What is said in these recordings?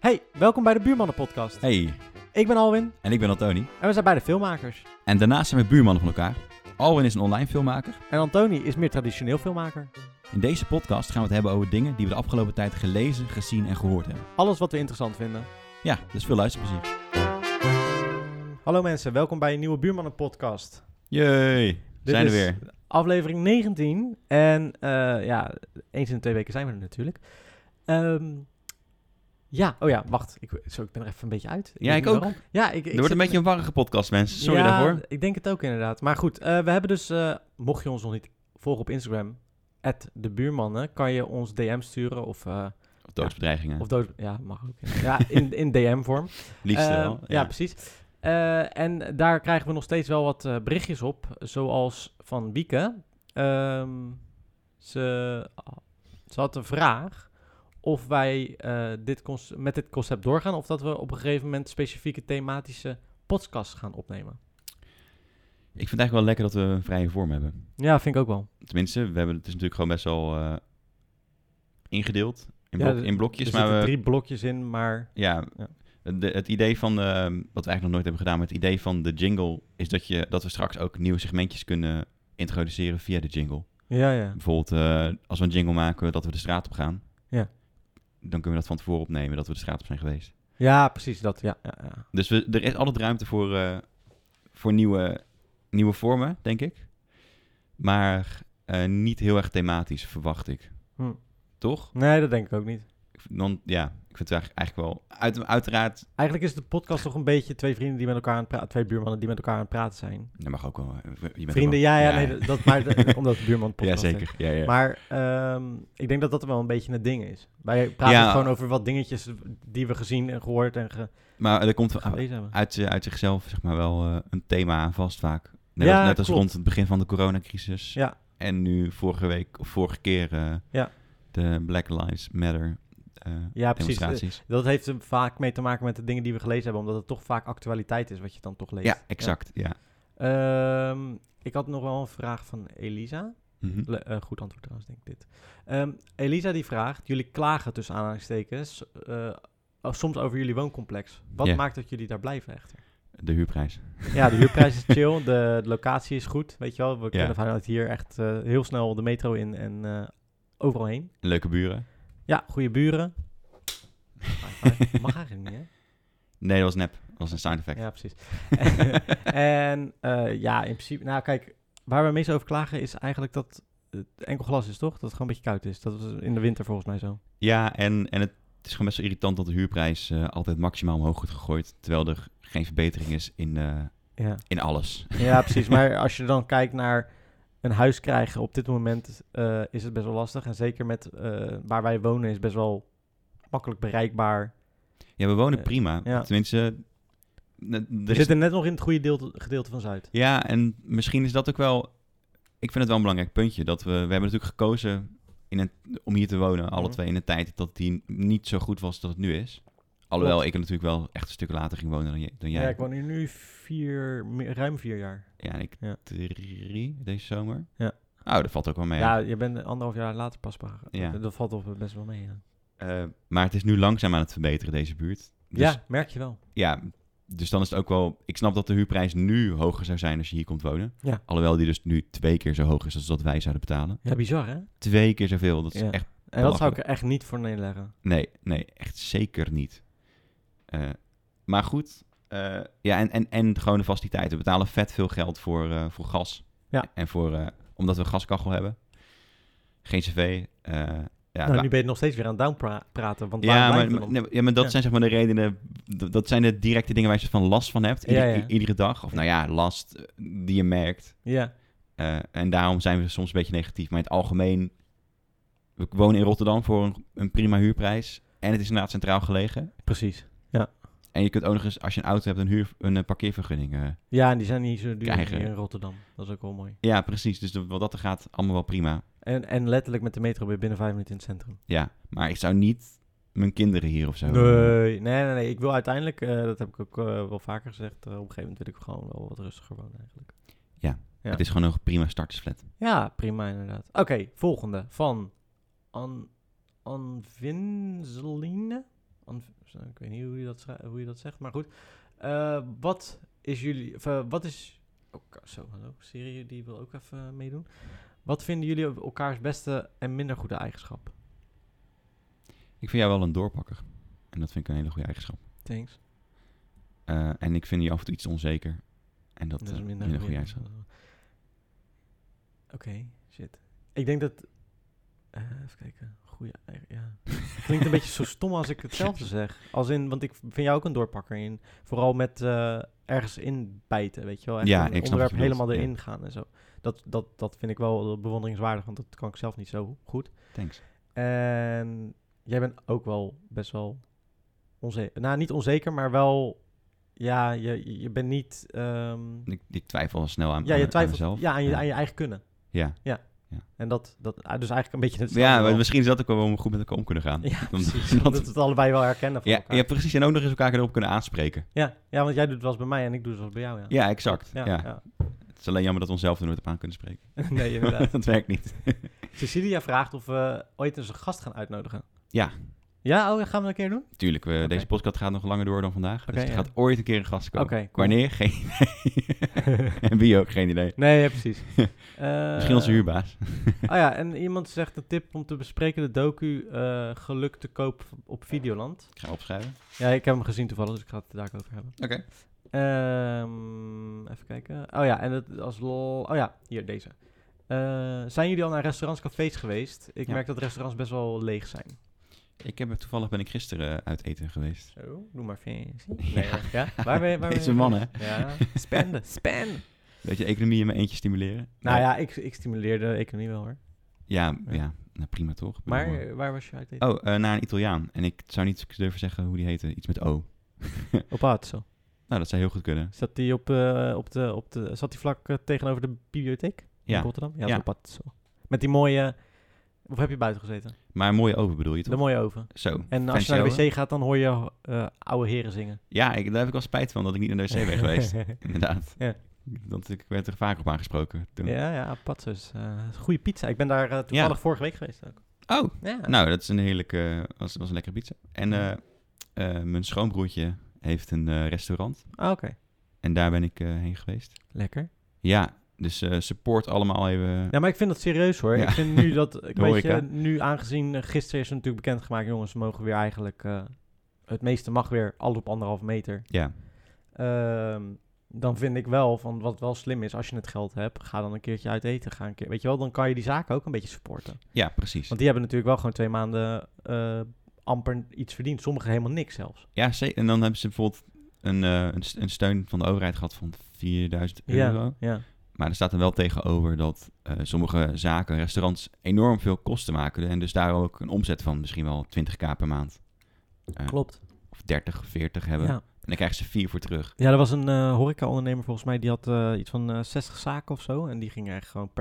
Hey, welkom bij de Buurmannen podcast. Hey, Ik ben Alwin en ik ben Antoni. en we zijn beide filmmakers. En daarnaast zijn we buurmannen van elkaar. Alwin is een online filmmaker. En Antoni is meer traditioneel filmmaker. In deze podcast gaan we het hebben over dingen die we de afgelopen tijd gelezen, gezien en gehoord hebben. Alles wat we interessant vinden. Ja, dus veel luisterplezier. Hallo mensen, welkom bij een nieuwe Buurmannen podcast. Jee, we zijn er weer. Aflevering 19 en eens in de 2 weken zijn we er natuurlijk. Wacht. Ik ben er even een beetje uit. Ja, weet ik niet ook. waarom. Ja, ik Er wordt een beetje een warrige podcast, mensen. Sorry ja, daarvoor. ik denk het ook inderdaad. Maar goed, we hebben dus, mocht je ons nog niet volgen op Instagram, @debuurmannen, kan je ons DM sturen of Doodsbedreigingen. mag ook. Ja, in DM-vorm. Liefst wel. Ja, precies. En daar krijgen we nog steeds wel wat berichtjes op, zoals van Wieke. Ze had een vraag of wij met dit concept doorgaan, of dat we op een gegeven moment specifieke thematische podcasts gaan opnemen. Ik vind het eigenlijk wel lekker dat we een vrije vorm hebben. Ja, vind ik ook wel. Tenminste, het is natuurlijk gewoon best wel ingedeeld in blokjes. Er Maar zitten 3 blokjes in, maar... Ja. Het idee van, wat we eigenlijk nog nooit hebben gedaan, maar het idee van de jingle is dat we straks ook nieuwe segmentjes kunnen introduceren via de jingle. Ja. Bijvoorbeeld, als we een jingle maken dat we de straat op gaan, Ja. dan kunnen we dat van tevoren opnemen, dat we de straat op zijn geweest. Ja, precies, dat, ja. Dus er is altijd ruimte voor nieuwe vormen, denk ik. Maar niet heel erg thematisch, verwacht ik. Toch? Nee, dat denk ik ook niet. Ik vind het eigenlijk wel... Uiteraard... Eigenlijk is de podcast toch een beetje 2 vrienden die met elkaar aan het praten... 2 buurmannen die met elkaar aan het praten zijn. Dat mag ook wel. Vrienden, omdat het buurman podcast ja, zeker. Ja. Maar ik denk dat dat wel een beetje het ding is. Wij praten gewoon over wat dingetjes die we gezien en gehoord en Maar er komt gelezen hebben. Uit zichzelf zeg maar wel een thema aan vast vaak. Net als rond het begin van de coronacrisis. Ja. En nu vorige keer de Black Lives Matter demonstraties. Precies. Dat heeft er vaak mee te maken met de dingen die we gelezen hebben, omdat het toch vaak actualiteit is wat je dan toch leest. Ja, exact. Ja. Ik had nog wel een vraag van Elisa. Mm-hmm. Goed antwoord trouwens, denk ik dit. Elisa die vraagt, jullie klagen tussen aanhalingstekens soms over jullie wooncomplex. Wat maakt dat jullie daar blijven echter? De huurprijs. Ja, de huurprijs is chill, de locatie is goed, weet je wel. We kunnen vanuit hier echt heel snel de metro in en overal heen. Leuke buren. Ja, goede buren. Mag eigenlijk niet, hè? Nee, dat was nep. Dat was een sound effect. Ja, precies. En in principe... Nou, kijk, waar we meest over klagen is eigenlijk dat het enkel glas is, toch? Dat het gewoon een beetje koud is. Dat was in de winter volgens mij zo. Ja, en het is gewoon best wel irritant dat de huurprijs altijd maximaal omhoog wordt gegooid, terwijl er geen verbetering is in alles. Ja, precies. Maar als je dan kijkt naar een huis krijgen op dit moment, is het best wel lastig. En zeker met waar wij wonen is best wel makkelijk bereikbaar. Ja, we wonen prima. Ja. Tenminste... We zitten net nog in het goede gedeelte van Zuid. Ja, en misschien is dat ook wel... Ik vind het wel een belangrijk puntje. Dat we hebben natuurlijk gekozen om hier te wonen, alle twee, in een tijd dat die niet zo goed was dat het nu is. Alhoewel ik er natuurlijk wel echt een stuk later ging wonen dan jij. Ja, ik woon hier nu ruim 4 jaar. Ja, en ik 3 deze zomer. Ja. Oh, dat valt ook wel mee. Ja, je bent 1,5 jaar later pas. Ja. Dat valt toch best wel mee. Ja. Maar het is nu langzaam aan het verbeteren, deze buurt. Dus, ja, merk je wel. Ja, dus dan is het ook wel... Ik snap dat de huurprijs nu hoger zou zijn als je hier komt wonen. Ja. Alhoewel die dus nu 2 keer zo hoog is als dat wij zouden betalen. Ja, bizar hè? 2 keer zoveel, dat is echt... En dat zou ik er echt niet voor neerleggen. Nee, echt zeker niet. Maar goed, en gewoon de faciliteiten. We betalen vet veel geld voor gas. Ja. En omdat we een gaskachel hebben. Geen cv. Nu ben je nog steeds weer aan downpraten. Want maar dat zijn zeg maar de redenen. Dat zijn de directe dingen waar je van last van hebt. Iedere dag. Of last die je merkt. Ja. En daarom zijn we soms een beetje negatief. Maar in het algemeen, we wonen in Rotterdam voor een prima huurprijs. En het is inderdaad centraal gelegen. Precies, ja. En je kunt ook nog eens, als je een auto hebt, een parkeervergunning ja, en die zijn niet zo duur krijgen. hier in Rotterdam. Dat is ook wel mooi. Ja, precies. Dus wat dat er gaat, allemaal wel prima. En letterlijk met de metro ben je binnen 5 minuten in het centrum. Ja, maar ik zou niet mijn kinderen hier of zo... Nee. Ik wil uiteindelijk, dat heb ik ook wel vaker gezegd, op een gegeven moment wil ik gewoon wel wat rustiger wonen eigenlijk. Ja. Het is gewoon een prima startersflat. Ja, prima inderdaad. Oké, volgende van Anvinzeline. ik weet niet hoe je dat zegt, maar goed. Wat is jullie... wat is... hallo. Siri, die wil ook even meedoen. Wat vinden jullie elkaars beste en minder goede eigenschap? Ik vind jou wel een doorpakker. En dat vind ik een hele goede eigenschap. Thanks. En ik vind je af en toe iets onzeker. En dat is een minder goede eigenschap. Oké, shit. Ik denk dat... even kijken. Goeie... Ja. Klinkt een beetje zo stom als ik hetzelfde zeg. Als in, want ik vind jou ook een doorpakker in. Vooral met ergens inbijten, weet je wel. Echt een onderwerp helemaal erin gaan en zo. Dat vind ik wel bewonderingswaardig, want dat kan ik zelf niet zo goed. Thanks. En jij bent ook wel best wel onzeker. Nou, niet onzeker, maar wel... Ja, je bent niet... Ik twijfel snel aan mezelf. Ja, aan je eigen kunnen. Ja. En dat dus eigenlijk een beetje hetzelfde. Ja, maar misschien is dat ook wel waarom we goed met elkaar om kunnen gaan. Ja, precies. Omdat we het allebei wel herkennen van elkaar. Ja, precies. En ook nog eens elkaar erop kunnen aanspreken. Ja, want jij doet het wel eens bij mij en ik doe het wel eens bij jou. Ja, exact. Ja. Het is alleen jammer dat we onszelf er nooit op aan kunnen spreken. Nee, inderdaad. Dat werkt niet. Cecilia vraagt of we ooit eens een gast gaan uitnodigen. Ja. Ja, gaan we dat een keer doen? Tuurlijk, deze podcast gaat nog langer door dan vandaag. Dus er gaat ooit een keer een gast komen. Cool. Wanneer? Geen idee. En wie ook? Geen idee. Nee, precies. Misschien onze huurbaas. En iemand zegt een tip om te bespreken de docu Geluk te koop op Videoland. Ik ga opschrijven. Ja, ik heb hem gezien toevallig, dus ik ga het daar ook over hebben. Oké. Even kijken. En het als lol... hier, deze. Zijn jullie al naar restaurants, cafés geweest? Ik merk dat restaurants best wel leeg zijn. Toevallig ben ik gisteren uit eten geweest. Zo, doe maar fancy. Ja. Waar ben je? Deze man, hè? Ja, spenden. Weet je, economie in mijn eentje stimuleren? Nou ja, ik stimuleer de economie wel, hoor. Ja, nou, prima toch? Maar waar was je uit eten? Naar een Italiaan. En ik zou niet durven zeggen hoe die heette. Iets met O. Opazzo. Nou, dat zou heel goed kunnen. Zat die zat die vlak tegenover de bibliotheek in Rotterdam? Ja, Opazzo. Met die mooie... Of heb je buiten gezeten? Maar een mooie oven bedoel je toch? De mooie oven. Zo. En als je naar de wc gaat, dan hoor je oude heren zingen. Ja, daar heb ik wel spijt van dat ik niet naar de wc ben geweest. Inderdaad. Ja. Ik werd er vaak op aangesproken toen. Ja, Pazzo's. Goede pizza. Ik ben daar toevallig vorige week geweest ook. Oh, nou, dat is een heerlijke... was een lekkere pizza. En mijn schoonbroertje heeft een restaurant. Oké. En daar ben ik heen geweest. Lekker. Ja, dus support allemaal even... Ja, maar ik vind dat serieus, hoor. Ja. Ik vind nu dat... nu aangezien gisteren is het natuurlijk bekendgemaakt... jongens, we mogen weer eigenlijk... het meeste mag weer alles op 1,5 meter. Ja. Dan vind ik wel, van wat wel slim is... als je het geld hebt, ga dan een keertje uit eten. Ga een keer, weet je wel, dan kan je die zaken ook een beetje supporten. Ja, precies. Want die hebben natuurlijk wel gewoon 2 maanden... amper iets verdiend. Sommigen helemaal niks zelfs. Ja, zeker. En dan hebben ze bijvoorbeeld een steun van de overheid gehad van €4.000. Ja. Maar er staat er wel tegenover dat sommige zaken, restaurants, enorm veel kosten maken. En dus daar ook een omzet van misschien wel 20k per maand. Klopt. Of 30, 40 hebben. Ja. En dan krijgen ze 4 voor terug. Ja, er was een horeca-ondernemer volgens mij, die had iets van 60 zaken of zo. En die ging echt gewoon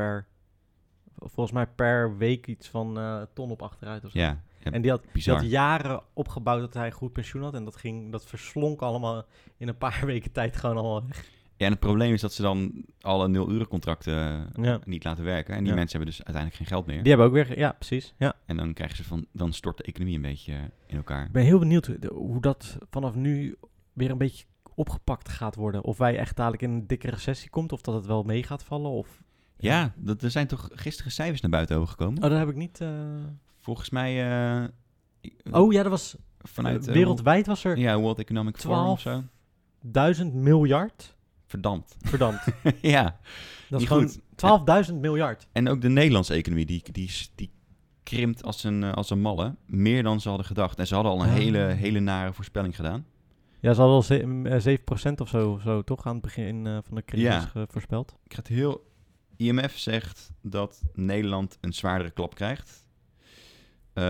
per week iets van ton op achteruit of zo. Ja. En die had jaren opgebouwd dat hij goed pensioen had. En dat verslonk allemaal in een paar weken tijd gewoon allemaal weg. Ja, en het probleem is dat ze dan alle 0-urencontracten niet laten werken. En die mensen hebben dus uiteindelijk geen geld meer. Die hebben ook weer, ja, precies. Ja. En dan krijgen ze dan stort de economie een beetje in elkaar. Ik ben heel benieuwd hoe dat vanaf nu weer een beetje opgepakt gaat worden. Of wij echt dadelijk in een dikke recessie komt, of dat het wel mee gaat vallen. Of, ja, er zijn toch gisteren cijfers naar buiten gekomen? Oh, dat heb ik niet... Volgens mij... dat was... Vanuit... wereldwijd was er... Ja, World Economic Forum of zo. 12.000 miljard. Verdampt. Ja. Dat is gewoon 12.000 miljard. En ook de Nederlandse economie, die krimpt als een malle. Meer dan ze hadden gedacht. En ze hadden al een hele nare voorspelling gedaan. Ja, ze hadden al 7% of zo toch aan het begin van de crisis voorspeld. Ik ga het IMF zegt dat Nederland een zwaardere klap krijgt. 7,7%.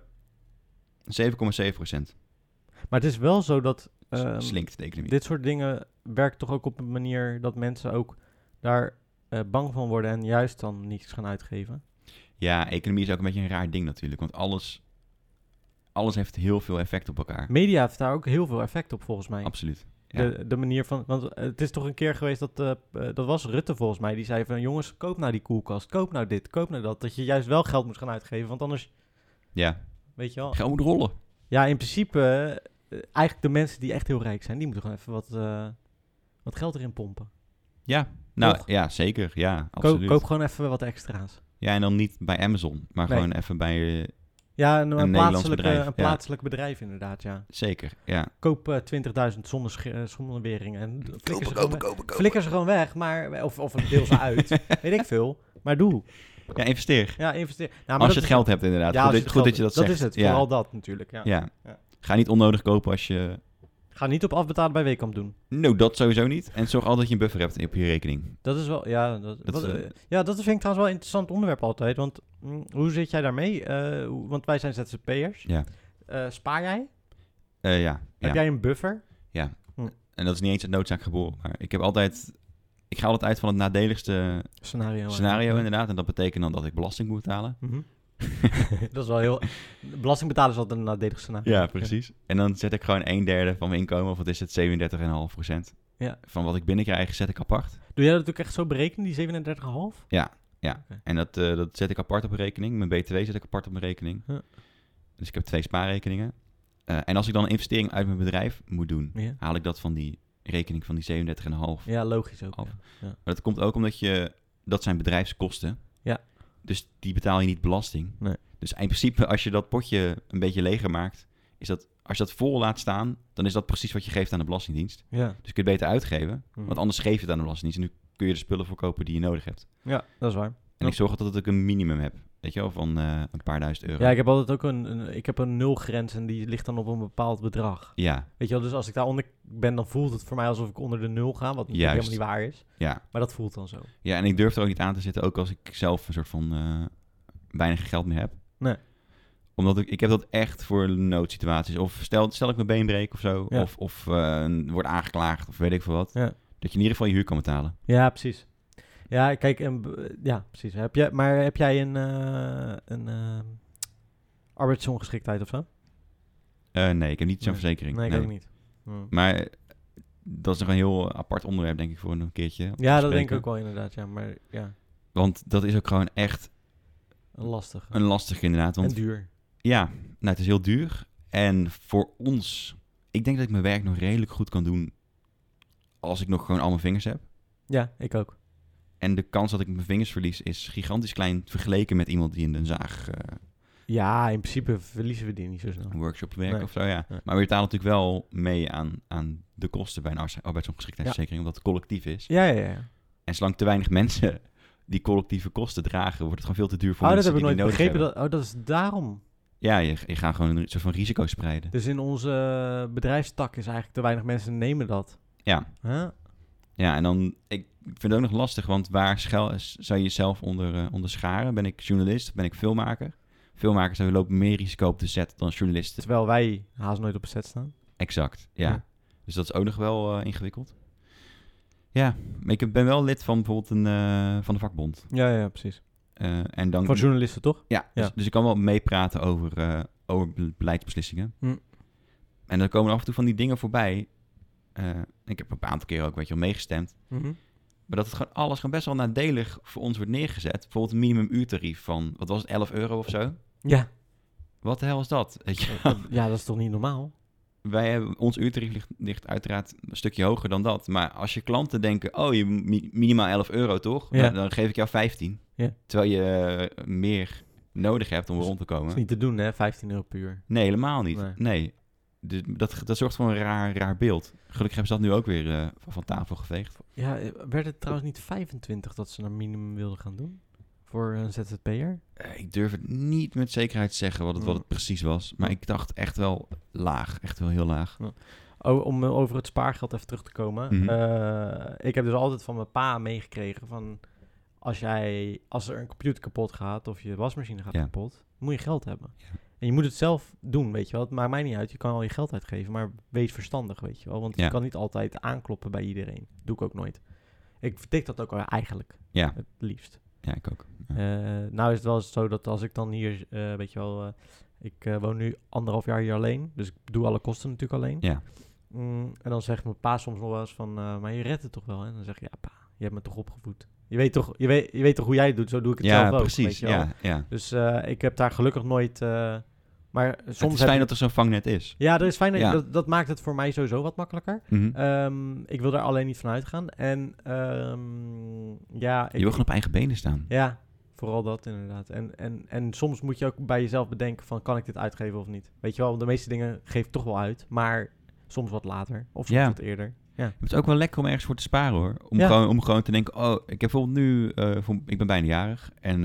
Maar het is wel zo dat... slinkt de economie. Dit soort dingen werkt toch ook op een manier dat mensen ook daar bang van worden en juist dan niets gaan uitgeven? Ja, economie is ook een beetje een raar ding natuurlijk, want alles heeft heel veel effect op elkaar. Media heeft daar ook heel veel effect op volgens mij. Absoluut. Ja. De manier van, want het is toch een keer geweest dat was Rutte volgens mij, die zei van jongens, koop nou die koelkast, koop nou dit, koop nou dat je juist wel geld moet gaan uitgeven, want anders... Ja. Weet je wel. Geld moet rollen. Ja, in principe, eigenlijk de mensen die echt heel rijk zijn, die moeten gewoon even wat geld erin pompen. Ja, nou Toch? ja, zeker. Ja, absoluut. Koop gewoon even wat extra's. Ja, en dan niet bij Amazon, maar Nee. gewoon even bij... Ja, Een Nederlands bedrijf, een plaatselijk bedrijf inderdaad, ja. zeker, ja. Koop 20.000 zonneweringen en flikker ze gewoon weg, maar, of deel ze uit. Weet ik veel. Maar doe. Ja, investeer. Ja, investeer. Nou, maar Als je dat het is- geld hebt inderdaad. Ja, Goed, als je dat, het goed geld- dat je dat zegt. Dat is het, Ja. vooral dat natuurlijk. Ja. Ja. Ja. Ga niet onnodig kopen als je... Ga niet op afbetalen bij Weekamp doen. Nou, dat sowieso niet. En zorg altijd dat je een buffer hebt op je rekening. Dat is wel, ja, dat vind ik trouwens wel een interessant onderwerp altijd. Want hoe zit jij daarmee? Want wij zijn ZZP'ers. Ja. Spaar jij? Ja. Heb jij een buffer? En dat is niet eens uit noodzaak geboren. Maar ik ga altijd uit van het nadeligste scenario inderdaad. En dat betekent dan dat ik belasting moet betalen. Mhm. Dat is wel heel... Belasting betalen is altijd een nadelig scenario. Ja, precies. En dan zet ik gewoon 1/3 van mijn inkomen, of wat is het, 37,5%. Ja. Van wat ik binnenkrijg, zet ik apart. Doe jij dat ook echt zo berekenen, die 37,5? Ja. Oké. En dat zet ik apart op een rekening. Mijn BTW zet ik apart op mijn rekening. Ja. Dus ik heb 2 spaarrekeningen. En als ik dan een investering uit mijn bedrijf moet doen, Ja. haal ik dat van die rekening van die 37,5. Ja, logisch ook. Af. Ja. Maar dat komt ook omdat dat zijn bedrijfskosten. Ja. Dus die betaal je niet belasting. Nee. Dus in principe, als je dat potje een beetje leger maakt, als je dat vol laat staan, dan is dat precies wat je geeft aan de Belastingdienst. Ja. Dus je kunt het beter uitgeven, Mhm. want anders geef je het aan de Belastingdienst. En nu kun je de spullen verkopen die je nodig hebt. Ja, dat is waar. En ik zorg altijd dat ik een minimum heb, weet je wel, van een paar duizend euro. Ja, ik heb altijd ook ik heb een nulgrens en die ligt dan op een bepaald bedrag. Ja, Weet je wel, dus als ik daaronder ben, dan voelt het voor mij alsof ik onder de nul ga, wat natuurlijk Juist. helemaal niet waar is. ja. Maar dat voelt dan zo. Ja, en ik durf er ook niet aan te zitten, ook als ik zelf een soort van weinig geld meer heb. Nee. Omdat ik heb dat echt voor noodsituaties. Of stel ik mijn been breek of zo. Ja. Of word aangeklaagd of weet ik veel wat. Ja. Dat je in ieder geval je huur kan betalen. Ja, precies. Ja, kijk, ja, precies. Heb jij een arbeidsongeschiktheid of zo? Nee, ik heb niet zo'n Nee. verzekering. Nee, ik Nee. ook niet. Hmm. Maar dat is nog een heel apart onderwerp, denk ik, voor een keertje. om te Ja, dat bespreken. denk ik ook wel inderdaad, ja. Maar ja, Want dat is ook gewoon echt lastig. een lastig inderdaad. Want En duur. ja, nou, het is heel duur. En voor ons, ik denk dat ik mijn werk nog redelijk goed kan doen als ik nog gewoon al mijn vingers heb. Ja, ik ook. En de kans dat ik mijn vingers verlies is gigantisch klein vergeleken met iemand die in een zaag Ja, in principe verliezen we die niet zo snel. een workshop werkt Nee. of zo, ja. Nee. Maar we betalen natuurlijk wel mee aan de kosten bij een arbeidsongeschiktheidsverzekering, omdat het collectief is. Ja. En zolang te weinig mensen die collectieve kosten dragen, wordt het gewoon veel te duur voor Oh, dat mensen heb ik die nooit die nodig begrepen. hebben. Dat is daarom. Ja, je gaat gewoon een soort van risico spreiden. Dus in onze bedrijfstak is eigenlijk te weinig mensen nemen dat. Ja. Huh? Ja, en dan, ik vind het ook nog lastig, want waar zou je jezelf onder scharen? Ben ik journalist? Ben ik filmmaker? Filmmakers lopen meer risico op de set dan journalisten. Terwijl wij haast nooit op een set staan. Exact, ja. Ja. Dus dat is ook nog wel ingewikkeld. Ja, maar ik ben wel lid van bijvoorbeeld van de vakbond. Ja, precies. En dan, Voor journalisten, toch? ja, Ja. dus ik kan wel meepraten over beleidsbeslissingen. Hm. En dan komen er af en toe van die dingen voorbij. Ik heb een aantal keer ook meegestemd. Mhm. Maar dat het gewoon alles gewoon best wel nadelig voor ons wordt neergezet. Bijvoorbeeld een minimumuurtarief van, wat was het, 11 euro of zo? Ja. Wat de hel is dat? Weet je? Ja, dat is toch niet normaal? Ons uurtarief ligt uiteraard een stukje hoger dan dat. Maar als je klanten denken, oh, je minimaal 11 euro toch? Ja. Dan geef ik jou 15. Ja. Terwijl je meer nodig hebt om rond te Dat komen. is niet te doen, hè? 15 euro per uur. Nee, helemaal niet. Nee. Nee. Dus dat zorgt voor een raar beeld. Gelukkig hebben ze dat nu ook weer van tafel geveegd. Ja, werd het trouwens niet 25 dat ze naar minimum wilden gaan doen? Voor een ZZP'er? Ik durf het niet met zekerheid te zeggen wat het precies was. Maar ik dacht echt wel laag. Echt wel heel laag. Oh, om over het spaargeld even terug te komen. Mhm. Ik heb dus altijd van mijn pa meegekregen van... Als er een computer kapot gaat of je wasmachine gaat Ja. kapot, moet je geld hebben. Ja. En je moet het zelf doen, weet je wel. Het maakt mij niet uit. Je kan al je geld uitgeven, maar wees verstandig, weet je wel. Want Ja. je kan niet altijd aankloppen bij iedereen. Doe ik ook nooit. Ik vertik dat ook wel eigenlijk, Ja, het liefst. ja, ik ook. Ja. Nou is het wel eens zo dat als ik dan hier, weet je wel... ik woon nu 1,5 jaar hier alleen, dus ik doe alle kosten natuurlijk alleen. Ja. En dan zegt mijn pa soms nog wel eens van, maar je redt het toch wel? En dan zeg ik, ja pa, je hebt me toch opgevoed. Je weet toch hoe jij het doet, zo doe ik het zelf ook. Precies. Weet je wel. Ja. Dus ik heb daar gelukkig nooit... maar Maar Het soms is fijn dat er zo'n vangnet is. Ja, dat is fijn. Ja. Dat maakt het voor mij sowieso wat makkelijker. Ik wil daar alleen niet van uitgaan. En Je wil gewoon op eigen benen staan. Ja, vooral dat inderdaad. En soms moet je ook bij jezelf bedenken van, kan ik dit uitgeven of niet? Weet je wel, de meeste dingen geef ik toch wel uit. Maar soms wat later. Of soms wat eerder. Ja. Het is ook wel lekker om ergens voor te sparen, hoor. Om gewoon te denken, ik heb bijvoorbeeld nu... ik ben bijna jarig. En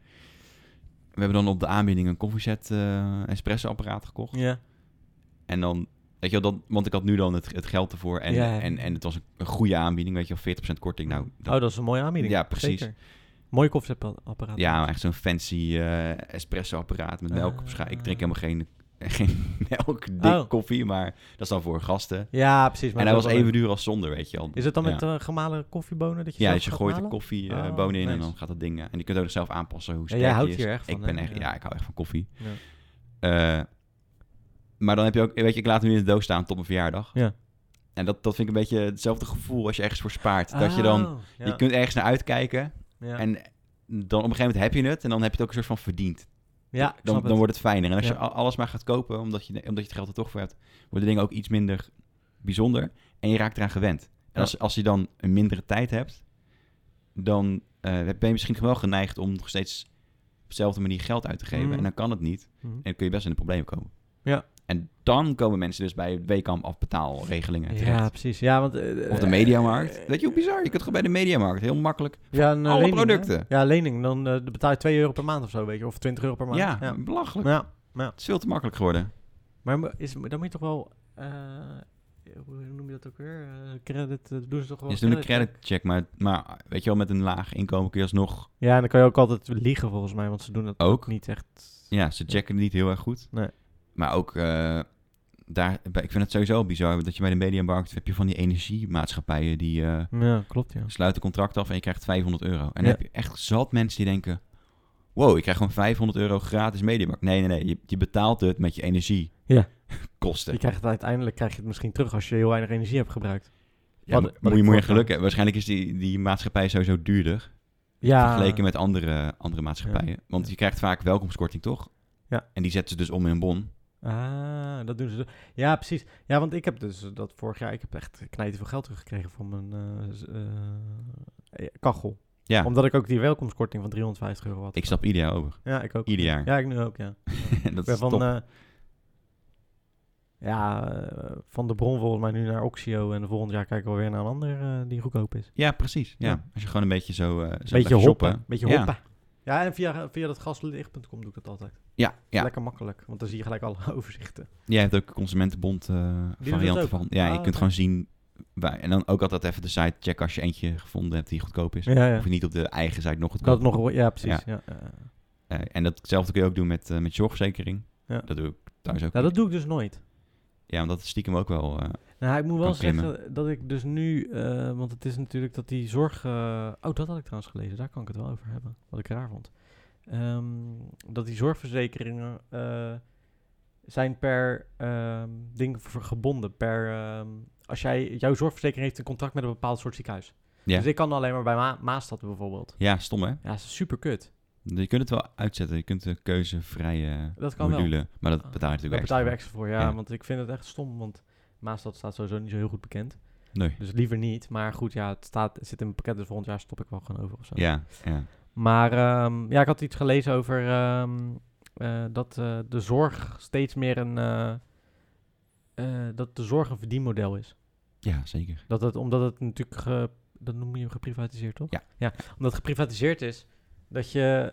we hebben dan op de aanbieding een koffiezet espresso-apparaat gekocht. Ja. En dan... Weet je wel, want ik had nu dan het geld ervoor. En het was een goede aanbieding. Weet je wel, 40% korting. Nou, dat is een mooie aanbieding. Ja, precies. Zeker. Mooi koffiezetapparaat. Ja, maar echt zo'n fancy espresso-apparaat met melk op schuim. Ik drink helemaal geen melk, dik koffie, maar dat is dan voor gasten. Ja, precies. Maar en hij was even duur als zonder, weet je al. Is het dan met gemalen koffiebonen? Dat je dus je gooit de koffiebonen in en dan gaat dat ding... en die kunt ook zelf aanpassen hoe sterk jij die houdt is. hier echt van, ik hou echt van koffie. Ja. Maar dan heb je ook... Weet je, ik laat hem in de doos staan tot mijn verjaardag. Ja. En dat vind ik een beetje hetzelfde gevoel als je ergens voor spaart. Dat je dan... Ja. Je kunt ergens naar uitkijken. Ja. En dan op een gegeven moment heb je het. En dan heb je het ook een soort van verdiend. Ja, dan wordt het fijner. En als je alles maar gaat kopen, omdat je het geld er toch voor hebt, worden de dingen ook iets minder bijzonder. En je raakt eraan gewend. En als je dan een mindere tijd hebt, dan ben je misschien wel geneigd om nog steeds op dezelfde manier geld uit te geven. En dan kan het niet. En dan kun je best in de problemen komen. Ja. En dan komen mensen dus bij Weekamp afbetaalregelingen terecht. Ja, precies. Ja, want, of de Mediamarkt. Weet je hoe bizar? Je kunt gewoon bij de Mediamarkt heel makkelijk alle lening, producten. Hè? Ja, lening. Dan betaal je €2 per maand of zo, weet je. Of €20 per maand. Ja, belachelijk. Ja. Het is veel te makkelijk geworden. Maar dan moet je toch wel... hoe noem je dat ook weer? Credit, doen ze toch wel... Ze doen een creditcheck, maar weet je wel, met een laag inkomen kun je alsnog... Ja, en dan kan je ook altijd liegen volgens mij, want ze doen dat ook niet echt... Ja, ze checken niet heel erg goed. Nee. Maar ook ik vind het sowieso bizar dat je bij de Mediamarkt heb je van die energiemaatschappijen die klopt, sluiten contract af en je krijgt €500. En dan heb je echt zat mensen die denken, wow, ik krijg gewoon €500 gratis Mediamarkt. Nee, je betaalt het met je energie. Ja. Kosten. Uiteindelijk krijg je het misschien terug als je heel weinig energie hebt gebruikt. Ja, moet je geluk hebben. Waarschijnlijk is die maatschappij sowieso duurder. Ja. Vergeleken met andere maatschappijen. Ja. Want je krijgt vaak welkomstkorting, toch? Ja. En die zetten ze dus om in een bon. Dat doen ze. Ja, precies. Ja, want ik heb dus dat vorig jaar... Ik heb echt knijten veel geld teruggekregen van mijn kachel. Ja. Omdat ik ook die welkomstkorting van €350 had. Ik stap ieder jaar over. Ja, ik ook. Ieder jaar. Ja, ik nu ook, ja. Dat is top. Van de bron volgens mij nu naar Oxio. En volgend jaar kijken we weer naar een ander die goedkoop is. Ja, precies. Ja. Als je gewoon een beetje zo beetje hoppen. Beetje hoppen. Ja, en via dat gaslicht.com doe ik dat altijd. Ja. Lekker makkelijk, want dan zie je gelijk alle overzichten. Jij hebt ook Consumentenbond varianten van. Ja, je kunt gewoon zien waar. En dan ook altijd even de site checken als je eentje gevonden hebt die goedkoop is. Ja. Of je niet op de eigen site nog goedkoop. Ja, precies. Ja. En datzelfde kun je ook doen met zorgverzekering. Ja. Dat doe ik thuis ook. Ja, dat doe ik dus nooit. Ja, omdat het stiekem ook wel... ik moet wel zeggen dat ik dus nu... want het is natuurlijk dat die zorg... dat had ik trouwens gelezen. Daar kan ik het wel over hebben. Wat ik raar vond. Dat die zorgverzekeringen... zijn per ding gebonden. Als jouw zorgverzekering heeft een contract met een bepaald soort ziekenhuis. Ja. Dus ik kan alleen maar bij Maastad bijvoorbeeld. Ja, stom hè? Ja, super kut. Je kunt het wel uitzetten. Je kunt de keuzevrije module. Wel. Maar dat betaal je natuurlijk extra voor. Ja, want ik vind het echt stom. Want Maastad staat sowieso niet zo heel goed bekend. Nee. Dus liever niet. Maar goed, ja, het zit in mijn pakket. Dus volgend jaar stop ik wel gewoon over of zo. Ja. Maar ik had iets gelezen over dat de zorg steeds meer dat de zorg een verdienmodel is. Ja, zeker. Omdat het natuurlijk dat noem je geprivatiseerd, toch? Ja. Omdat het geprivatiseerd is, er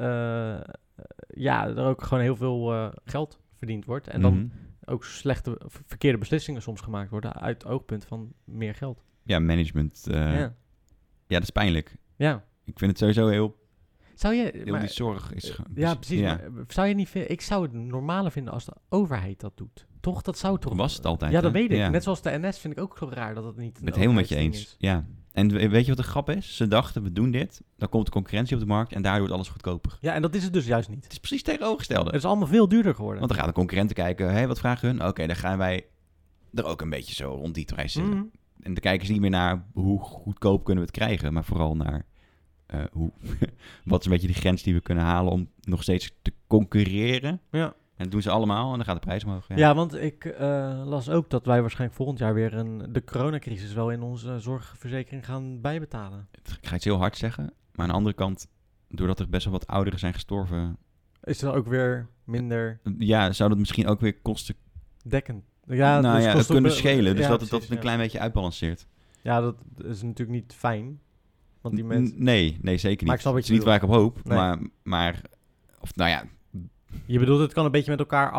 ook gewoon heel veel geld verdiend wordt. En dan ook verkeerde beslissingen soms gemaakt worden uit het oogpunt van meer geld. Ja, management. Ja, dat is pijnlijk. Ja. Ik vind het sowieso heel... die zorg is... Ja, precies. Ja. Maar zou je niet vinden... Ik zou het normaler vinden als de overheid dat doet. Toch? Dat zou toch... Was het altijd. Ja, dat weet ik. Ja. Net zoals de NS vind ik ook zo raar dat het niet... Ik ben het helemaal met je eens. Is. Ja. En weet je wat de grap is? Ze dachten, we doen dit. Dan komt de concurrentie op de markt en daardoor wordt alles goedkoper. Ja, en dat is het dus juist niet. Het is precies tegenovergestelde. Het is allemaal veel duurder geworden. Want dan gaan de concurrenten kijken, wat vragen hun? Oké, dan gaan wij er ook een beetje zo rond die prijs zitten. En dan kijken ze niet meer naar hoe goedkoop kunnen we het krijgen, maar vooral naar wat is een beetje die grens die we kunnen halen om nog steeds te concurreren. Ja. En dat doen ze allemaal en dan gaat de prijs omhoog. Ja, want ik las ook dat wij waarschijnlijk volgend jaar weer de coronacrisis wel in onze zorgverzekering gaan bijbetalen. Ik ga iets heel hard zeggen, maar aan de andere kant, doordat er best wel wat ouderen zijn gestorven, Is het ook weer minder ja, zou dat misschien ook weer kosten dekkend? Ja, nou dus ja, kost het kunnen ook- schelen. Dus ja, dat het precies, een ja. klein beetje uitbalanceert. Ja, dat is natuurlijk niet fijn. Want die mensen... Nee, zeker niet. Maar ik snap wat Het is je niet waar ik op hoop, Nee. maar of nou ja, Je bedoelt, het kan een beetje met elkaar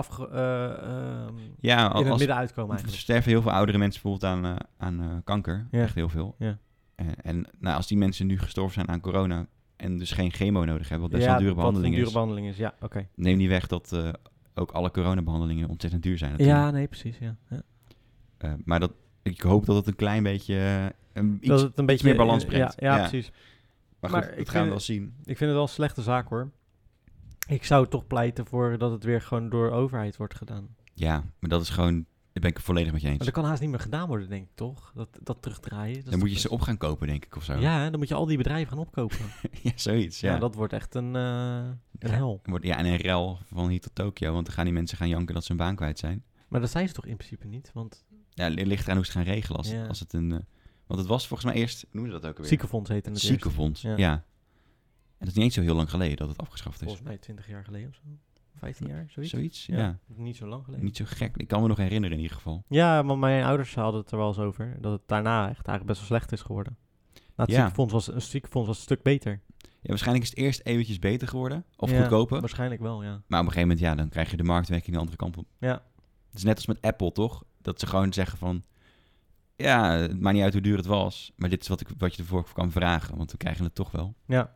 ja, in het midden uitkomen er eigenlijk. sterven heel veel oudere mensen bijvoorbeeld aan kanker. Ja. Echt heel veel. Ja. En nou, als die mensen nu gestorven zijn aan corona en dus geen chemo nodig hebben, wat best wel een dure wat een behandeling dure is, behandeling is. Ja, oké. neem niet weg dat ook alle coronabehandelingen ontzettend duur zijn natuurlijk. Ja, nee, precies. Ja. Ja. Maar ik hoop dat het een klein beetje iets Dat het een beetje meer balans brengt. Ja, Ja. precies. Maar maar goed, ik dat gaan vind we wel zien. Ik vind het wel een slechte zaak hoor. Ik zou toch pleiten voor dat het weer gewoon door de overheid wordt gedaan. Ja, maar dat is gewoon, daar ben ik het volledig met je eens. Maar dat kan haast niet meer gedaan worden, denk ik, toch? Dat terugdraaien. Dat is Dan moet je toch ze op gaan kopen, denk ik, of zo. Ja, hè, dan moet je al die bedrijven gaan opkopen. Ja, zoiets, ja. Ja, dat wordt echt een hel. Ja, en een rel van hier tot Tokio, want dan gaan die mensen gaan janken dat ze hun baan kwijt zijn. Maar dat zijn ze toch in principe niet? Want Ja, het ligt eraan hoe ze het gaan regelen Ja. als het een... want het was volgens mij eerst, hoe noemen ze dat ook alweer? ziekenfonds heette het eerst. Ziekenfonds, Ja. ja. En dat is niet eens zo heel lang geleden dat het afgeschaft is. Volgens mij 20 jaar geleden of zo. 15 jaar, zoiets. Zoiets, ja. Niet zo lang geleden. Niet zo gek. Ik kan me nog herinneren in ieder geval. Ja, want mijn ouders hadden het er wel eens over. Dat het daarna echt eigenlijk best wel slecht is geworden. Nou, het Ja. ziekenfonds was een stuk beter. Ja, waarschijnlijk is het eerst eventjes beter geworden. Of Ja, goedkoper. Waarschijnlijk wel, ja. Maar op een gegeven moment, ja, dan krijg je de marktwerking de andere kant op. Ja. Het is net als met Apple, toch? Dat ze gewoon zeggen van... Ja, het maakt niet uit hoe duur het was. Maar dit is wat je ervoor kan vragen. Want we krijgen het toch wel. Ja.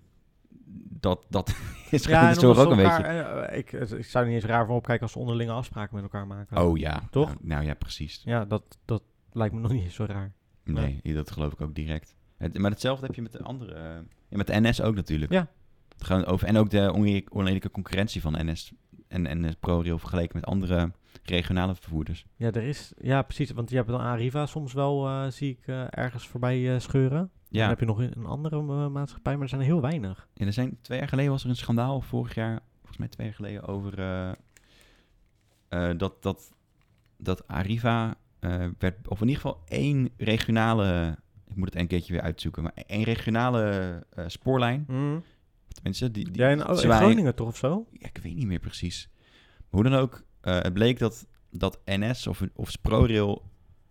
Dat is Ja, gewoon en de zorg omdat ook ze een elkaar, beetje. ik zou er niet eens raar van opkijken als ze onderlinge afspraken met elkaar maken. Oh ja. Toch? Nou ja, precies. Ja, dat lijkt me nog niet eens zo raar. Nee, dat geloof ik ook direct. Maar hetzelfde heb je met de andere... ja, met de NS ook natuurlijk. Ja. Gewoon en ook de oneerlijke concurrentie van NS en ProRail vergeleken met andere regionale vervoerders. Ja, precies. Want je hebt dan Arriva soms wel, zie ik ergens voorbij scheuren. Ja. Dan heb je nog een andere maatschappij, maar er zijn er heel weinig. En er zijn 2 jaar geleden was er een schandaal, of vorig jaar, volgens mij 2 jaar geleden, over dat Arriva werd, of in ieder geval 1 regionale, ik moet het een keertje weer uitzoeken, maar 1 regionale spoorlijn. Tenminste, Ja, in Groningen toch of zo? Ja, ik weet niet meer precies. Maar hoe dan ook, het bleek dat NS of ProRail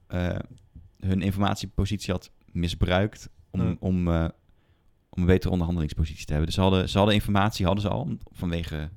hun informatiepositie had misbruikt om een betere onderhandelingspositie te hebben. Dus ze hadden informatie al vanwege,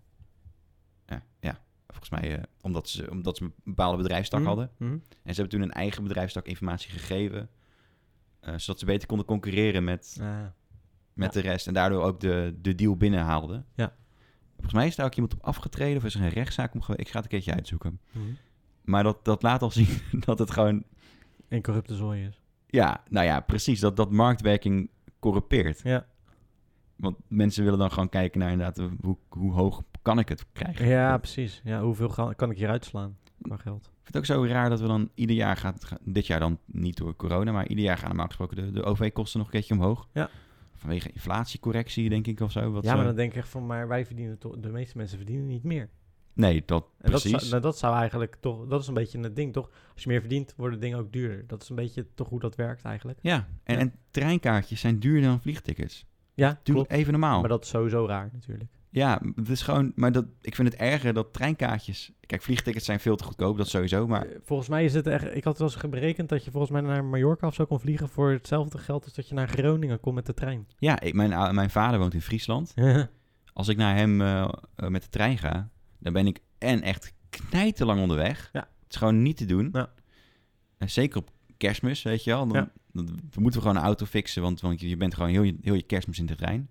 volgens mij, omdat ze een bepaalde bedrijfstak hadden. En ze hebben toen een eigen bedrijfstak informatie gegeven, zodat ze beter konden concurreren met de rest en daardoor ook de deal binnenhaalden. Ja. Volgens mij is daar ook iemand op afgetreden of is er een rechtszaak om geweest. Ik ga het een keertje uitzoeken. Maar dat laat al zien dat het gewoon... Een corrupte zooi is. Ja, nou ja, precies. Dat marktwerking corrumpeert. Ja. Want mensen willen dan gewoon kijken naar inderdaad hoe hoog kan ik het krijgen. Ja, precies. Ja, hoeveel kan ik hier uitslaan qua geld? Ik vind het ook zo raar dat we dan ieder jaar dit jaar dan niet door corona, maar ieder jaar gaan normaal gesproken de OV-kosten nog een keertje omhoog. Ja. Vanwege inflatiecorrectie, denk ik, of zo. Maar dan denk ik echt van, maar wij verdienen toch, de meeste mensen verdienen niet meer. Nee, En precies. dat zou eigenlijk toch, dat is een beetje het ding, toch? Als je meer verdient, worden dingen ook duurder. Dat is een beetje toch hoe dat werkt eigenlijk. Ja, en treinkaartjes zijn duurder dan vliegtickets. Ja, Doe klopt. even normaal. Maar dat is sowieso raar natuurlijk. Ja, het is gewoon... Maar ik vind het erger dat treinkaartjes... Kijk, vliegtickets zijn veel te goedkoop, dat sowieso, maar... Volgens mij is het echt... Ik had wel eens berekend dat je volgens mij naar Mallorca of zo kon vliegen voor hetzelfde geld als dat je naar Groningen kon met de trein. Ja, mijn vader woont in Friesland. Als ik naar hem met de trein ga, dan ben ik echt knijterlang onderweg. Ja. Het is gewoon niet te doen. Ja. Zeker op Kerstmis, weet je wel. Dan moeten we gewoon een auto fixen, want je bent gewoon heel je Kerstmis in de trein.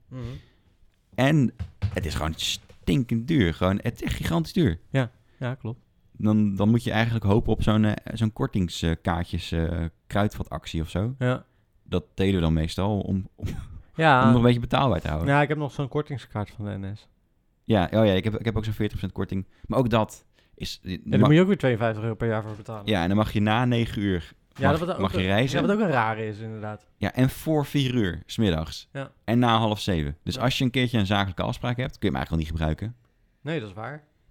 En het is gewoon stinkend duur. Het is echt gigantisch duur. Ja, klopt. Dan moet je eigenlijk hopen op zo'n kortingskaartjes kruidvatactie of zo. Ja. Dat deden we dan meestal om Ja. nog een beetje betaalbaar te houden. Ja, ik heb nog zo'n kortingskaart van de NS. Ja, ik heb ook zo'n 40% korting. Maar ook dat is... Ja, daar moet je ook weer €52 per jaar voor betalen. Ja, en dan mag je na 9 uur mag je reizen. Ja, wat ook een rare is inderdaad. Ja, en voor 4 uur 's middags. Ja. En na 6:30. Dus Ja. als je een keertje een zakelijke afspraak hebt, kun je hem eigenlijk wel niet gebruiken. Nee, dat is waar. Want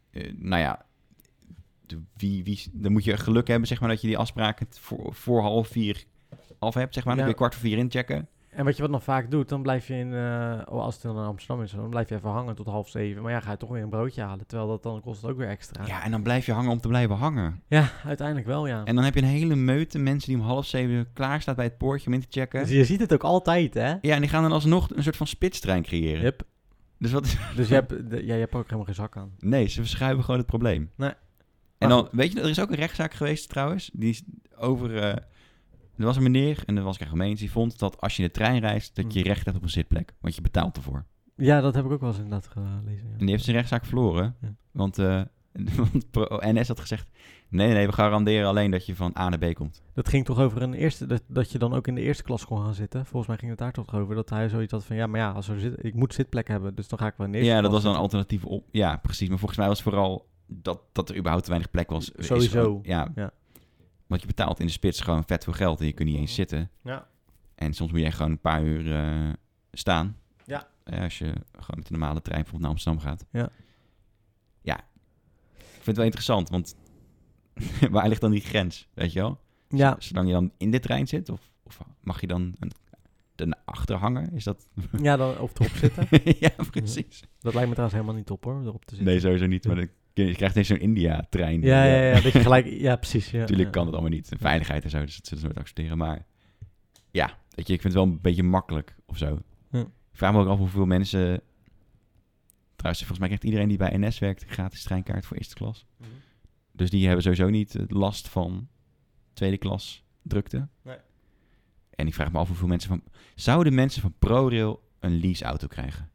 nou ja, dan moet je geluk hebben, zeg maar, dat je die afspraken voor 3:30 af hebt, zeg maar. Dan kun je 3:15 inchecken. En wat nog vaak doet, dan blijf je als het dan in Amsterdam is, dan blijf je even hangen tot 6:30. Maar ja, ga je toch weer een broodje halen, terwijl dat dan kost het ook weer extra. Ja, en dan blijf je hangen om te blijven hangen. Ja, uiteindelijk wel, ja. En dan heb je een hele meute mensen die om 6:30 klaar staat bij het poortje om in te checken. Dus je ziet het ook altijd, hè? Ja, en die gaan dan alsnog een soort van spitstrein creëren. Yep. Dus wat... Dus je hebt ook helemaal geen zak aan. Nee, ze verschuiven gewoon het probleem. Nee. En dan, weet je, er is ook een rechtszaak geweest trouwens, die is over... er was een meneer, en dat was ik echt gemeen, die vond dat als je in de trein reist, dat je recht hebt op een zitplek. Want je betaalt ervoor. Ja, dat heb ik ook wel eens inderdaad gelezen. Ja. En die heeft zijn rechtszaak verloren. Ja. Want NS had gezegd, nee, we garanderen alleen dat je van A naar B komt. Dat ging toch over een eerste, dat je dan ook in de eerste klas kon gaan zitten. Volgens mij ging het daar toch over, dat hij zoiets had van, ja, maar ja, ik moet zitplek hebben, dus dan ga ik wel in de eerste klas. Ja, dat was dan een alternatief op. Ja, precies. Maar volgens mij was het vooral dat er überhaupt te weinig plek was. Sowieso. Gewoon, ja. Want je betaalt in de spits gewoon vet veel geld en je kunt niet eens zitten. Ja. En soms moet je echt gewoon een paar uur staan. Ja. Als je gewoon met de normale trein bijvoorbeeld naar Amsterdam gaat. Ja. Ja. Ik vind het wel interessant, want waar ligt dan die grens, weet je wel? Ja. Zolang je dan in de trein zit, of mag je dan erachter hangen? Is dat... Ja, dan of erop zitten. Ja, precies. Dat lijkt me trouwens helemaal niet top, hoor, erop te zitten. Nee, sowieso niet, maar je krijgt eens zo'n India-trein. Ja, dat je gelijk... Ja, precies. Ja. Natuurlijk kan het allemaal niet. Veiligheid en zo, dus dat zullen ze nooit accepteren. Maar ja, weet je, ik vind het wel een beetje makkelijk of zo. Ja. Ik vraag me ook af hoeveel mensen... Trouwens, volgens mij krijgt iedereen die bij NS werkt gratis treinkaart voor eerste klas. Mm-hmm. Dus die hebben sowieso niet last van tweede klas drukte. Nee. En ik vraag me af hoeveel mensen van... Zouden mensen van ProRail een leaseauto krijgen?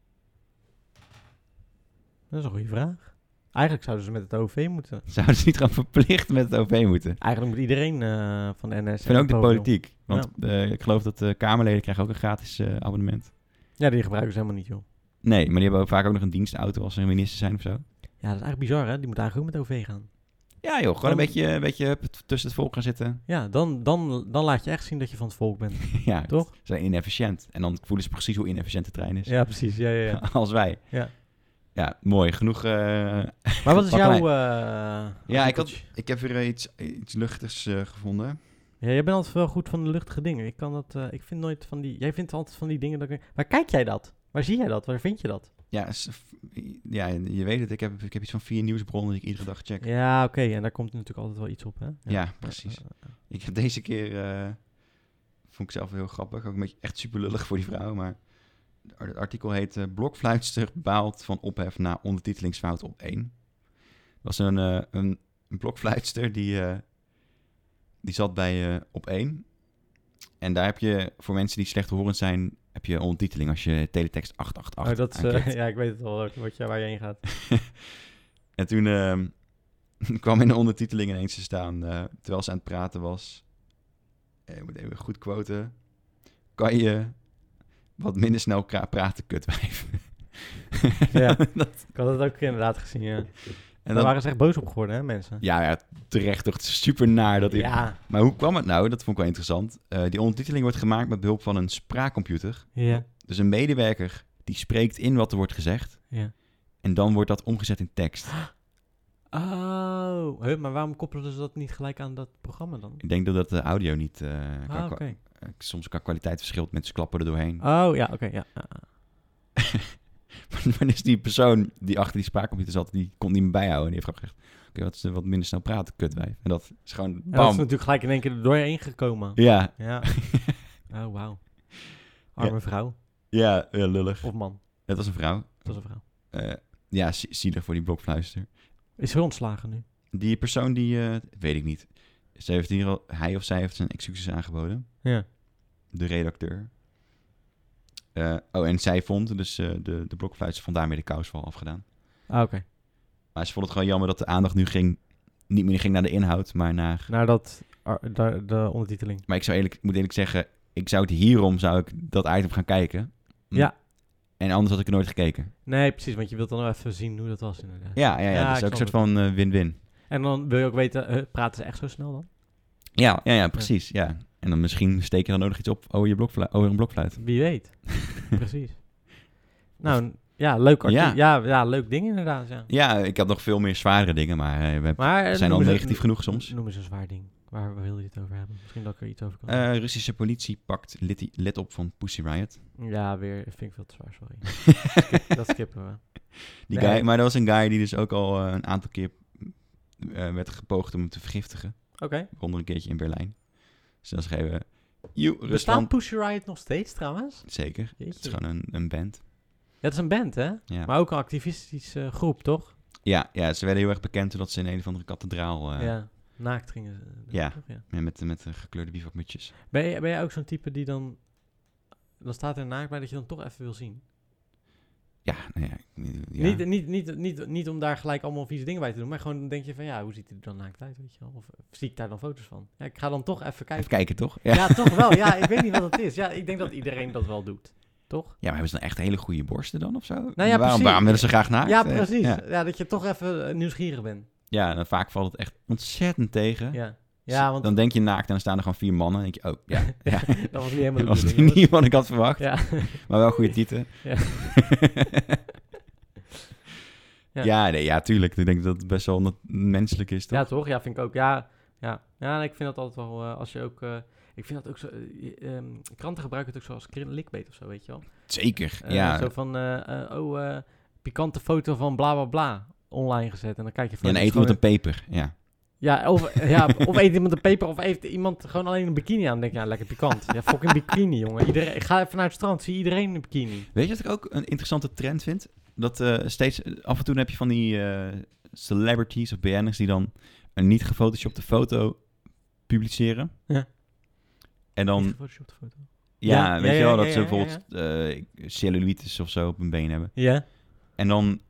Dat is een goede vraag. Eigenlijk zouden ze met het OV moeten. Zouden ze niet gewoon verplicht met het OV moeten? Eigenlijk moet iedereen van de NS... Ik vind ook de politiek. Want ik geloof dat de Kamerleden krijgen ook een gratis abonnement. Ja, die gebruiken ze helemaal niet, joh. Nee, maar die hebben ook vaak ook nog een dienstauto als ze een minister zijn of zo. Ja, dat is eigenlijk bizar, hè? Die moet eigenlijk ook met OV gaan. Ja joh, gewoon een beetje tussen het volk gaan zitten. Ja, dan laat je echt zien dat je van het volk bent. Ja, toch? Ze zijn inefficiënt. En dan voelen ze precies hoe inefficiënt de trein is. Ja, precies. Ja. Als wij. Ja. Ja, mooi. Genoeg... Maar wat is jouw... ja, ik heb weer iets luchtigs gevonden. Ja, jij bent altijd wel goed van de luchtige dingen. Ik vind nooit van die... Jij vindt altijd van die dingen dat Waar kijk jij dat? Waar zie jij dat? Waar vind je dat? Ja, je weet het. Ik heb iets van 4 nieuwsbronnen die ik iedere dag check. Ja, oké. En daar komt natuurlijk altijd wel iets op, hè? Ja, precies. Ik heb deze keer... vond ik zelf heel grappig. Ook een beetje echt super lullig voor die vrouw, maar... Het artikel heet Blokfluitster baalt van ophef na ondertitelingsfout op 1. Dat was een blokfluitster die zat bij op 1. En daar heb je, voor mensen die slechthorend zijn, heb je ondertiteling als je teletext 888 ja, ik weet het wel waar je heen gaat. En toen kwam in de ondertiteling ineens te staan, terwijl ze aan het praten was. Ik moet even goed quoten. Kan je... wat minder snel praten, kutwijf. Ja, ik had het ook inderdaad gezien, ja. En daar waren ze echt boos op geworden, hè, mensen? Ja, terecht toch super naar. Ja. Maar hoe kwam het nou? Dat vond ik wel interessant. Die ondertiteling wordt gemaakt met behulp van een spraakcomputer. Ja. Dus een medewerker die spreekt in wat er wordt gezegd. Ja. En dan wordt dat omgezet in tekst. Oh, maar waarom koppelen ze dat niet gelijk aan dat programma dan? Ik denk dat de audio niet... Oké. Soms qua kwaliteit verschilt, mensen klappen er doorheen. Oh, ja, oké, ja. Maar dus die persoon die achter die spraakcomputer zat, die kon niet meer bijhouden. En die heeft gewoon gezegd, oké, wat is wat minder snel praten, kutwijf. En dat is gewoon, bam. En dat is natuurlijk gelijk in één keer er doorheen gekomen. Ja. Ja. Oh, wauw. Arme vrouw. Ja, lullig. Of man. Het was een vrouw. Het was een vrouw. Ja, zielig voor die blokfluister. Is ze ontslagen nu? Die persoon weet ik niet. Hij of zij heeft zijn excuses aangeboden. Ja. De redacteur. En zij vond, dus de blokfluitster vond daarmee de kousval afgedaan. Ah, oké. Maar ze vond het gewoon jammer dat de aandacht nu niet meer ging naar de inhoud, maar naar... Naar de ondertiteling. Maar ik moet eerlijk zeggen, zou ik dat item gaan kijken. Ja. En anders had ik er nooit gekeken. Nee, precies, want je wilt dan nog even zien hoe dat was inderdaad. Ja, dat is ook een soort van win-win. En dan wil je ook weten, praten ze echt zo snel dan? Ja, precies, ja. En dan misschien steek je dan ook nog iets op over een blokfluit. Wie weet. Precies. Nou, leuk Ja. Ja, leuk ding inderdaad, ja. Ja, ik had nog veel meer zwaardere dingen, maar we zijn al negatief genoeg soms. Noem eens een zwaar ding. Waar wilde je het over hebben? Misschien dat ik er iets over kan. Russische politie pakt lid op van Pussy Riot. Ja, weer vind ik veel te zwaar, sorry. Dat skippen we. Die Nee. guy, maar dat was een guy die dus ook al een aantal keer werd gepoogd om hem te vergiftigen. Oké. Onder een keertje in Berlijn. Dus dan schreven Bestaat Rusland... Pussy Riot nog steeds trouwens? Zeker. Het is Jeetje. gewoon een band. Ja, het is een band, hè? Ja. Maar ook een activistische groep, toch? Ja, ze werden heel erg bekend doordat ze in een of andere kathedraal... Ja, naakt gingen ze. Ja. Toch? Ja. met gekleurde bivakmutsjes. Ben jij ook zo'n type die dan... Dan staat er naakt bij dat je dan toch even wil zien? Ja, nou ja. Niet om daar gelijk allemaal vieze dingen bij te doen, maar gewoon dan denk je van, ja, hoe ziet hij er dan naakt uit, weet je wel? Of zie ik daar dan foto's van? Ja, ik ga dan toch even kijken. Even kijken, toch? Ja, toch wel. Ja, ik weet niet wat het is. Ja, ik denk dat iedereen dat wel doet. Toch? Ja, maar hebben ze dan echt hele goede borsten dan of zo? Nou ja, precies. Waarom willen ze graag naakt? Ja, precies. Ja. Ja, dat je toch even nieuwsgierig bent. Ja, dan vaak valt het echt ontzettend tegen. Ja, want... Dan denk je naakt en dan staan er gewoon 4 mannen. En denk je, oh, ja. dat was niet helemaal Dat de was bedoeling, niet wat ik had verwacht. Ja. Maar wel goede tieten. Ja. Ja, tuurlijk. Ik denk dat het best wel menselijk is, toch? Ja, toch? Ja, vind ik ook. Ja, ik vind dat altijd wel... als je ook... ik vind dat ook zo... kranten gebruiken het ook zo als likbait of zo, weet je wel? Zeker, ja. Zo van... pikante foto van bla bla bla online gezet. En dan kijk je... Ja, dan eten met een peper, ja. Ja, of eet iemand een peper of heeft iemand gewoon alleen een bikini aan. Dan denk je, ja, lekker pikant. Ja, fucking bikini, jongen. Ik ga even naar het strand, zie iedereen in een bikini. Weet je wat ik ook een interessante trend vind? Dat steeds, af en toe heb je van die celebrities of BN'ers die dan een niet gefotoshopte foto publiceren. Ja. En dan... Niet gefotoshopte foto. Ja, weet je wel, dat ja, ze bijvoorbeeld cellulitis of zo op hun been hebben. Ja. En dan...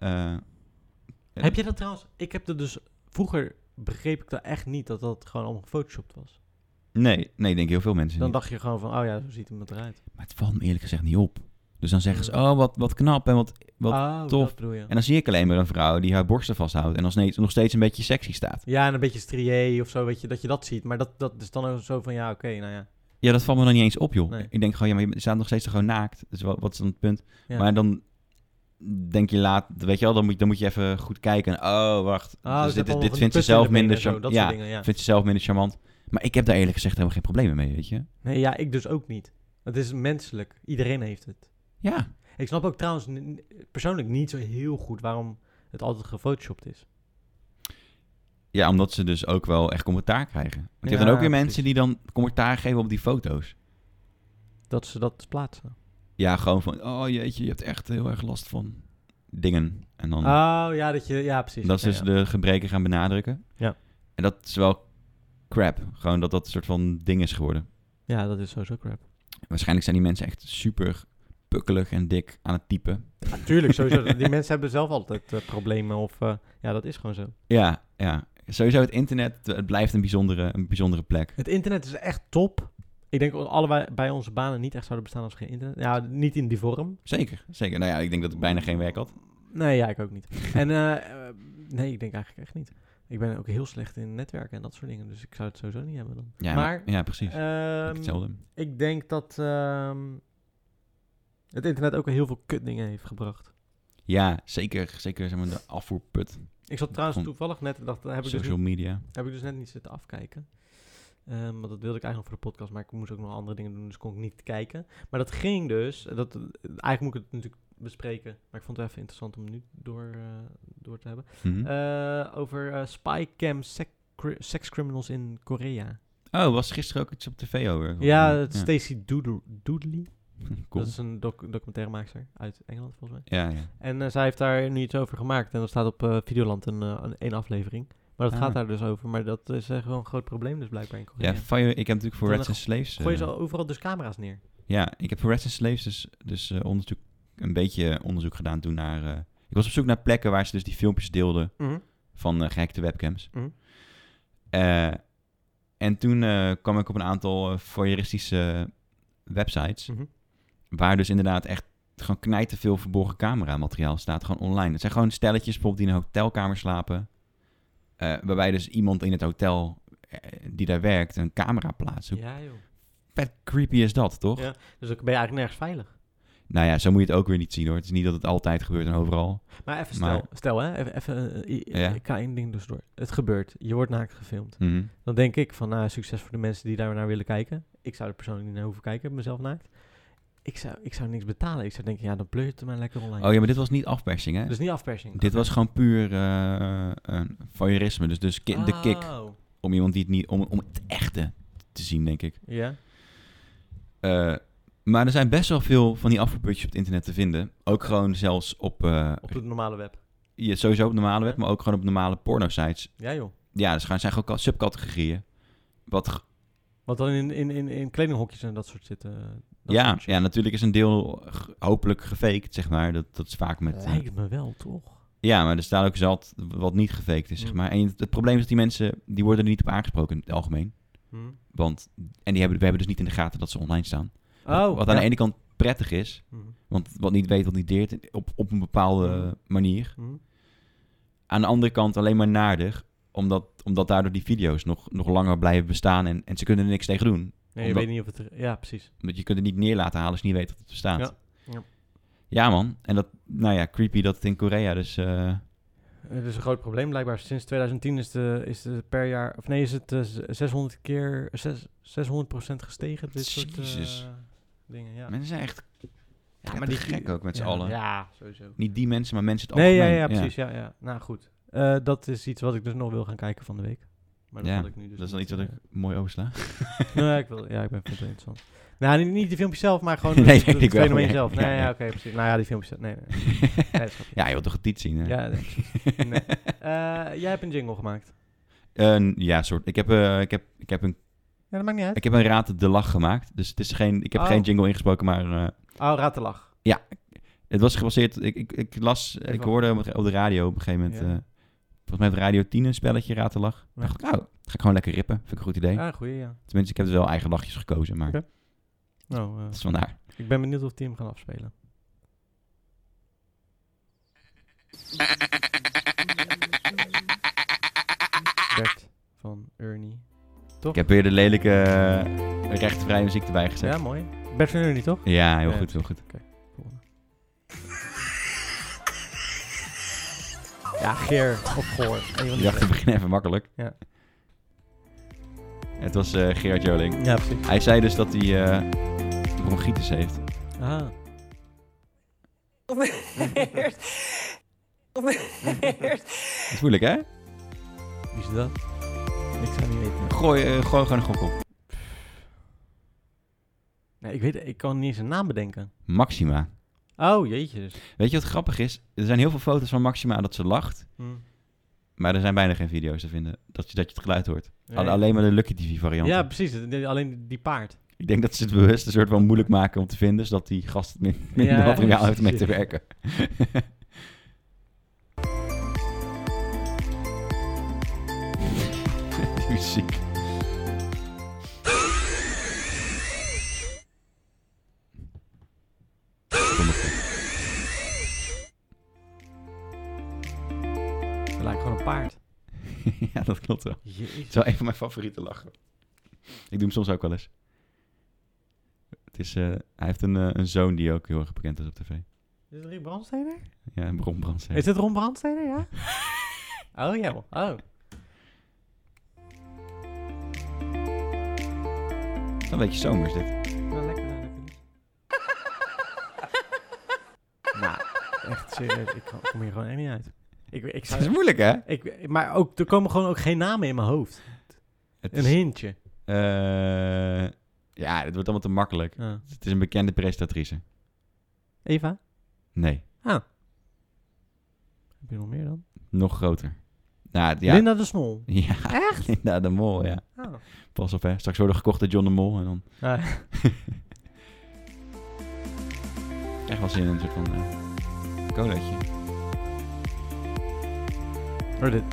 Heb jij dat trouwens... Ik heb dat dus... Vroeger begreep ik dat echt niet dat dat gewoon allemaal gefotoshopt was. Nee, ik denk heel veel mensen Dan niet. dacht je gewoon van, oh ja, zo ziet hem eruit. Maar het valt me eerlijk gezegd niet op. Dus dan zeggen ze, oh, wat knap en wat tof. Dat bedoel je. En dan zie ik alleen maar een vrouw die haar borsten vasthoudt en nog steeds een beetje sexy staat. Ja, en een beetje strié of zo, weet je, dat je dat ziet. Maar dat is dan ook zo van, ja, oké, nou ja. Ja, dat valt me dan niet eens op, joh. Nee. Ik denk gewoon, ja, maar je staat nog steeds gewoon naakt. Dus wat is dan het punt? Ja. Maar dan denk je weet je wel, dan moet je even goed kijken. Oh, wacht. Dus dit vindt ze zelf minder charmant. Ja, vindt ze zelf minder charmant. Maar ik heb daar eerlijk gezegd helemaal geen problemen mee, weet je. Nee, ja, ik dus ook niet. Het is menselijk. Iedereen heeft het. Ja. Ik snap ook trouwens persoonlijk niet zo heel goed waarom het altijd gefotoshopt is. Ja, omdat ze dus ook wel echt commentaar krijgen. Want je hebt dan ook weer mensen die dan commentaar geven op die foto's. Dat ze dat plaatsen. Ja, gewoon van, oh jeetje, je hebt echt heel erg last van dingen. En dan, Oh, ja, ja, precies. dat ze dus de gebreken gaan benadrukken. Ja. En dat is wel crap. Gewoon dat een soort van ding is geworden. Ja, dat is sowieso crap. Waarschijnlijk zijn die mensen echt super pukkelig en dik aan het typen. Ja, tuurlijk, sowieso. Die mensen hebben zelf altijd problemen of... ja, dat is gewoon zo. Ja. Sowieso het internet, het blijft een bijzondere plek. Het internet is echt top. Ik denk dat allebei bij onze banen niet echt zouden bestaan als geen internet. Ja, niet in die vorm. Zeker. Nou ja, ik denk dat ik bijna geen werk had. Nee, ja, ik ook niet. En nee, ik denk eigenlijk echt niet. Ik ben ook heel slecht in netwerken en dat soort dingen. Dus ik zou het sowieso niet hebben dan. Ja, maar ja precies. Hetzelfde. Ik denk dat het internet ook heel veel kutdingen heeft gebracht. Ja, zeker zeg maar de afvoerput. Ik zat trouwens toevallig net... Social media. Heb ik dus net niet zitten afkijken. Want dat wilde ik eigenlijk nog voor de podcast, maar ik moest ook nog andere dingen doen, dus kon ik niet kijken. Maar dat ging dus, eigenlijk moet ik het natuurlijk bespreken, maar ik vond het even interessant om nu door te hebben. Over spycam sex criminals in Korea. Oh, was gisteren ook iets op tv over? Ja, Stacey Dooley. Cool. Dat is een documentairemaakster uit Engeland, volgens mij. Ja. En zij heeft daar nu iets over gemaakt en dat staat op Videoland een aflevering. Maar dat gaat daar dus over. Maar dat is echt wel een groot probleem dus blijkbaar in Korea. Ja, ik heb natuurlijk voor Rats and Slaves... Gooi je zo overal dus camera's neer? Ja, ik heb voor Rats and Slaves dus een beetje onderzoek gedaan toen naar... ik was op zoek naar plekken waar ze dus die filmpjes deelden van gehackte webcams. En toen kwam ik op een aantal voyeuristische websites... waar dus inderdaad echt gewoon knijterveel verborgen cameramateriaal staat. Gewoon online. Het zijn gewoon stelletjes bijvoorbeeld die in een hotelkamer slapen... waarbij dus iemand in het hotel die daar werkt een camera plaatst. Ja, joh. Vet creepy is dat, toch? Ja, dus dan ben je eigenlijk nergens veilig. Nou ja, zo moet je het ook weer niet zien hoor. Het is niet dat het altijd gebeurt en overal. Maar even stel hè, ik ga één ding dus door. Het gebeurt, je wordt naakt gefilmd. Mhm. Dan denk ik van, succes voor de mensen die daar naar willen kijken. Ik zou er persoonlijk niet naar hoeven kijken, mezelf naakt. Ik zou niks betalen. Ik zou denken, ja, dan pleur je het maar lekker online. Oh ja, maar dit was niet afpersing hè? Dus niet afpersing. Dit was gewoon puur voyeurisme. Dus de kick om iemand die het niet... Om het echte te zien, denk ik. Ja? Maar er zijn best wel veel van die afvoerputjes op het internet te vinden. Ook gewoon zelfs op... Op het normale web. Sowieso op normale web, maar ook gewoon op normale porno-sites. Ja, joh. Ja, er zijn gewoon subcategorieën. Wat dan in kledinghokjes en dat soort zitten. Ja, natuurlijk is een deel hopelijk gefaked, zeg maar. Dat is vaak met... Lijkt me wel, toch? Ja, maar er staat ook zat wat niet gefaked is, zeg maar. En het probleem is dat die mensen, die worden er niet op aangesproken in het algemeen. Want, en we hebben dus niet in de gaten dat ze online staan. Wat aan de ene kant prettig is, want wat niet weet, wat niet deert, op een bepaalde manier. Aan de andere kant alleen maar naardig, omdat daardoor die video's nog langer blijven bestaan en ze kunnen er niks tegen doen. Nee, je weet niet of het... Ja, precies. Want je kunt het niet neer laten halen als je niet weet dat het bestaat. Ja. Ja, man. En dat, nou ja, creepy dat het in Korea dus... Het is een groot probleem blijkbaar. Sinds 2010 is de per jaar... Of nee, is het 600% gestegen. Dit soort dingen, ja. Mensen zijn echt... Ja, maar die gek ook met z'n allen. Ja, sowieso. Niet die mensen, maar mensen het Nee, algemeen. ja, precies. Ja. Nou, goed. Dat is iets wat ik dus nog wil gaan kijken van de week. Maar dat ik nu dus dat is dan iets wat ik mooi oversla. Nee, ik vind het interessant. Nou, niet de filmpjes zelf, maar gewoon Nee, het ik wel. fenomeen zelf. Ja, Nee, ja. Oké, precies. Nou ja, die filmpjes... Nee. Ja, je wilt toch het niet zien, hè? Ja, nee, precies. Nee. Jij hebt een jingle gemaakt. Ja, soort. Ik heb een... Ja, dat maakt niet uit. Ik heb een Raad de Lach gemaakt. Dus het is ik heb geen jingle ingesproken, maar... Raad de Lach. Ja, het was gebaseerd... Ik hoorde op de radio op een gegeven moment... Ja. Volgens mij heeft Radio 10 een spelletje, Raad de Lach. Ja. Dacht ik, ga ik gewoon lekker rippen. Vind ik een goed idee. Ah, goeie, ja. Tenminste, ik heb dus wel eigen lachjes gekozen, maar... Oké. Nou, dat is vandaar. ik ben benieuwd of die hem gaan afspelen. Bert van Ernie. Toch? Ik heb weer de lelijke rechtvrije muziek erbij gezet. Ja, mooi. Bert van Ernie, toch? Ja, heel goed, heel goed. Oké, volgende. Ja, Geer of Goor. Ik dacht, we beginnen even makkelijk. Ja. Het was Gerard Joling. Ja, precies. Hij zei dus dat hij bronchitis heeft. Ah. Dat is moeilijk, hè? Wie is dat? Ik zou niet weten. Gooi gewoon een gok op. Nee, ik kan niet eens een naam bedenken. Maxima. Oh, jeetje. Dus. Weet je wat grappig is? Er zijn heel veel foto's van Maxima dat ze lacht. Maar er zijn bijna geen video's te vinden dat je het geluid hoort. Nee. Alleen maar de Lucky TV variant. Ja, precies. Alleen die paard. Ik denk dat ze het bewust een soort van moeilijk maken om te vinden, zodat die gast minder materiaal heeft om mee te werken. Die muziek. Dat lijkt gewoon een paard. Ja, dat klopt wel. Jezus. Het is wel een van mijn favoriete lachen. Ik doe hem soms ook wel eens. Het is, hij heeft een zoon die ook heel erg bekend is op tv. Is het Rick Brandsteder? Ja, Ron Brandsteder. Is het Ron Brandsteder, ja? Oh, ja. Oh. Een beetje zomers dit. Nou, lekker. Nou, echt serieus. Ik kom hier gewoon echt niet uit. Dat is moeilijk, hè? Maar ook, er komen gewoon ook geen namen in mijn hoofd. Een hintje. Ja, dit wordt allemaal te makkelijk. Ja. Het is een bekende presentatrice. Eva? Nee. Heb je nog meer dan? Nog groter. Nou, ja. Linda de Smol. Ja, echt? Linda de Mol, ja. Oh. Pas op, hè. Straks worden gekocht door John de Mol en dan... Echt wel zin in een soort van colaatje. Hoor dit.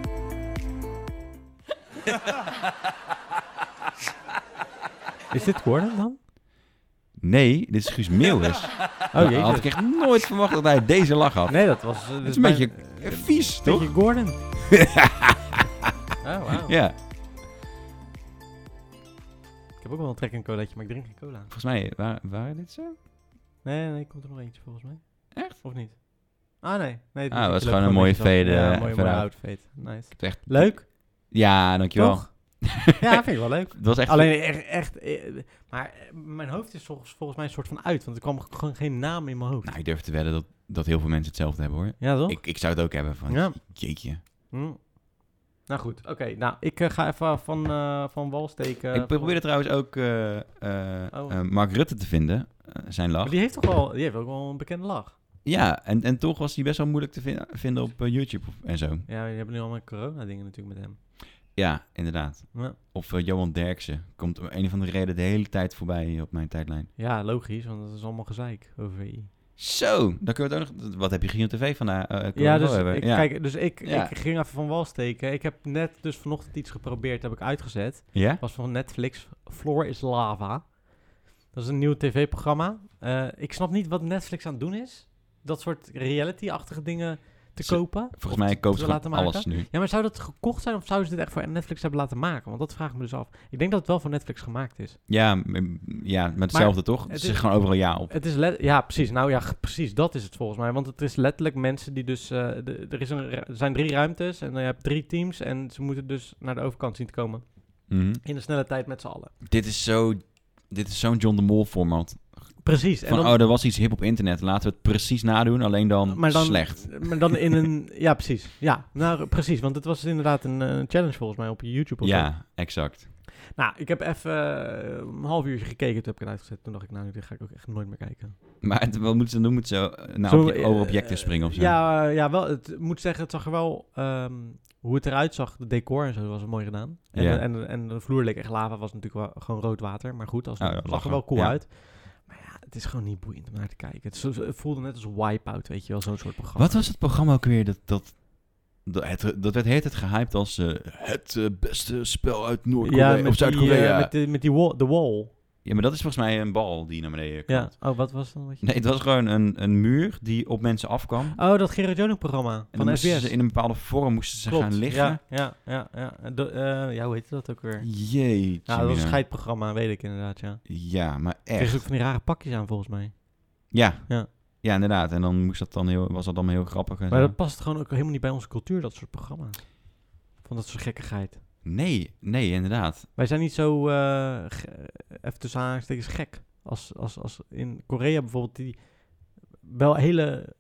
Is dit Gordon dan? Nee, dit is Guus Meeuwis. Oh, Had ik echt nooit verwacht dat hij deze lach had. Nee, dat was... Het is een beetje vies, een toch? beetje Gordon. Oh, wow. Ja. Ik heb ook wel een trek in een colaatje, maar ik drink geen cola. Volgens mij waren dit zo? Nee, komt er nog eentje volgens mij. Echt? Of niet? Ah, nee. Nee, Ah, dat was loopt gewoon een mooie netjes af. fade, Ja, een mooie fade out. oud fade. Nice. Het echt... Leuk, Ja, dankjewel. toch? Ja, vind ik wel leuk. Het was echt... Alleen echt maar mijn hoofd is volgens mij een soort van uit, want er kwam gewoon geen naam in mijn hoofd. Nou, ik durf te wedden dat heel veel mensen hetzelfde hebben, hoor. Ja, toch? Ik zou het ook hebben van... Ja. Jeetje. Nou goed, oké. Nou, ik ga even van wal steken. Ik probeerde trouwens ook Mark Rutte te vinden, zijn lach. Maar die heeft ook wel een bekende lach. Ja, en toch was die best wel moeilijk te vinden op YouTube en zo. Ja, die hebben nu allemaal corona-dingen natuurlijk met hem. Ja, inderdaad. Ja. Of Johan Derksen komt om een of andere reden de hele tijd voorbij op mijn tijdlijn. Ja, logisch, want dat is allemaal gezeik over VI. Zo, dan kunnen we het ook nog... Wat heb je hier op tv vandaag? Ja, dus ik Ja. ging even van wal steken. Ik heb net dus vanochtend iets geprobeerd, heb ik uitgezet. Ja? Het was van Netflix, Floor is Lava. Dat is een nieuw tv-programma. Ik snap niet wat Netflix aan het doen is. Dat soort reality-achtige dingen te kopen. Volgens mij koopt ze gewoon laten maken. alles nu. Ja, maar zou dat gekocht zijn of zouden ze dit echt voor Netflix hebben laten maken? Want dat vraag ik me dus af. Ik denk dat het wel voor Netflix gemaakt is. Ja, met hetzelfde toch? het Ze is- zeggen gewoon overal ja op. Het is ja, precies. Nou ja, precies. Dat is het volgens mij. Want het is letterlijk mensen die dus... er zijn 3 ruimtes en je hebt 3 teams. En ze moeten dus naar de overkant zien te komen. Mhm. In een snelle tijd met z'n allen. Dit is zo'n John de Mol format. Precies. Van, er was iets hip op internet. Laten we het precies nadoen, alleen dan slecht. Maar dan in een... Ja, precies. Ja, nou precies. Want het was inderdaad een challenge volgens mij op YouTube. Of zo. Ja, exact. Nou, ik heb even een half uurtje gekeken. Toen heb ik het uitgezet. Toen dacht ik, nou, dit ga ik ook echt nooit meer kijken. Maar wat moeten ze doen? Moeten ze over objecten springen of zo? Ja, wel. Het moet zeggen, het zag er wel... hoe het eruit zag, de decor en zo, was mooi gedaan. En, Ja. en de vloer leek echt lava, was natuurlijk wel gewoon rood water. Maar goed, het Oh, ja, zag er lachen. wel cool Ja. uit. Maar ja, het is gewoon niet boeiend om naar te kijken. Het voelde net als Wipeout, weet je wel, zo'n soort programma. Wat was het programma ook weer? Dat werd heet het gehyped als het beste spel uit Noord-Korea of Zuid-Korea. Met die de wall. Ja, maar dat is volgens mij een bal die naar beneden Ja. komt. Oh, wat was het dan? Wat je... Nee, het was gewoon een muur die op mensen afkwam. Oh, dat Gerard Joning programma En dan van moesten SBS. ze in een bepaalde vorm gaan liggen. Ja. Ja, hoe heette dat ook weer? Jeetje. Ja, dat was een mina. scheidprogramma, weet ik inderdaad, ja. Ja, maar Er is echt. ook van die rare pakjes aan, volgens mij. Ja. Ja. Ja, inderdaad. En dan was dat dan heel grappig. En Maar zo. dat past gewoon ook helemaal niet bij onze cultuur, dat soort programma's. Van dat soort gekkigheid. Nee, inderdaad. Wij zijn niet zo, even tussen aanhalingstekens, gek. Als in Korea bijvoorbeeld, die wel hele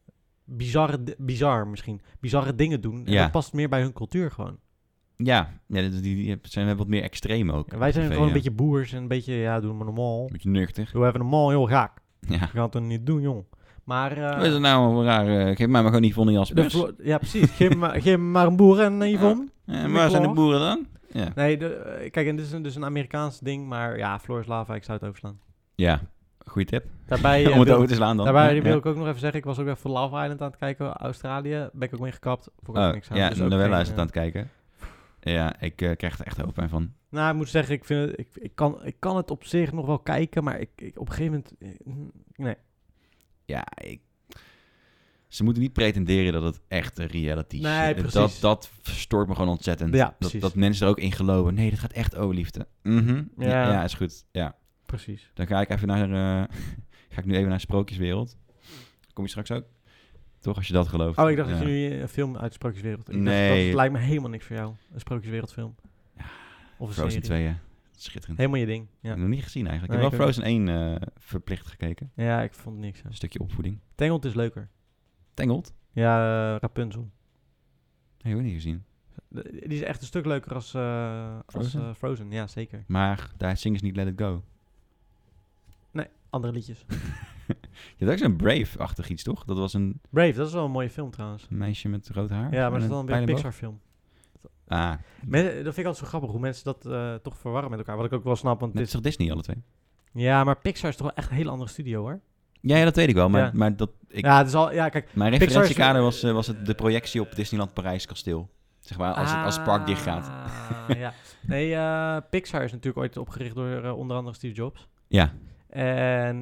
bizarre dingen doen. En Ja. dat past meer bij hun cultuur gewoon. Ja, die zijn wat meer extreem ook. En wij zijn op tv, gewoon een ja. beetje boers en een beetje, ja, doen maar normaal. Een beetje nuchter. Doe even normaal, heel gaak. Ja. We gaan het er niet doen, jong. Maar... Wat is het nou voor raar? Geef mij maar gewoon Yvonne Jaspers. ja, precies. Geef me maar een boer en Yvonne. En waar zijn de boeren dan? Ja. Nee, kijk, en dit is dus een Amerikaans ding, maar ja, Floor is Lava, ik zou het overslaan. Ja, goeie tip. Daarbij Om het over te slaan dan. daarbij Ja, wil ja. ik ook nog even zeggen, ik was ook even voor Love Island aan het kijken, Australië. Ben ik ook mee gekapt. Vond ik ook Oh, niks aan. ja, Dus ook Novella geen, is het aan het kijken. Ja, ik krijg er echt hoofdpijn van. Nou, ik moet zeggen, ik kan het op zich nog wel kijken, maar ik op een gegeven moment... nee. Ja, ze moeten niet pretenderen dat het echt een reality is. Nee, precies. Dat verstoort me gewoon ontzettend. Ja, precies. Dat mensen er ook in geloven. Nee, dat gaat echt over liefde. Mhm. Ja. Ja, is goed. Ja. Precies. Dan ga ik even naar... ga ik nu even naar Sprookjeswereld. Kom je straks ook? Toch, als je dat gelooft. Oh, ik dacht Ja. dat je nu een film uit de Sprookjeswereld... Nee. Dat lijkt me helemaal niks voor jou, een Sprookjeswereldfilm. Ja, Of een Frozen serie. 2, ja. Schitterend. Helemaal je ding, Ik ja. heb nog niet gezien eigenlijk. Nee, Ik heb wel ik Frozen 1 verplicht gekeken. Ja, ik vond niks. Een stukje opvoeding. Tangled is leuker. Tangled? Ja, Rapunzel. Heb ik niet gezien. Die is echt een stuk leuker als Frozen? Frozen, ja zeker. Maar daar zingen ze niet Let It Go. Nee, andere liedjes. Je had ook zo'n Brave-achtig iets, toch? Dat was een Brave, dat is wel een mooie film trouwens. meisje met rood haar. Ja, maar en dat is dan weer een pijlenboog. Pixar film. Ah, Dat vind ik altijd zo grappig, hoe mensen dat toch verwarren met elkaar. Wat ik ook wel snap, want net het is toch Disney alle twee? ja, maar Pixar is toch wel echt een hele andere studio hoor. Ja, dat weet ik wel. Maar, Ja. maar dat, Ja, het is al, ja kijk. mijn Pixar is- referentiekader was het de projectie op Disneyland Parijs kasteel. Zeg maar, als het park dicht gaat. Ja. Nee, Pixar is natuurlijk ooit opgericht door onder andere Steve Jobs. Ja, En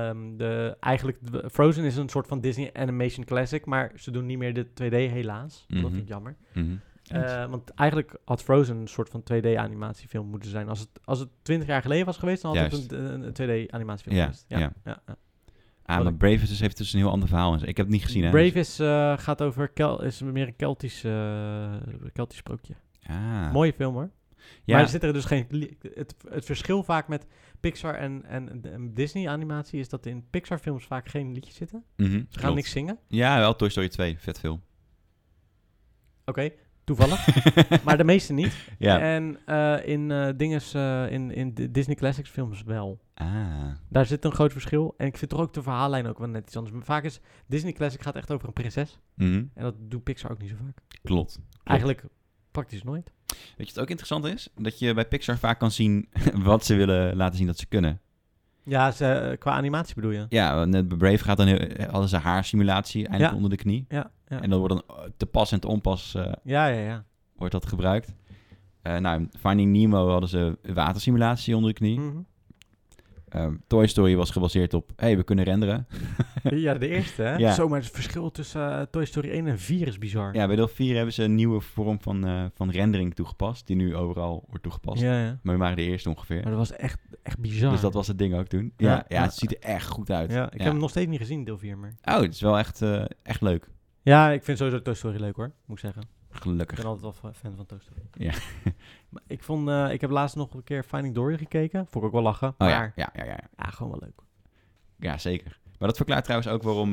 Frozen is een soort van Disney Animation Classic, maar ze doen niet meer de 2D helaas. Dat Mhm. vind ik jammer. mhm. Want eigenlijk had Frozen een soort van 2D animatiefilm moeten zijn. Als het 20 jaar geleden was geweest, dan had Juist. het een 2D animatiefilm Ja, geweest. ja. Ja. maar Brave heeft dus een heel ander verhaal. Ik heb het niet gezien, hè? Brave gaat over... is meer een Keltisch sprookje. Ah. Mooie film, hoor. Ja. Maar er zit er dus geen... Het verschil vaak met Pixar en Disney-animatie is dat in Pixar-films vaak geen liedjes zitten. Ze gaan niks zingen. Ja, wel Toy Story 2. Vet film. Oké, toevallig. Maar de meeste niet. Ja. En in de Disney Classics films wel. Ah. Daar zit een groot verschil. En ik vind toch ook de verhaallijn ook wel net iets anders. Maar vaak is Disney Classic gaat echt over een prinses. En dat doet Pixar ook niet zo vaak. Klopt. Eigenlijk praktisch nooit. Weet je wat ook interessant is? Dat je bij Pixar vaak kan zien wat ze willen laten zien dat ze kunnen. Ja, qua animatie bedoel je? Ja, net bij Brave hadden ze haarsimulatie eindelijk onder de knie. Ja. En dan wordt dan te pas en te onpas wordt dat gebruikt. Finding Nemo hadden ze watersimulatie onder de knie. Mm-hmm. Toy Story was gebaseerd op, we kunnen renderen. Ja, de eerste, hè? Ja. Maar het verschil tussen Toy Story 1 en 4 is bizar. Ja, bij deel 4 hebben ze een nieuwe vorm van rendering toegepast, die nu overal wordt toegepast. Ja. Maar we waren de eerste ongeveer. Maar dat was echt bizar. Dus dat was het ding ook toen. Ja, het ziet er echt goed uit. Ja, ik heb hem nog steeds niet gezien, deel 4, maar... Oh, het is wel echt leuk. Ja, ik vind sowieso Toy Story leuk, hoor. Moet ik zeggen. Gelukkig. Ik ben altijd wel fan van Toy Story. Ja. Maar ik heb laatst nog een keer Finding Dory gekeken. Vond ik ook wel lachen. Oh maar ja. Gewoon wel leuk. Ja, zeker. Maar dat verklaart trouwens ook waarom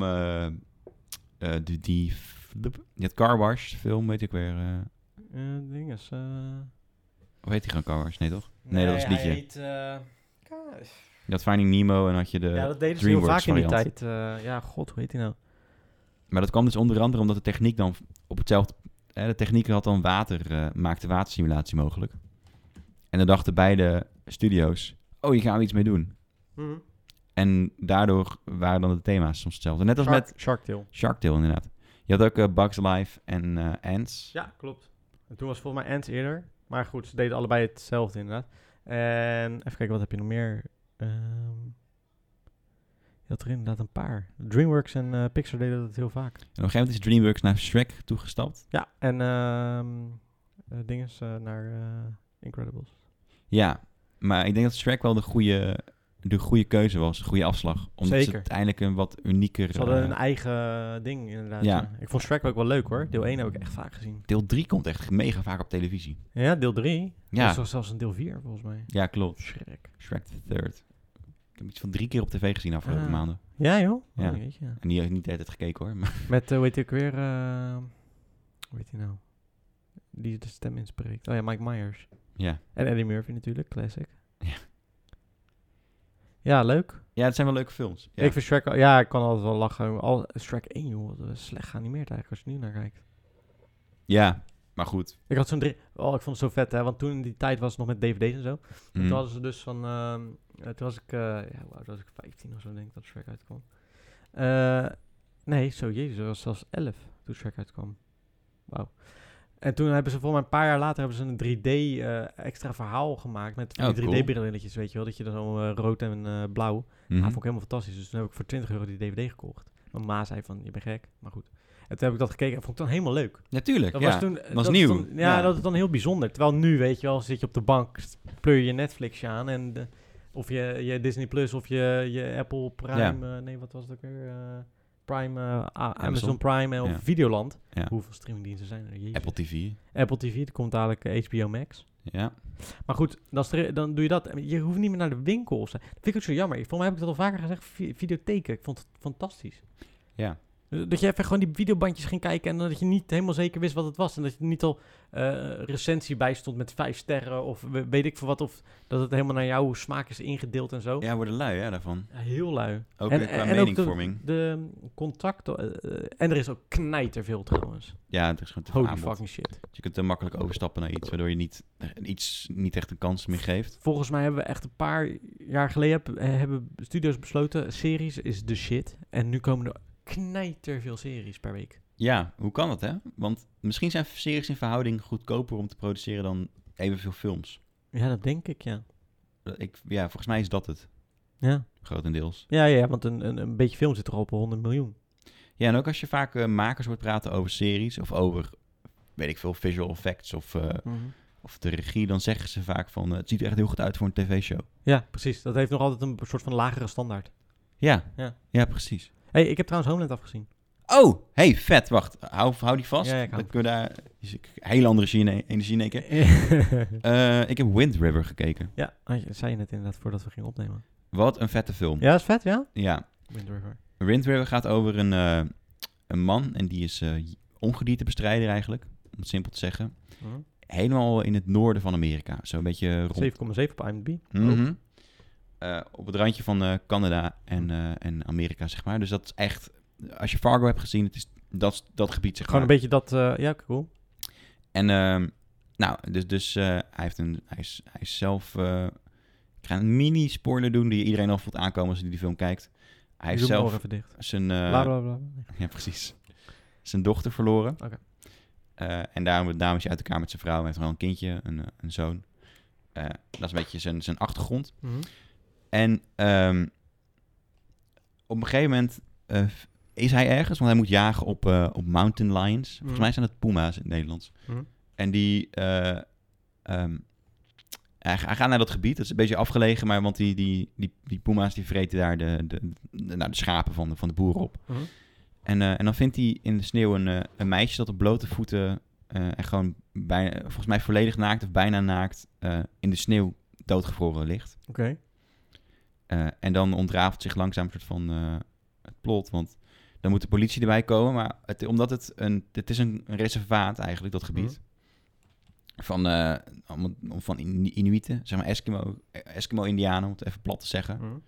het Car Wash film, weet ik weer. Dinges. Hoe heet die gewoon, Car Wash? Nee, toch? Nee, dat was een liedje. Heet, je had Finding Nemo en had je de dat deden ze heel DreamWorks vaak in die variant. tijd. God, hoe heet die nou? Maar dat kwam dus onder andere omdat de techniek dan op hetzelfde... de techniek had dan maakte watersimulatie mogelijk. En dan dachten beide studio's, hier gaan we iets mee doen. Mm-hmm. En daardoor waren dan de thema's soms hetzelfde. Net als met Shark Tale, inderdaad. Je had ook Bugs Life en Ants. Ja, klopt. En toen was volgens mij Ants eerder. Maar goed, ze deden allebei hetzelfde inderdaad. En even kijken, wat heb je nog meer? Je had er inderdaad een paar. DreamWorks en Pixar deden dat heel vaak. En op een gegeven moment is DreamWorks naar Shrek toegestapt. Ja, en naar Incredibles. Ja, maar ik denk dat Shrek wel de goede keuze was. Een goede afslag. Omdat ze uiteindelijk een wat unieker... Ze hadden een eigen ding inderdaad. Ja. Ik vond Shrek ook wel leuk, hoor. Deel 1 heb ik echt vaak gezien. Deel 3 komt echt mega vaak op televisie. Ja, deel 3. Ja. Dat was zelfs een deel 4 volgens mij. Ja, klopt. Shrek the Third. Ik heb iets van 3 keer op tv gezien afgelopen maanden. Ja, joh? Ja. Oh, jeetje. En die heb ik niet de hele tijd gekeken, hoor. Maar met, hoe heet hij ook weer? Hoe heet hij nou? Die de stem inspreekt. Oh ja, Mike Myers. Ja. En Eddie Murphy natuurlijk, classic. Ja. Ja, leuk. Ja, het zijn wel leuke films. Ja. Ik vind Shrek... ik kan altijd wel lachen. Shrek 1, joh. Dat is slecht geanimeerd eigenlijk, als je nu naar kijkt. Ja, maar goed. Ik had zo'n ik vond het zo vet, hè. Want toen in die tijd was het nog met dvd's en zo. Toen hadden ze dus van... toen was ik... hoe oud was ik? 15 of zo, denk ik, dat Shrek uitkwam. Nee, jezus. Dat was zelfs 11 toen Shrek uitkwam. Wauw. En toen hebben ze, volgens mij een paar jaar later, hebben ze een 3D extra verhaal gemaakt met die 3D-brilletjes, weet je wel. Dat je dan zo rood en blauw. Vond ik helemaal fantastisch. Dus toen heb ik voor €20 die DVD gekocht. Mijn ma zei van, je bent gek, maar goed. En toen heb ik dat gekeken en vond ik dan helemaal leuk. Natuurlijk, dat was toen, dat was nieuw. Dat is dan heel bijzonder. Terwijl nu, weet je wel, zit je op de bank, pleur je Netflixje aan en of je Disney Plus of je Apple Prime, nee, wat was het ook weer? Amazon Prime of Videoland. Ja. Hoeveel streamingdiensten zijn er? Jezus. Apple TV, er komt dadelijk HBO Max. Ja. Maar goed, dan doe je dat. Je hoeft niet meer naar de winkel. Dat vind ik ook zo jammer. Volgens mij heb ik dat al vaker gezegd. Videotheken. Ik vond het fantastisch. Ja. Dat je even gewoon die videobandjes ging kijken en dat je niet helemaal zeker wist wat het was. En dat je er niet al recensie bij stond met 5 sterren of weet ik veel wat. Of dat het helemaal naar jouw smaak is ingedeeld en zo. Ja, worden lui, hè, daarvan. Ja, heel lui. Ook qua meningvorming. Ook de contacten. En er is ook knijterveel trouwens. Ja, er is gewoon te veel aanbod. Fucking shit. Je kunt er makkelijk overstappen naar iets, waardoor je niet echt een kans meer geeft. Volgens mij hebben we echt een paar jaar geleden hebben studios besloten, series is de shit. En nu komen er knijterveel series per week. Ja, hoe kan dat, hè? Want misschien zijn series in verhouding goedkoper om te produceren dan evenveel films. Ja, dat denk ik, ja. Volgens mij is dat het. Ja. Grotendeels. Ja, want een beetje film zit er al op 100 miljoen. Ja, en ook als je vaak makers hoort praten over series of over, weet ik veel, visual effects of de regie, dan zeggen ze vaak van, het ziet er echt heel goed uit voor een tv-show. Ja, precies. Dat heeft nog altijd een soort van lagere standaard. Ja, Ja. ja precies. Hey, ik heb trouwens Homeland afgezien. Oh, hey, vet. Wacht, hou die vast. Ja, ik hou Dan kunnen we daar hele andere energie in één keer. Ik heb Wind River gekeken. Ja, zei je net inderdaad voordat we gingen opnemen. Wat een vette film. Ja, is vet, ja? Ja. Wind River. Wind River gaat over een man en die is ongediertebestrijder eigenlijk, om het simpel te zeggen. Mhm. Helemaal in het noorden van Amerika. Zo'n beetje rond... 7,7 op IMDb. Mhm. Op het randje van Canada en Amerika, zeg maar. Dus dat is echt... Als je Fargo hebt gezien, het is dat gebied, zeg Gewoon maar. een beetje dat... ja, cool. En hij is zelf... ik ga een mini-spoiler doen die iedereen al voelt aankomen als hij die film kijkt. Hij heeft zelf even dicht. zijn... Bla, bla, bla. ja, precies. Zijn dochter verloren. Oké. En daarom is hij uit elkaar met zijn vrouw. Hij heeft gewoon een kindje, een zoon. Dat is een beetje zijn achtergrond. Mhm. En op een gegeven moment is hij ergens, want hij moet jagen op mountain lions. Volgens mij zijn het puma's in het Nederlands. Mhm. En hij gaat naar dat gebied. Dat is een beetje afgelegen, maar want die puma's die vreten daar de schapen van de boeren op. Mhm. En dan vindt hij in de sneeuw een meisje dat op blote voeten en gewoon bijna, volgens mij volledig naakt of bijna naakt in de sneeuw doodgevroren ligt. Oké. En dan ontrafelt zich langzaam een soort van het plot, want dan moet de politie erbij komen. Maar omdat het is een reservaat eigenlijk, dat gebied. Van Inuiten, zeg maar Eskimo-Indianen, om het even plat te zeggen. Mhm.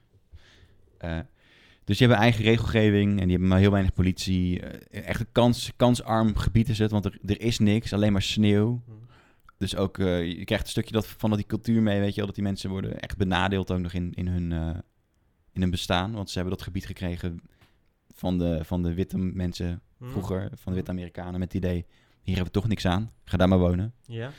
Dus die hebben eigen regelgeving en die hebben maar heel weinig politie. Echt een kansarm gebied is het, want er is niks, alleen maar sneeuw. Mhm. Dus ook, je krijgt een stukje van die cultuur mee, weet je wel, dat die mensen worden echt benadeeld ook nog in hun bestaan. Want ze hebben dat gebied gekregen van de witte mensen vroeger, van de witte Amerikanen, met het idee, hier hebben we toch niks aan, ga daar maar wonen. Ja.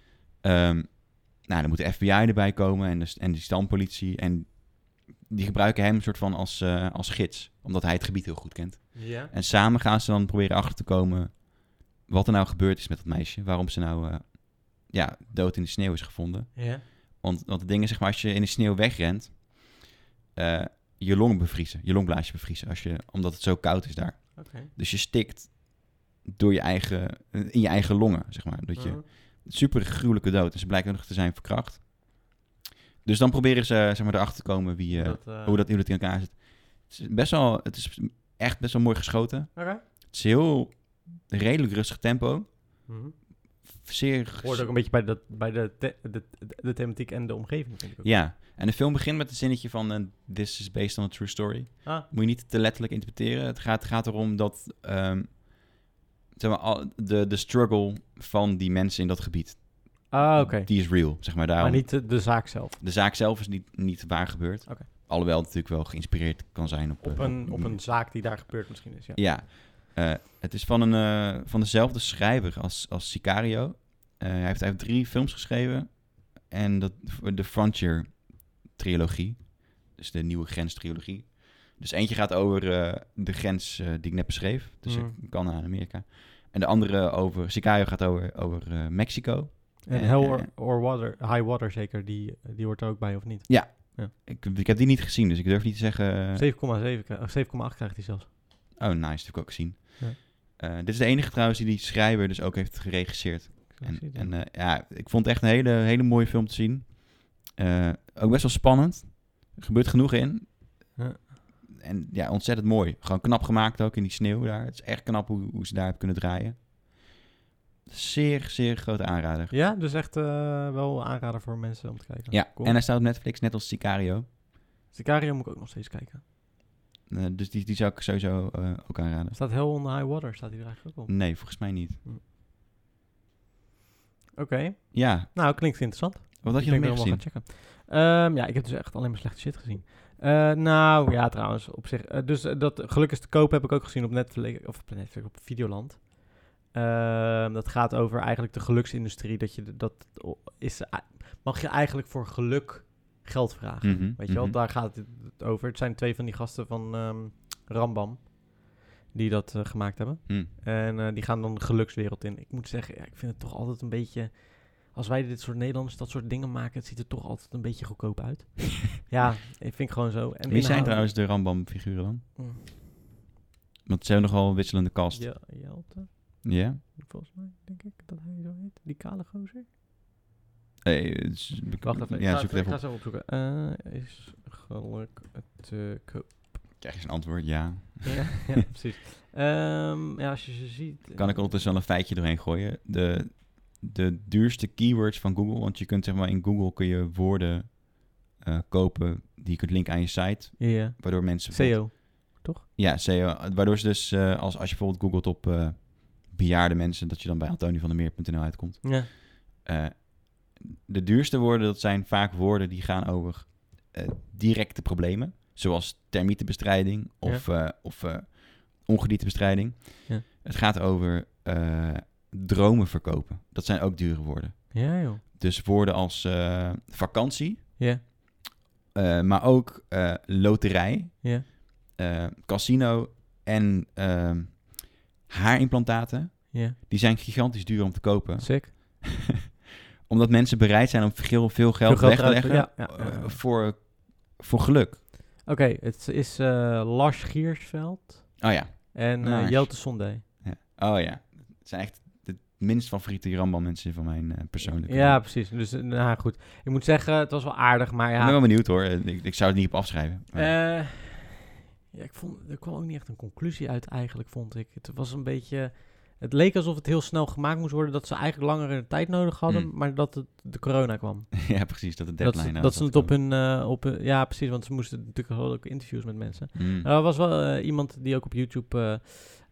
Dan moet de FBI erbij komen en die stampolitie. En die gebruiken hem een soort van als gids, omdat hij het gebied heel goed kent. Ja. En samen gaan ze dan proberen achter te komen wat er nou gebeurd is met dat meisje. Waarom ze nou dood in de sneeuw is gevonden. Ja. Want de dingen, zeg maar, als je in de sneeuw wegrent, je longen bevriezen, je longblaasje bevriezen, omdat het zo koud is daar. Oké. Dus je stikt in je eigen longen, zeg maar. Dat je super gruwelijke dood. En ze blijken nog te zijn verkracht. Dus dan proberen ze, zeg maar, erachter te komen hoe dat in elkaar zit. Het is echt best wel mooi geschoten. Oké. Het is heel redelijk rustig tempo. Mhm. Zeer... Hoort ook een beetje bij de thematiek en de omgeving, vind ik ook. Ja, en de film begint met een zinnetje van this is based on a true story. Ah. Moet je niet te letterlijk interpreteren. Het gaat erom dat zeg maar, de struggle van die mensen in dat gebied, Oké. die is real, zeg maar. Daarom, Maar niet de zaak zelf. de zaak zelf is niet waar gebeurd. Oké. Alhoewel het natuurlijk wel geïnspireerd kan zijn op een zaak die daar gebeurd misschien is, ja. Ja, het is van dezelfde schrijver als Sicario. Hij heeft 3 films geschreven. En de Frontier-trilogie. Dus de Nieuwe Grens-trilogie. Dus eentje gaat over de grens die ik net beschreef. Tussen Canada en Amerika. En de andere over... Sicario gaat over Mexico. En Hell or Water, High Water zeker, die hoort er ook bij, of niet? Ja. Ja. Ik heb die niet gezien, dus ik durf niet te zeggen... 7,8 krijgt hij zelfs. Oh, nice. Dat heb ik ook gezien. Ja. Dit is de enige trouwens die schrijver dus ook heeft geregisseerd. Ik vond het echt een hele mooie film te zien. Ook best wel spannend. Er gebeurt genoeg in. Ja. En ja, ontzettend mooi. Gewoon knap gemaakt ook in die sneeuw daar. Het is echt knap hoe ze daar hebben kunnen draaien. Zeer, zeer grote aanrader. Ja, dus echt wel aanrader voor mensen om te kijken. Ja, Cool. en hij staat op Netflix, net als Sicario. Sicario moet ik ook nog steeds kijken. Dus die zou ik sowieso ook aanraden. Staat Hell on High Water, staat hij er eigenlijk ook op? Nee, volgens mij niet. Oké. Ja. Nou, klinkt interessant. Wat had je nog meer gezien? Gaan checken. Ik heb dus echt alleen maar slechte shit gezien. Nou, ja, trouwens, op zich. Dus dat Geluk is te koop heb ik ook gezien op Netflix, op Videoland. Dat gaat over eigenlijk de geluksindustrie. Mag je eigenlijk voor geluk geld vragen. Mhm, Weet je wel, daar gaat het over. Het zijn 2 van die gasten van Rambam die dat gemaakt hebben. En die gaan dan de gelukswereld in. Ik moet zeggen, ik vind het toch altijd een beetje als wij dit soort Nederlanders dat soort dingen maken, het ziet er toch altijd een beetje goedkoop uit. Ja, ik vind gewoon zo. En Wie zijn trouwens de Rambam-figuren dan? Want ze hebben nogal wisselende cast. Ja, Jelte, Ja? volgens mij, denk ik dat hij zo heet. Die kale gozer. Wacht even, Ja, zoek het ik ga even op. zo opzoeken. Is geluk te koop? Krijg je een antwoord, ja. Ja, precies. Ja, als je ze ziet... Kan ik ondertussen wel een feitje doorheen gooien. De duurste keywords van Google, want je kunt zeg maar in Google kun je woorden kopen die je kunt linken aan je site, Ja, waardoor mensen... SEO. Ja, SEO. Waardoor ze dus, als je bijvoorbeeld googelt op bejaarde mensen, dat je dan bij antonievandermeer.nl uitkomt. Ja. De duurste woorden, dat zijn vaak woorden die gaan over directe problemen. Zoals termietenbestrijding of ongediertebestrijding. Ja. Het gaat over dromen verkopen. Dat zijn ook dure woorden. Ja, joh. Dus woorden als vakantie, Ja, maar ook loterij, ja. casino en haarimplantaten. Ja, Die zijn gigantisch duur om te kopen. sick. Omdat mensen bereid zijn om veel geld weg te leggen Ja. voor geluk. Oké, het is Lars Giersveld Oh ja. en Nice. Jelte Sondé. Ja. Oh ja. Het zijn echt de minst favoriete Rambam mensen van mijn persoonlijke... Ja, precies. Dus, nou goed. Ik moet zeggen, het was wel aardig, maar Ik ben ja... wel benieuwd hoor. Ik zou het niet op afschrijven. Maar- Ja, er kwam ook niet echt een conclusie uit eigenlijk, vond ik. Het was een beetje... Het leek alsof het heel snel gemaakt moest worden, dat ze eigenlijk langere tijd nodig hadden, maar dat het de corona kwam. ja, precies. Dat de deadline... Dat ze het op hun... ja, precies, want ze moesten natuurlijk wel ook interviews met mensen. Er was wel iemand die ook op YouTube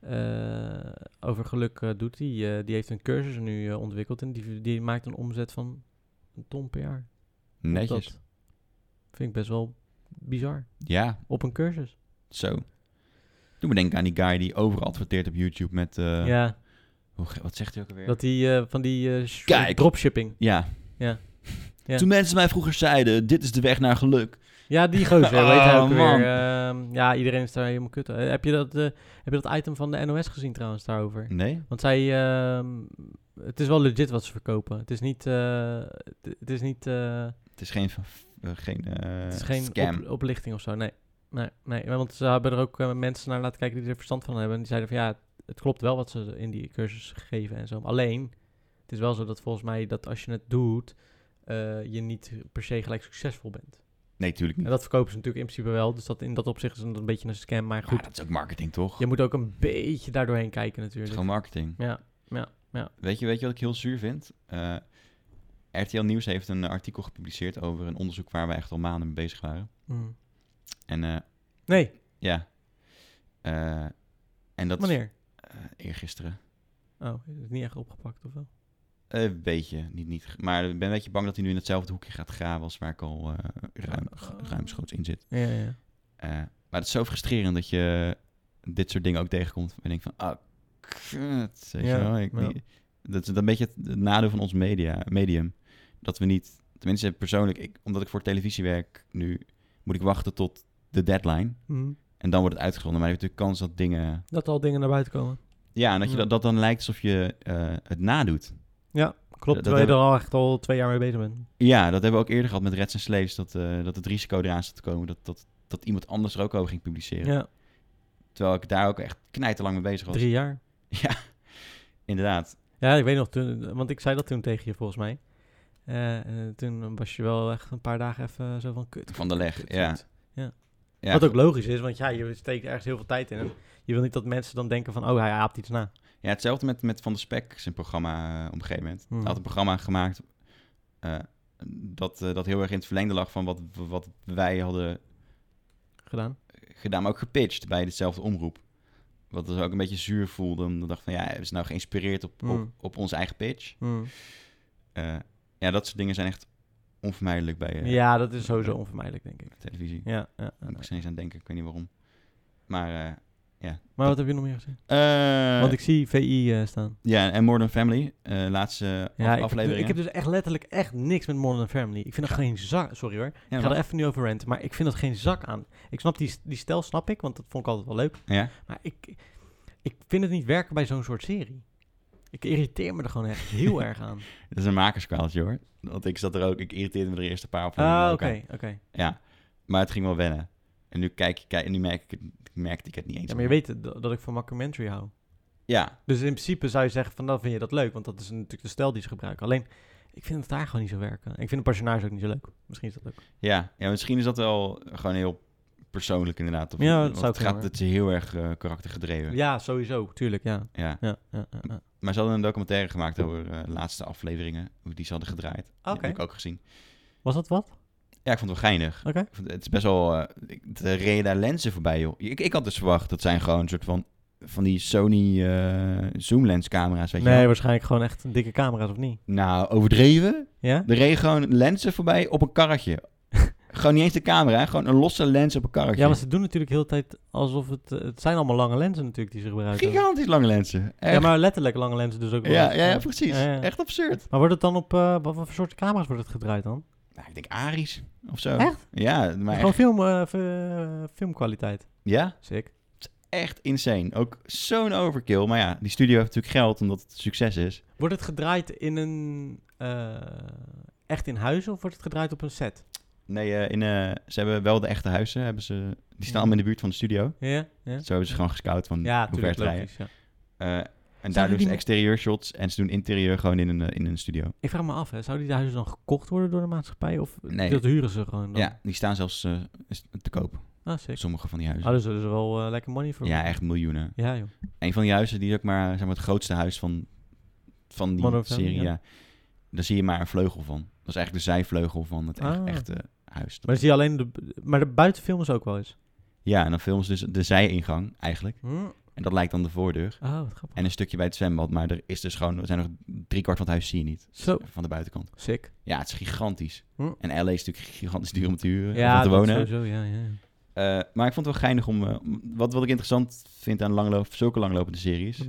over geluk doet. Die heeft een cursus nu ontwikkeld en die maakt een omzet van $1 ton per jaar. Netjes. Dat vind ik best wel bizar. Ja, Op een cursus. zo. Doe me denken aan die guy die overal adverteert op YouTube met... Ja, wat zegt hij ook alweer? dat die van die Kijk. dropshipping. Ja. Ja. Ja. Toen mensen mij vroeger zeiden, dit is de weg naar geluk. Ja, die gozer, Oh, weet hij ook man. weer. Ja, iedereen is daar helemaal kut. Heb je dat item van de NOS gezien trouwens daarover? Nee? Want zij... het is wel legit wat ze verkopen. Het is niet... het is niet... Het is geen het is geen scam. oplichting of zo, nee. Nee, want ze hebben er ook mensen naar laten kijken die er verstand van hebben. En die zeiden van ja, het klopt wel wat ze in die cursus geven en zo. Alleen, het is wel zo dat volgens mij dat als je het doet, je niet per se gelijk succesvol bent. Nee, tuurlijk niet. En dat verkopen ze natuurlijk in principe wel. Dus dat in dat opzicht is het een beetje een scam. Maar goed, Ja, dat is ook marketing, toch? je moet ook een beetje daardoorheen kijken Het is natuurlijk. gewoon marketing. Ja. Weet je wat ik heel zuur vind? RTL Nieuws heeft een artikel gepubliceerd over een onderzoek waar we echt al maanden mee bezig waren. Mm. En Nee, ja. En dat wanneer? eergisteren. Oh, is het niet echt opgepakt of wel? Een beetje, niet. Maar ik ben een beetje bang dat hij nu in hetzelfde hoekje gaat graven als waar ik al ruimschoots in zit. Ja. Maar het is zo frustrerend dat je dit soort dingen ook tegenkomt. En denk van, kut, weet je wel. Ja. Dat is een beetje het nadeel van ons medium. Dat we niet, tenminste persoonlijk, omdat ik voor televisie werk nu, moet ik wachten tot de deadline. Mm. En dan wordt het uitgezonden. Maar je hebt natuurlijk kans dat dingen... Dat er al dingen naar buiten komen. Ja, en dat, Ja. dat dan lijkt alsof je het nadoet. Ja, klopt. Dat Terwijl je hebben- er al echt al 2 jaar mee bezig bent. Ja, dat hebben we ook eerder gehad met Reds en Slaves. Dat het risico eraan zat te komen. Dat iemand anders er ook over ging publiceren. Ja, Terwijl ik daar ook echt knijterlang mee bezig was. 3 jaar. Ja, inderdaad. Ja, ik weet nog toen, want ik zei dat toen tegen je volgens mij. Toen was je wel echt een paar dagen even zo van kut. Van de leg, kut, ja. kut. Ja, Wat ook logisch is, want ja, je steekt ergens heel veel tijd in. En je wil niet dat mensen dan denken van, oh, hij aapt iets na. ja, hetzelfde met Van de Spek, zijn programma op een gegeven moment. Hmm. Hij had een programma gemaakt dat heel erg in het verlengde lag van wat wij hadden Gedaan. gedaan, maar ook gepitcht bij dezelfde omroep. Wat dus ook een beetje zuur voelde. Omdat ik dacht van, ja, hebben ze nou geïnspireerd op onze eigen pitch? Hmm. Ja, dat soort dingen zijn echt onvermijdelijk bij Ja, dat is sowieso onvermijdelijk, denk ik. televisie. Ja. Daar moet ik steeds aan denken, ik weet niet waarom. Maar Maar wat heb je nog meer gezien? want Want ik zie VI staan. ja, en Modern Family, laatste Ja, aflevering. ik heb dus echt letterlijk echt niks met Modern Family. Ik vind er geen zak... Sorry hoor. Ja, Ik ga er even nu over ranten, maar ik vind er geen zak aan. Ik snap die stijl, snap ik, want dat vond ik altijd wel leuk. Ja? Maar ik vind het niet werken bij zo'n soort serie. Ik irriteer me er gewoon echt heel erg aan. Dat is een makerskwaaltje, hoor. Want ik zat er ook, ik irriteerde me de eerste paar afleveringen ook aan. Oké. Ja, maar het ging wel wennen. En nu en nu merkte ik het niet eens. Ja, maar je weet dat ik van mockumentary hou. Ja. Dus in principe zou je zeggen van, dan vind je dat leuk. Want dat is natuurlijk de stijl die ze gebruiken. Alleen, ik vind het daar gewoon niet zo werken. Ik vind de personage ook niet zo leuk. Misschien is dat leuk. Ja, misschien is dat wel gewoon heel persoonlijk inderdaad. Of, Ja, dat want zou het gaat, het is heel erg karaktergedreven. Ja, sowieso. Tuurlijk, ja. Ja. Maar ze hadden een documentaire gemaakt over de laatste afleveringen. Hoe die ze hadden gedraaid. Die heb ik ook gezien. Was dat wat? Ja, ik vond het wel geinig. Oké. Het is best wel... er reden daar lenzen voorbij, joh. Ik had dus verwacht, dat zijn gewoon een soort van die Sony zoomlens camera's, weet je Nee, wel. waarschijnlijk gewoon echt dikke camera's, of niet? Nou, overdreven. Ja? Er reden gewoon lenzen voorbij op een karretje. Gewoon niet eens de camera, gewoon een losse lens op een karretje. Ja, maar ze doen natuurlijk heel de tijd alsof het zijn allemaal lange lenzen natuurlijk die ze gebruiken. Gigantisch lange lenzen. Echt. Ja, maar letterlijk lange lenzen dus ook wel. Ja, precies. Ja. Echt absurd. Maar wordt het dan op, wat voor soort camera's wordt het gedraaid dan? Nou, ik denk Aries of zo. Echt? Ja, maar Gewoon filmkwaliteit. Ja, Sick. echt insane. Ook zo'n overkill. Maar ja, die studio heeft natuurlijk geld omdat het een succes is. Wordt het gedraaid in een... echt in huizen of wordt het gedraaid op een set? Nee, ze hebben wel de echte huizen. Die staan allemaal in de buurt van de studio. Ja? Zo hebben ze gewoon gescout van Ja, hoe ver het natuurlijk rijden. logisch, ja. En daar doen die ze exterieur shots en ze doen interieur gewoon in een studio. Ik vraag me af, hè, zouden die huizen dan gekocht worden door de maatschappij? Of Nee. dat huren ze gewoon dan? Ja, die staan zelfs te koop. Ah, sick. Sommige van die huizen. Daar zullen ze wel lekker money voor. Ja, echt miljoenen. Ja, joh. Een van die huizen, die is ook maar, zeg maar het grootste huis van die Modern Family, serie. ja. Ja. Daar zie je maar een vleugel van. Dat is eigenlijk de zijvleugel van het echte huis. Maar dan zie je alleen maar de buitenfilmers ook wel eens. Ja, en dan filmen ze dus de zijingang eigenlijk. En dat lijkt dan de voordeur. Oh, wat grappig. En een stukje bij het zwembad. Maar er zijn nog 3/4 van het huis zie je niet. Zo. Van de buitenkant. Sick. Ja, het is gigantisch. Hm. En LA is natuurlijk gigantisch duur om te huren. Ja, of om te wonen. sowieso, ja. Maar ik vond het wel geinig om... wat ik interessant vind aan zulke langlopende series...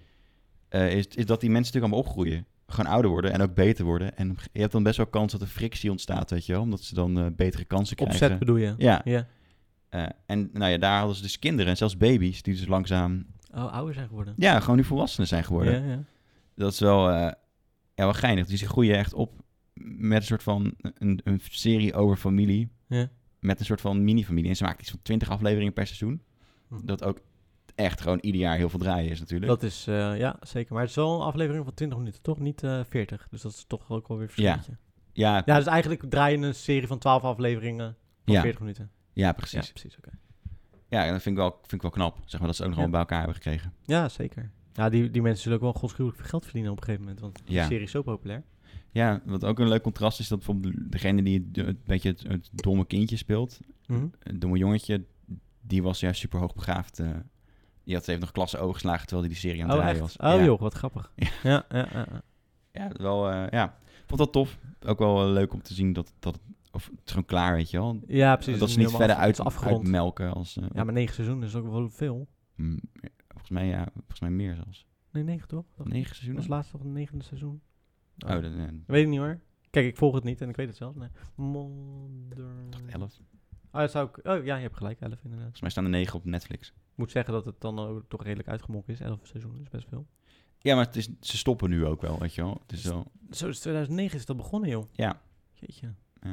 is dat die mensen natuurlijk allemaal opgroeien. Gewoon ouder worden en ook beter worden. En je hebt dan best wel kans dat er frictie ontstaat, weet je wel. Omdat ze dan betere kansen krijgen. Op set bedoel je? Ja. Ja. En nou ja, daar hadden ze dus kinderen en zelfs baby's... die dus langzaam... Oh, ouder zijn geworden. Ja, gewoon nu volwassenen zijn geworden. Ja. Dat is wel geinig. Dus die groeien echt op met een soort van... een serie over familie. Ja. Met een soort van mini-familie. En ze maken iets van 20 afleveringen per seizoen. Dat ook echt gewoon ieder jaar heel veel draaien is natuurlijk. Dat is, ja, zeker. Maar het is wel een aflevering van 20 minuten, toch? Niet 40. Dus dat is toch ook wel weer verschilletje. Ja, dus eigenlijk draaien een serie van 12 afleveringen van 40 minuten. Ja, precies. Ja, precies, oké. Ja, en dat vind ik wel knap. Zeg maar dat ze ook nog wel bij elkaar hebben gekregen. Ja, zeker. Ja, die mensen zullen ook wel godschuwelijk veel geld verdienen op een gegeven moment. Want die serie is zo populair. Ja, wat ook een leuk contrast is dat bijvoorbeeld degene die een beetje het domme kindje speelt, het domme jongetje, die was juist super hoogbegaafd. Die heeft nog klassen overgeslagen terwijl hij die serie aan het draaien was. Oh joh, wat grappig. Ja. Ja, wel, ik vond dat tof. Ook wel leuk om te zien dat het is gewoon klaar, weet je wel. Ja, precies. Dat ze niet verder uitmelken als... ja, maar 9 seizoenen is ook wel veel. Volgens mij meer zelfs. Nee, 9 toch? 9 seizoenen? Dat is laatst of het 9e seizoen. Oh, dat weet ik niet hoor. Kijk, ik volg het niet en ik weet het zelfs. Nee. 11. Oh, dat zou ik... Oh ja, je hebt gelijk, 11 inderdaad. Volgens mij staan er 9 op Netflix. Ik moet zeggen dat het dan ook toch redelijk uitgemolken is. 11 seizoenen is best veel. Ja, maar ze stoppen nu ook wel, weet je wel. Het is wel... Zo is 2009 is dat begonnen, joh. Ja. Jeetje.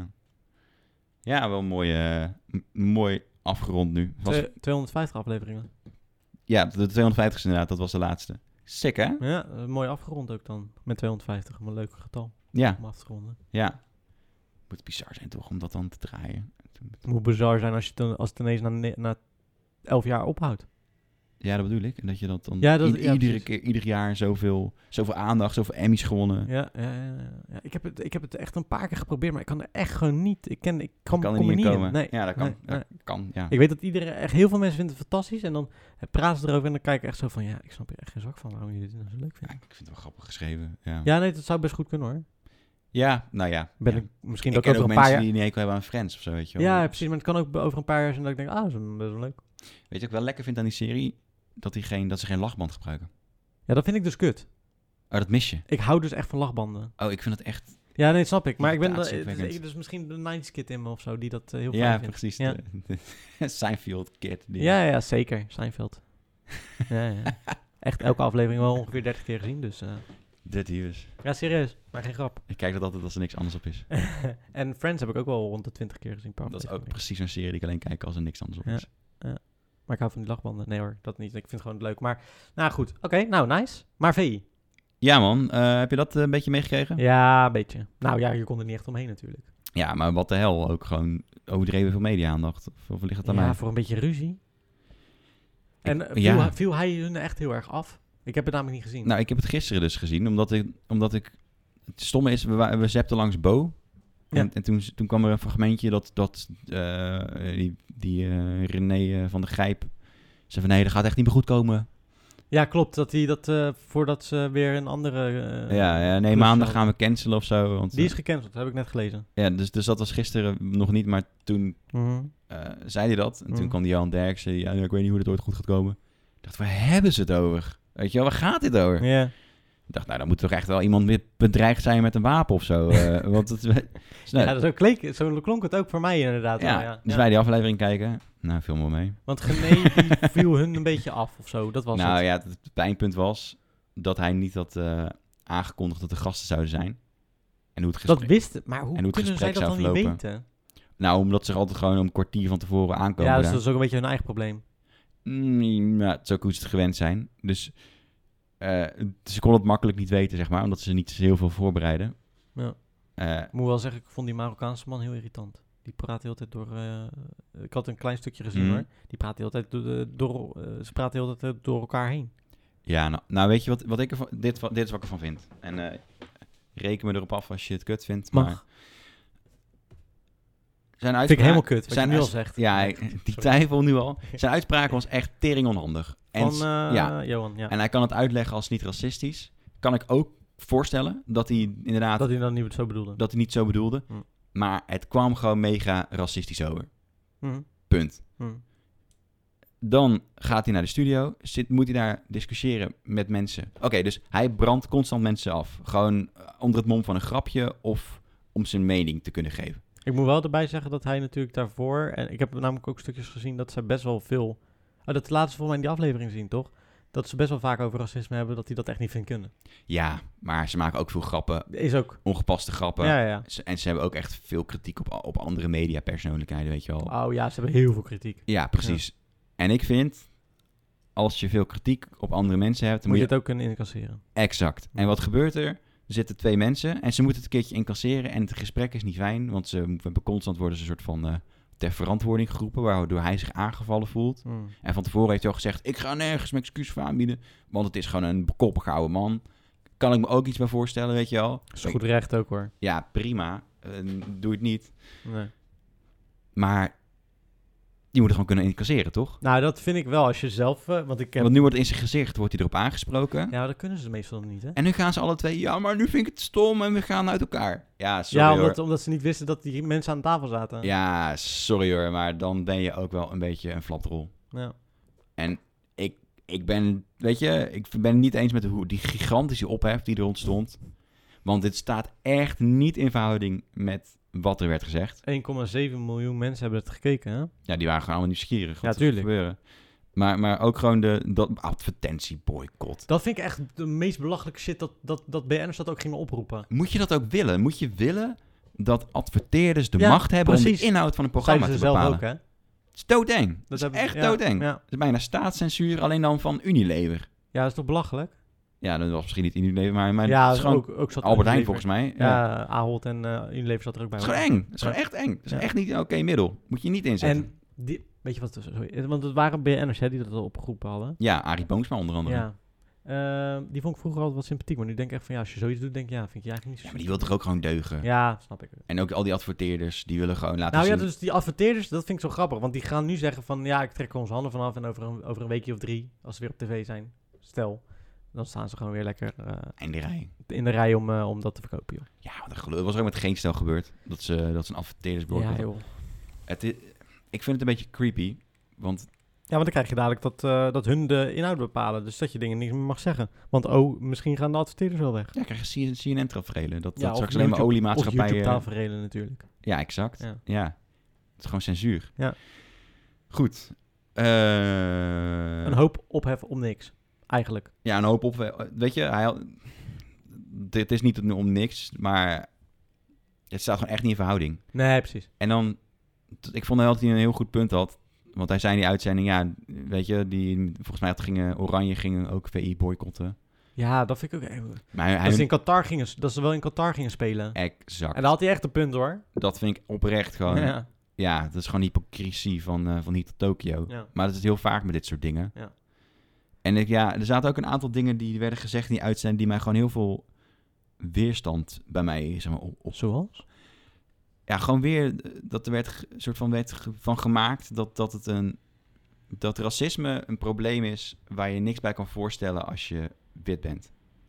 Ja, wel mooi afgerond nu. 250 afleveringen. Ja, de 250 inderdaad, dat was de laatste. Sick, hè? Ja, mooi afgerond ook dan. Met 250, een leuk getal. Ja. Om af te ronden. Ja. Moet bizar zijn toch, om dat dan te draaien. Het moet bizar zijn als het ineens na 11 jaar ophoudt. Ja, dat bedoel ik. En dat je dat dan ieder jaar zoveel aandacht, zoveel Emmys gewonnen. Ja. Ik heb het echt een paar keer geprobeerd, maar ik kan er echt gewoon niet. Ik kan er niet in komen. Nee. Ja, dat kan. Nee. Kan, ja. Ik weet dat echt heel veel mensen vinden het fantastisch. En dan praten ze erover en dan kijk ik echt zo van... Ja, ik snap er echt geen zak van waarom jullie dit nou zo leuk vinden. Ja, ik vind het wel grappig geschreven. Ja, nee, dat zou best goed kunnen hoor. Ja, nou ja. Ik misschien ik ken ook mensen die niet hekel hebben aan Friends of zo, weet je wel. Ja, precies. Maar het kan ook over een paar jaar zijn dat ik denk... dat is best wel leuk. Weet je wat ik wel lekker vind aan die serie? Dat ze geen lachband gebruiken. Ja, dat vind ik dus kut. Oh, dat mis je? Ik hou dus echt van lachbanden. Oh, ik vind het echt... Ja, nee, snap ik. Maar ik ben... Dus misschien de 90s kid in me of zo, die dat heel fijn vindt. Precies, ja, precies. Seinfeld kid. Ja, zeker. Seinfeld. ja. echt elke aflevering wel ongeveer 30 keer gezien. Dus De tyfus. ja, serieus. Maar geen grap. Ik kijk dat altijd als er niks anders op is. En Friends heb ik ook wel rond de 20 keer gezien. Per Dat is ook aflevering. precies zo'n serie die ik alleen kijk als er niks anders op Ja. is. Maar ik hou van die lachbanden. Nee hoor, dat niet. Ik vind het gewoon leuk. Maar, nou goed. Oké, nou nice. Maar VI? Ja man, heb je dat een beetje meegekregen? Ja, een beetje. Nou ja, je kon er niet echt omheen natuurlijk. Ja, maar wat de hel, ook gewoon overdreven veel media-aandacht. Of ligt het aan mij? Ja, voor een beetje ruzie. En ja. viel hij hun echt heel erg af? Ik heb het namelijk niet gezien. Nou, ik heb het gisteren dus gezien, omdat ik het stomme is, we zepten langs Bo. Ja. En toen kwam er een fragmentje dat René van der Gijp zei van nee, dat gaat echt niet meer goed komen. Ja, klopt. Dat hij dat voordat ze weer een andere... nee, maandag gaan we cancelen of zo. Want, Die is gecanceld, dat heb ik net gelezen. ja, dus dat was gisteren nog niet, maar toen zei hij dat. En toen kwam die Johan Derksen, ja, ik weet niet hoe dit ooit goed gaat komen. Ik dacht, waar hebben ze het over? Weet je wel, waar gaat dit over? Ja. Ik dacht, nou, dan moet toch echt wel iemand weer bedreigd zijn met een wapen of zo. Want het, Ja, zo klonk het ook voor mij inderdaad. ja, wel, ja. dus Ja. wij die aflevering kijken. Nou, veel meer mee. Want Gené die viel hun een beetje af of zo, dat was Nou het. ja, het pijnpunt was dat hij niet had aangekondigd dat er gasten zouden zijn. En hoe het gesprek, Dat wist het, maar hoe en hoe het kunnen zij gesprek dat dan zou niet verlopen. weten? Nou, omdat ze er altijd gewoon om een kwartier van tevoren aankomen. Ja, dus daar. dat is ook een beetje hun eigen probleem. Ja, het is ook hoe ze het gewend zijn. Dus ze konden het makkelijk niet weten, zeg maar. Omdat ze niet heel veel voorbereiden. Ja. Ik moet wel zeggen, ik vond die Marokkaanse man heel irritant. Die praat de hele tijd door... ik had een klein stukje gezien hoor. Die praat de hele tijd ze praten de hele tijd door elkaar heen. Ja, nou weet je wat ik ervan... Dit is wat ik ervan vind. En reken me erop af als je het kut vindt. Mag. Maar zijn Vind ik helemaal kut, wat zijn je nu al uits- zegt. Ja, die twijfel nu al. Zijn uitspraak was echt tering onhandig. En, Van Johan, ja. en hij kan het uitleggen als niet racistisch. Kan ik ook voorstellen dat hij inderdaad... Dat hij dan niet zo bedoelde. dat hij niet zo bedoelde. Hm. Maar het kwam gewoon mega racistisch over. Hm. Punt. Hm. Dan gaat hij naar de studio. Moet hij daar discussiëren met mensen. Oké, dus hij brandt constant mensen af. Gewoon onder het mom van een grapje of om zijn mening te kunnen geven. Ik moet wel erbij zeggen dat hij natuurlijk daarvoor... En ik heb namelijk ook stukjes gezien dat ze best wel veel... dat laten ze volgens mij in die aflevering zien, toch? Dat ze best wel vaak over racisme hebben, dat hij dat echt niet vindt kunnen. Ja, maar ze maken ook veel grappen. Is ook. Ongepaste grappen. Ja. En ze hebben ook echt veel kritiek op andere mediapersoonlijkheden, weet je wel. Oh ja, ze hebben heel veel kritiek. Ja, precies. En ik vind, als je veel kritiek op andere mensen hebt... dan Moet je het ook kunnen incasseren. Exact. En wat gebeurt er? Er zitten 2 mensen en ze moeten het een keertje incasseren. En het gesprek is niet fijn, want ze hebben constant worden ze een soort van ter verantwoording geroepen, waardoor hij zich aangevallen voelt. En van tevoren heeft hij al gezegd, ik ga nergens mijn excuus voor aanbieden, want het is gewoon een bekoppige oude man. Kan ik me ook iets bij voorstellen, weet je wel. Is goed recht ook hoor. Ja, prima. Doe het niet. Nee. Maar je moet er gewoon kunnen incasseren, toch? Nou, dat vind ik wel als je zelf... want ik heb... Want nu wordt in zijn gezicht wordt hij erop aangesproken. Ja, dat kunnen ze meestal niet, hè? En nu gaan ze alle 2, ja, maar nu vind ik het stom en we gaan uit elkaar. Ja, sorry Ja, hoor. omdat ze niet wisten dat die mensen aan tafel zaten. Ja, sorry hoor, maar dan ben je ook wel een beetje een flapdrol. Ja. En ik ben, weet je, ik ben het niet eens met die gigantische ophef die er ontstond. Want dit staat echt niet in verhouding met wat er werd gezegd. 1,7 miljoen mensen hebben het gekeken, hè? Ja, die waren gewoon allemaal nieuwsgierig. Ja, Wat er tuurlijk. gebeuren. Maar ook gewoon dat advertentieboycott. Dat vind ik echt de meest belachelijke shit dat BN'ers dat ook gingen oproepen. Moet je dat ook willen? Moet je willen dat adverteerders de Ja, macht hebben precies. om de inhoud van een programma Zeiden te ze zelf bepalen? ook, hè? Het is doodeng. Dat is echt doodeng. Ja. Het is bijna staatscensuur, alleen dan van Unilever. Ja, dat is toch belachelijk? Ja, dat was misschien niet Unilever, maar Ja, het is gewoon ook zat Albert Heijn Unilever. volgens mij. Ja. Ja, Ahold en Unilever zat er ook bij. Het is gewoon eng. Het is gewoon echt eng. Het is Ja. echt niet een oké middel. Moet je niet inzetten. En weet je wat? Sorry, want het waren BN'ers hè, die dat opgeroepen hadden. Ja, Arie Boomsma onder andere. Ja. Die vond ik vroeger altijd wat sympathiek, maar nu denk ik echt van ja, als je zoiets doet, denk ik ja, vind je eigenlijk niet zo. Ja, maar die wil toch ook gewoon deugen. Ja, snap ik. En ook al die adverteerders, die willen gewoon laten Nou ja, zien... dus die adverteerders, dat vind ik zo grappig, want die gaan nu zeggen van ja, ik trek er onze handen vanaf en over een weekje of 3, als ze weer op tv zijn, stel, dan staan ze gewoon weer lekker in de rij. in de rij om dat te verkopen, joh. Ja, dat was er ook met Geen Stel gebeurd. Dat ze een adverteerdersblok Ja, hadden. joh. Ik vind het een beetje creepy, want... Ja, want dan krijg je dadelijk dat hun de inhoud bepalen. Dus dat je dingen niet meer mag zeggen. Want misschien gaan de adverteerders wel weg. Ja, krijg je CNN-taferelen. Dat of straks alleen maar YouTube- oliemaatschappijen... Of YouTube-taferelen natuurlijk. Ja, exact. Ja. Ja. Het is gewoon censuur. Ja. Goed. Een hoop ophef om niks. eigenlijk. Ja, een hoop op. Weet je, dit is niet om niks, maar het staat gewoon echt niet in verhouding. Nee, precies. En dan, ik vond dat hij een heel goed punt had. Want hij zei in die uitzending, ja, weet je, volgens mij Oranje gingen ook VI boycotten. Ja, dat vind ik ook... Maar dat ze wel in Qatar gingen spelen. Exact. En daar had hij echt een punt, hoor. Dat vind ik oprecht gewoon... Ja. Ja, dat is gewoon hypocrisie van hier tot Tokio. Ja. Maar dat is heel vaak met dit soort dingen. Ja. En er zaten ook een aantal dingen die werden gezegd in die uitzending... die mij gewoon heel veel weerstand bij mij, zeg maar, op. Zoals? Ja, gewoon weer dat er werd van gemaakt dat racisme een probleem is waar je niks bij kan voorstellen als je wit bent.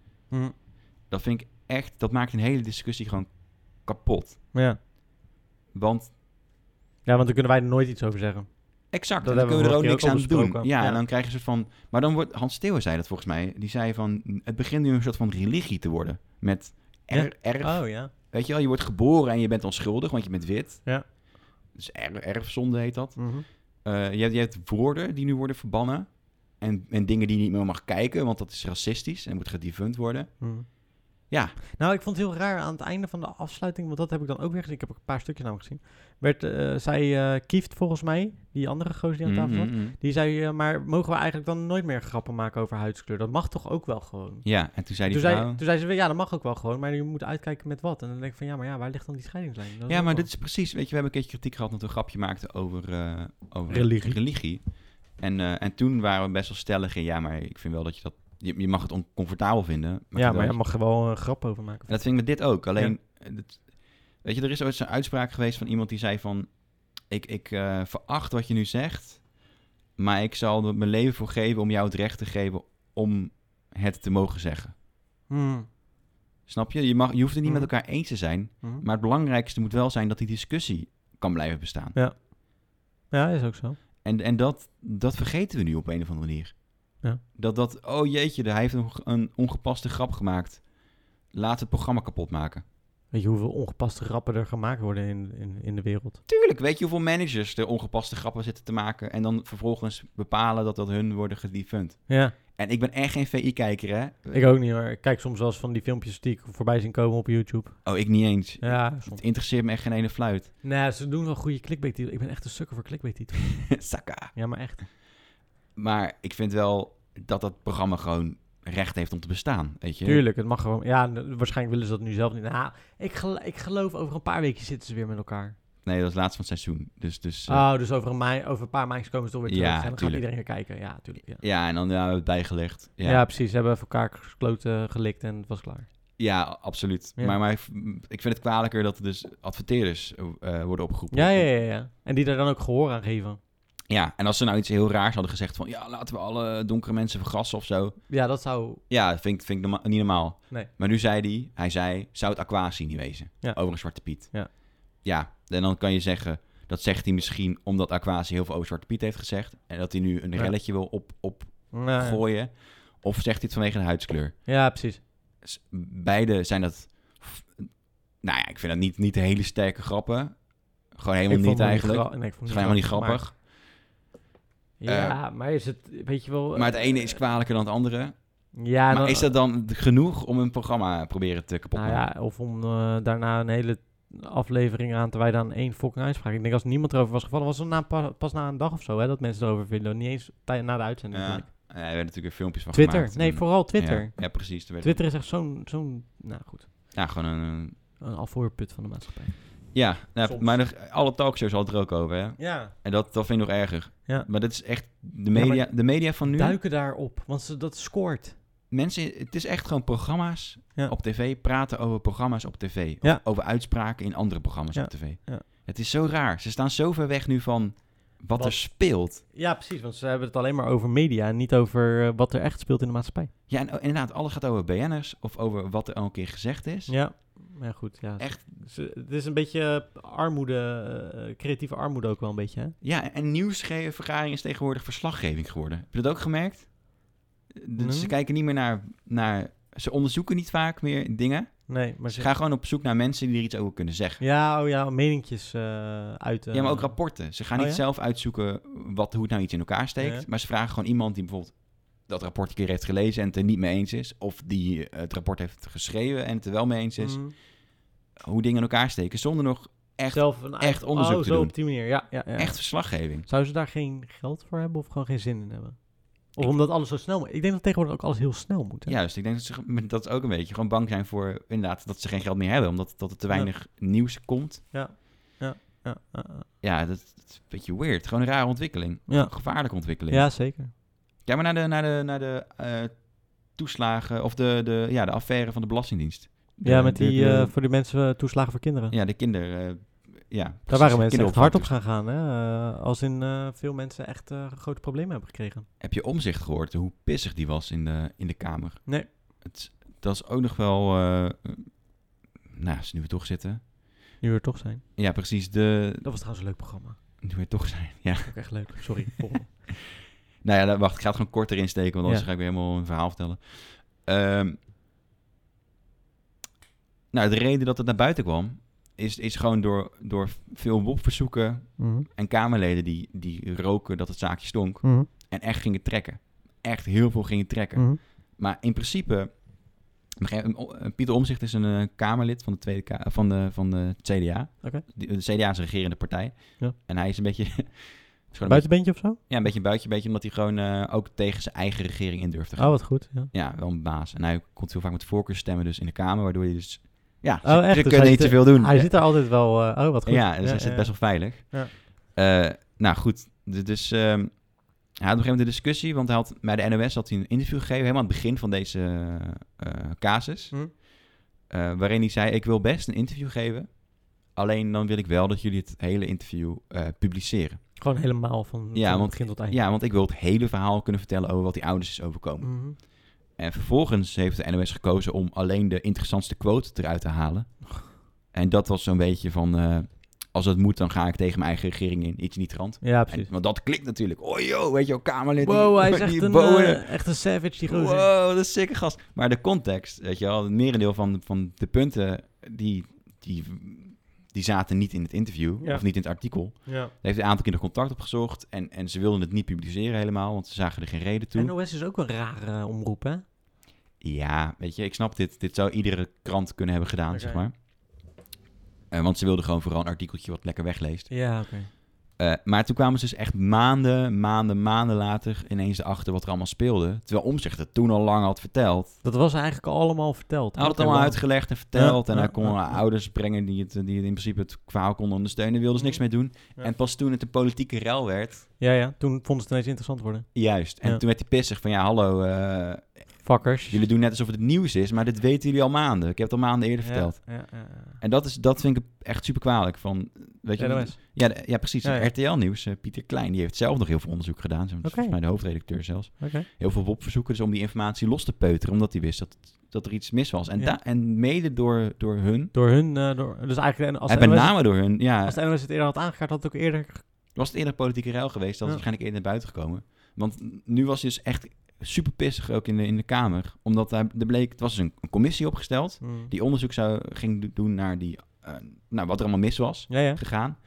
Dat vind ik echt, dat maakt een hele discussie gewoon kapot. Ja. Want Ja, want dan kunnen wij er nooit iets over zeggen. exact, Dat en dan kunnen we er ook hebben we niks aan vorige keer doen. ook Ja, al en dan krijg je een soort van... Maar dan wordt... Hans Steeuwen zei dat volgens mij. Die zei van... Het begint nu een soort van religie te worden. Met erf. Oh, ja. Weet je wel, je wordt geboren en je bent onschuldig, want je bent wit. Ja. Dus erfzonde heet dat. Mhm. Je hebt woorden die nu worden verbannen. En dingen die je niet meer mag kijken, want dat is racistisch en moet gedefunct worden. Mhm. Ja. Nou, ik vond het heel raar aan het einde van de afsluiting, want dat heb ik dan ook weer gezien. Ik heb ook een paar stukjes namelijk gezien. Zei Kieft volgens mij, die andere gozer die aan tafel zat, die zei, maar mogen we eigenlijk dan nooit meer grappen maken over huidskleur? Dat mag toch ook wel gewoon? Ja, en toen zei die Toen vrouw... zei ze, ja, dat mag ook wel gewoon, maar je moet uitkijken met wat. En dan denk ik van, ja, maar ja, waar ligt dan die scheidingslijn? Dat is Ja, ook maar wel- dit is precies... Weet je, we hebben een keertje kritiek gehad dat we een grapje maakten over Religie. En toen waren we best wel stellig in... Ja, maar ik vind wel dat je dat... Je mag het oncomfortabel vinden. Ja, maar je mag er wel een grap over maken. En dat vind ik met dit ook. Alleen, weet je, er is ooit zo'n uitspraak geweest van iemand die zei van... Ik veracht wat je nu zegt, maar ik zal er mijn leven voor geven om jou het recht te geven om het te mogen zeggen. Snap je? Je hoeft het niet met elkaar eens te zijn, maar het belangrijkste moet wel zijn dat die discussie kan blijven bestaan. Ja, is ook zo. En dat vergeten we nu op een of andere manier. Ja. Oh jeetje, hij heeft een ongepaste grap gemaakt. Laat het programma kapot maken. Weet je hoeveel ongepaste grappen er gemaakt worden in de wereld? Tuurlijk, weet je hoeveel managers er ongepaste grappen zitten te maken en dan vervolgens bepalen dat hun worden gedefunct. Ja. En ik ben echt geen VI-kijker, hè? Ik ook niet hoor. Ik kijk soms wel eens van die filmpjes die ik voorbij zien komen op YouTube. Oh, ik niet eens. Ja, Het soms. interesseert me echt geen ene fluit. Nee, ze doen wel goede clickbait-titels. Ik ben echt een sukker voor clickbait-titels. Sakka. Ja, maar echt. Maar ik vind wel dat programma gewoon recht heeft om te bestaan, weet je? Tuurlijk, het mag gewoon. Ja, waarschijnlijk willen ze dat nu zelf niet. Nou, ik geloof over een paar weken zitten ze weer met elkaar. Nee, dat is laatst van het seizoen. Dus Dus over een paar maandjes komen ze toch weer Ja, terug. En dan gaat tuurlijk. iedereen weer kijken. Ja, tuurlijk. Ja, ja, en dan hebben we het bijgelegd. ja. Precies. Ze hebben even elkaar gekloten, gelikt en het was klaar. Ja, absoluut. Ja. Maar ik vind het kwalijker dat er dus adverteerders worden opgeroepen. Ja. En die daar dan ook gehoor aan geven. Ja, en als ze nou iets heel raars hadden gezegd van... Ja, laten we alle donkere mensen vergassen of zo. Ja, dat zou... Ja, dat vind ik niet normaal. Nee. Maar nu zei hij zou het Aquasi niet wezen. Ja. Over een Zwarte Piet. Ja. Ja, en dan kan je zeggen... Dat zegt hij misschien omdat Aquasi heel veel over Zwarte Piet heeft gezegd. En dat hij nu een relletje wil opgooien. Of zegt hij het vanwege de huidskleur? Ja, precies. Beide zijn dat... Nou ja, ik vind dat niet hele sterke grappen. Gewoon helemaal niet eigenlijk. Het is gewoon helemaal niet grappig. Maar is het, weet je wel... Maar het ene is kwalijker dan het andere. Ja, Maar is dat dan genoeg om een programma proberen te kapot maken? Ja, of om daarna een hele aflevering aan te wijden aan één fucking uitspraak. Ik denk als niemand erover was gevallen, was het pas na een dag of zo, hè, dat mensen erover vinden. Niet eens na de uitzending. Ja, er werden natuurlijk weer filmpjes van Twitter. gemaakt. Nee, vooral Twitter. Ja, precies. Twitter is echt zo'n nou goed. Ja, gewoon een afvoerput van de maatschappij. Ja, Soms. maar alle talkshows hadden het er ook over, hè? Ja. En dat vind ik nog erger. Ja. Maar dat is echt... De media van nu... Duiken daarop, want dat scoort. Mensen, het is echt gewoon programma's op tv, praten over programma's op tv. Ja. Of over uitspraken in andere programma's op tv. Ja. Het is zo raar. Ze staan zo ver weg nu van wat er speelt. Ja, precies, want ze hebben het alleen maar over media en niet over wat er echt speelt in de maatschappij. Ja, en inderdaad, alles gaat over BN'ers of over wat er al een keer gezegd is. Ja, ja goed. Ja. Echt. Het is een beetje armoede, creatieve armoede ook wel een beetje, hè? Ja, en nieuwsvergaring is tegenwoordig verslaggeving geworden. Heb je dat ook gemerkt? Ze kijken niet meer naar... Ze onderzoeken niet vaak meer dingen. Nee, maar ze gaan gewoon op zoek naar mensen die er iets over kunnen zeggen. Ja, meningjes uit... ja, maar ook rapporten. Ze gaan niet zelf uitzoeken hoe het nou iets in elkaar steekt. Ja. Maar ze vragen gewoon iemand die bijvoorbeeld dat rapport een keer heeft gelezen en het er niet mee eens is. Of die het rapport heeft geschreven en het er wel mee eens is. Hoe dingen in elkaar steken, zonder nog echt onderzoek te doen. Op die manier, ja. Echt verslaggeving. Zouden ze daar geen geld voor hebben of gewoon geen zin in hebben? Of omdat alles zo snel moet? Ik denk dat tegenwoordig ook alles heel snel moet. Hè? Juist, ik denk dat ze ook een beetje gewoon bang zijn voor inderdaad dat ze geen geld meer hebben. Omdat dat er te weinig nieuws komt. Ja, dat is een beetje weird. Gewoon een rare ontwikkeling. Ja. Een gevaarlijke ontwikkeling. Ja, zeker. Kijk maar naar de toeslagen of de affaire van de Belastingdienst. Voor die mensen toeslagen voor kinderen. Ja, de Daar waren mensen echt hard op gaan. Hè? Als in veel mensen echt grote problemen hebben gekregen. Heb je Omtzigt gehoord hoe pissig die was in de Kamer? Nee. Dat is ook nog wel... als nu we toch zitten... Nu we er toch zijn. Ja, precies. Dat was trouwens een leuk programma. Nu we er toch zijn, ja. Ook echt leuk. Sorry, volgende. Nou ja, wacht. Ik ga het gewoon kort erin steken, want anders ga ik weer helemaal een verhaal vertellen. De reden dat het naar buiten kwam... is gewoon door veel WOP-verzoeken en Kamerleden die roken dat het zaakje stonk. En echt gingen trekken. Echt heel veel gingen trekken. Maar in principe... Pieter Omtzigt is een Kamerlid van de van de CDA. Okay. De CDA is een regerende partij. Ja. En hij is een beetje... buitenbeentje of zo? Ja, een beetje een buitenbeentje, omdat hij gewoon ook tegen zijn eigen regering in durft te gaan. Oh, wat goed. Ja, wel een baas. En hij komt heel vaak met voorkeurstemmen dus in de Kamer, waardoor hij dus... Ja, echt? ze Dus kunnen niet zoveel doen. Hij zit daar altijd wel... wat goed. Ja, dus hij zit best wel veilig. Ja. Goed. Dus hij had op een gegeven moment de discussie, want bij de NOS had hij een interview gegeven, helemaal aan het begin van deze casus. Waarin hij zei, ik wil best een interview geven, alleen dan wil ik wel dat jullie het hele interview publiceren. Gewoon helemaal van begin tot eind. Ja, want ik wil het hele verhaal kunnen vertellen over wat die ouders is overkomen. En vervolgens heeft de NOS gekozen om alleen de interessantste quote eruit te halen. En dat was zo'n beetje van... als het moet, dan ga ik tegen mijn eigen regering in. Iets niet rand. Ja, precies. Want dat klikt natuurlijk. Oh joh, weet je wel, Kamerlid. Wow, hij is echt een savage, die gozer. Wow, dat is zeker gast. Maar de context, weet je wel, het merendeel van de punten... Die zaten niet in het interview, of niet in het artikel. Ja. Daar heeft een aantal keer contact opgezocht. En ze wilden het niet publiceren helemaal, want ze zagen er geen reden toe. NOS is ook een rare omroep, hè? Ja, weet je, ik snap dit. Dit zou iedere krant kunnen hebben gedaan, zeg maar. Want ze wilden gewoon vooral een artikeltje wat lekker wegleest. Ja, oké. Maar toen kwamen ze dus echt maanden later ineens erachter wat er allemaal speelde. Terwijl Omtzigt het toen al lang had verteld. Dat was eigenlijk allemaal verteld. Hij had het allemaal uitgelegd en verteld. En hij kon ouders brengen die het in principe het verhaal konden ondersteunen. Wilden ze niks mee doen. Ja. En pas toen het een politieke rel werd... Ja, toen vonden ze het ineens interessant worden. Juist. En toen werd hij pissig van, hallo... Fuckers. Jullie doen net alsof het nieuws is, maar dit weten jullie al maanden. Ik heb het al maanden eerder verteld. Ja. En dat vind ik echt super kwalijk. Van, weet je, ja, precies. Ja. RTL-nieuws, Pieter Klein, die heeft zelf nog heel veel onderzoek gedaan. Volgens mij de hoofdredacteur zelfs. Heel veel WOP-verzoeken dus om die informatie los te peuteren, omdat hij wist dat er iets mis was. En mede door hun. Dus eigenlijk... En met name door hun, ja. Als de NOS het eerder had aangegaard, had het ook eerder... Was het eerder politieke ruil geweest, dat was waarschijnlijk eerder naar buiten gekomen. Want nu was hij dus echt... super pissig ook in de Kamer. Omdat er bleek... Het was dus een commissie opgesteld... die onderzoek ging doen naar wat er allemaal mis was gegaan.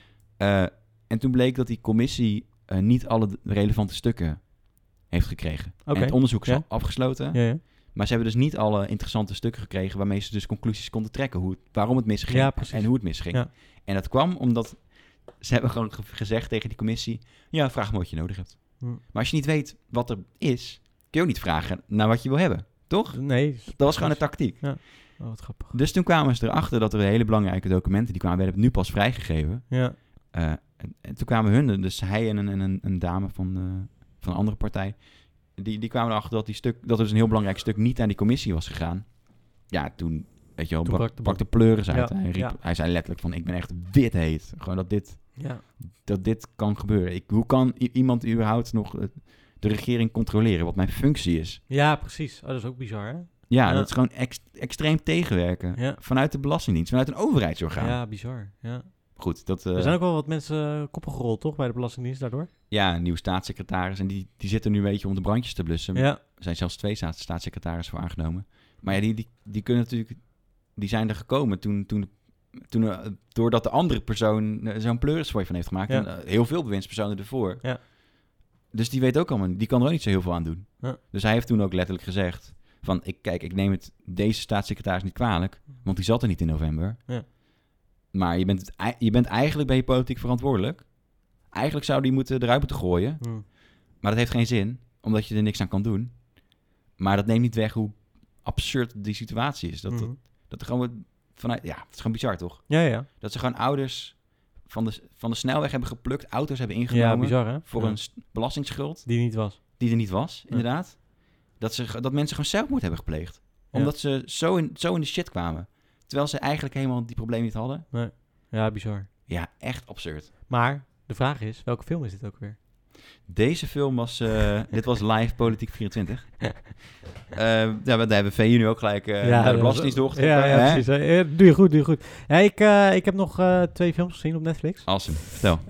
En toen bleek dat die commissie... niet alle relevante stukken heeft gekregen. En het onderzoek is al afgesloten. Ja. Maar ze hebben dus niet alle interessante stukken gekregen... waarmee ze dus conclusies konden trekken... waarom het misging en hoe het misging. Ja. En dat kwam omdat... Ze hebben gewoon gezegd tegen die commissie... Ja, vraag me wat je nodig hebt. Maar als je niet weet wat er is, kun je ook niet vragen naar wat je wil hebben. Toch? Nee. Dat was gewoon een tactiek. Ja. Oh, wat grappig. Dus toen kwamen ze erachter dat er hele belangrijke documenten... die werden nu pas vrijgegeven. Ja. En toen kwamen dus hij en een dame van een andere partij... Die kwamen erachter dat er dus een heel belangrijk stuk niet aan die commissie was gegaan. Ja, toen... Weet je wel, brak de pleuris uit. Hij zei letterlijk van, ik ben echt wit heet. Gewoon dat dit kan gebeuren. Hoe kan iemand überhaupt nog de regering controleren, wat mijn functie is? Ja, precies. Oh, dat is ook bizar, hè? Ja, dat is gewoon extreem tegenwerken. Ja. Vanuit de Belastingdienst, vanuit een overheidsorgaan. Ja, bizar. Ja. Goed, er zijn ook wel wat mensen koppen gerold, toch, bij de Belastingdienst daardoor? Ja, een nieuwe staatssecretaris. En die zitten nu een beetje om de brandjes te blussen. Ja. Er zijn zelfs 2 staatssecretarissen voor aangenomen. Maar ja, die kunnen natuurlijk... Die zijn er gekomen toen doordat de andere persoon zo'n pleurisfooi van heeft gemaakt. En, heel veel bewindspersonen ervoor. Ja. Dus die weet ook allemaal, die kan er ook niet zo heel veel aan doen. Ja. Dus hij heeft toen ook letterlijk gezegd van, ik neem het deze staatssecretaris niet kwalijk, want die zat er niet in november. Ja. Maar je bent eigenlijk, ben je politiek verantwoordelijk. Eigenlijk zou die eruit moeten gooien. Maar dat heeft geen zin, omdat je er niks aan kan doen. Maar dat neemt niet weg hoe absurd die situatie is. Dat er gewoon vanuit... Ja, het is gewoon bizar, toch? Ja. Dat ze gewoon ouders van de snelweg hebben geplukt, auto's hebben ingenomen. Ja, bizar, hè? Voor een belastingsschuld. Die niet was. Die er niet was, inderdaad. Dat mensen gewoon zelfmoord hebben gepleegd. Omdat ze zo in de shit kwamen. Terwijl ze eigenlijk helemaal die problemen niet hadden. Nee. Ja, bizar. Ja, echt absurd. Maar de vraag is, welke film is dit ook weer? Deze film was... dit was live Politiek 24. Daar hebben VU nu ook gelijk naar de Belastingdienst doorgetrokken. Ja, precies. Doe je goed. Ja, ik heb nog 2 films gezien op Netflix. Awesome. Vertel.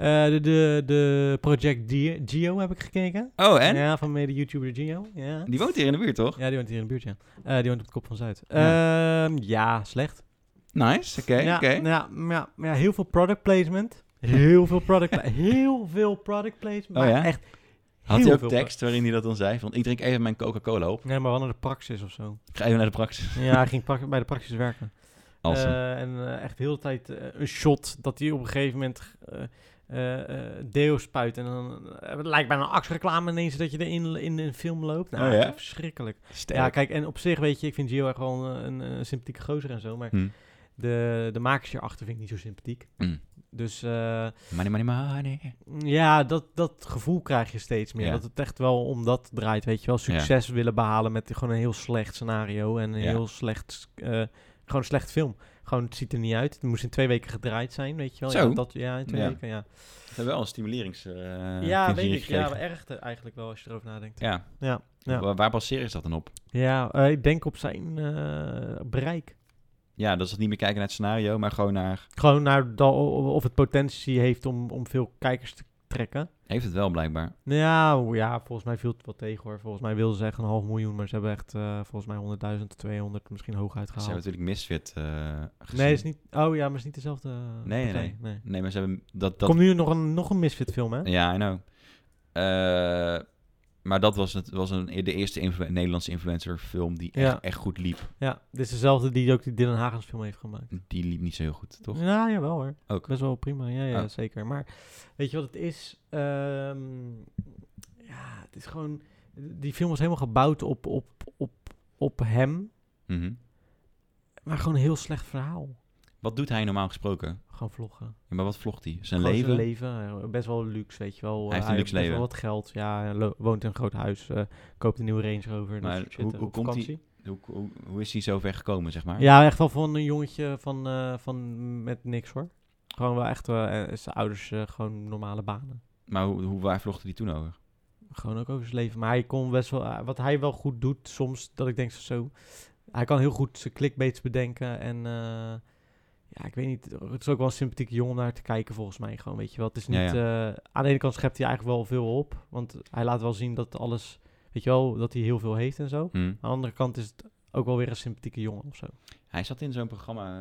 De Project Geo heb ik gekeken. Oh, en? Ja, van de YouTuber Geo. Ja. Die woont hier in de buurt, toch? Ja, die woont hier in de buurt, ja. Die woont op de Kop van Zuid. Ja, slecht. Nice, oké. Ja, heel veel product placement. Heel veel product placement. Oh ja? Echt. Had hij ook tekst waarin hij dat dan zei? Van, ik drink even mijn Coca-Cola op. Nee, maar wel naar de praxis of zo. Ik ga even naar de praxis. Ja, hij ging bij de praxis werken. Awesome. Echt de hele tijd een shot dat hij op een gegeven moment deo spuit. En dan het lijkt bijna een Axe-reclame ineens dat je er in een film loopt. Nou, ja? Verschrikkelijk. Sterk. Ja, kijk, en op zich weet je, ik vind Gio echt wel een sympathieke gozer en zo. Maar de makers hierachter vind ik niet zo sympathiek. Dus money. ja, dat gevoel krijg je steeds meer. Ja. Dat het echt wel om dat draait, weet je wel. Succes willen behalen met gewoon een heel slecht scenario en een heel slecht, gewoon een slecht film. Gewoon, het ziet er niet uit. Het moest in 2 weken gedraaid zijn, weet je wel. Zo? In 2 weken, ja. Het heeft wel een stimulerings... ja, weet ik. Ja, erg eigenlijk wel als je erover nadenkt. Ja. Waar baseer is dat dan op? Ja, ik denk op zijn bereik. Ja, dat is het niet meer kijken naar het scenario, maar gewoon naar... Gewoon naar of het potentie heeft om veel kijkers te trekken. Heeft het wel, blijkbaar. Nou ja, volgens mij viel het wel tegen, hoor. Volgens mij wilden ze echt 500.000, maar ze hebben echt volgens mij 100.000, 200 misschien hooguit gehaald. Ze hebben natuurlijk Misfit gezien. Nee, is niet... Oh ja, maar het is niet dezelfde Nee. Nee, maar ze hebben... Dat... Komt nu nog een Misfit film, hè? Ja, I know. Maar dat was de eerste Nederlandse influencer film die echt goed liep. Ja, dit is dezelfde die ook die Dylan Hagens film heeft gemaakt. Die liep niet zo heel goed, toch? Ja, jawel hoor. Ook. Best wel prima, ja, zeker. Maar weet je wat het is? Het is gewoon... Die film was helemaal gebouwd op hem. Maar gewoon een heel slecht verhaal. Wat doet hij normaal gesproken? Gewoon vloggen. Ja, maar wat vlogt hij? Zijn gewoon leven? Zijn leven. Best wel luxe, weet je wel. Hij heeft een luxe leven. Wel wat geld. Ja, woont in een groot huis. Koopt een nieuwe Range Rover. Maar hoe komt hij? Hoe is hij zo ver gekomen, zeg maar? Ja, echt wel van een jongetje van met niks, hoor. Gewoon wel echt zijn ouders gewoon normale banen. Maar waar vlogde hij toen over? Gewoon ook over zijn leven. Maar hij kon best wel... wat hij wel goed doet soms, dat ik denk zo... Hij kan heel goed zijn clickbaits bedenken en... ja, ik weet niet. Het is ook wel een sympathieke jongen om naar te kijken, volgens mij. Gewoon, weet je wel. Het is niet... aan de ene kant schept hij eigenlijk wel veel op. Want hij laat wel zien dat alles... Weet je wel, dat hij heel veel heeft en zo. Aan de andere kant is het ook wel weer een sympathieke jongen of zo. Hij zat in zo'n programma...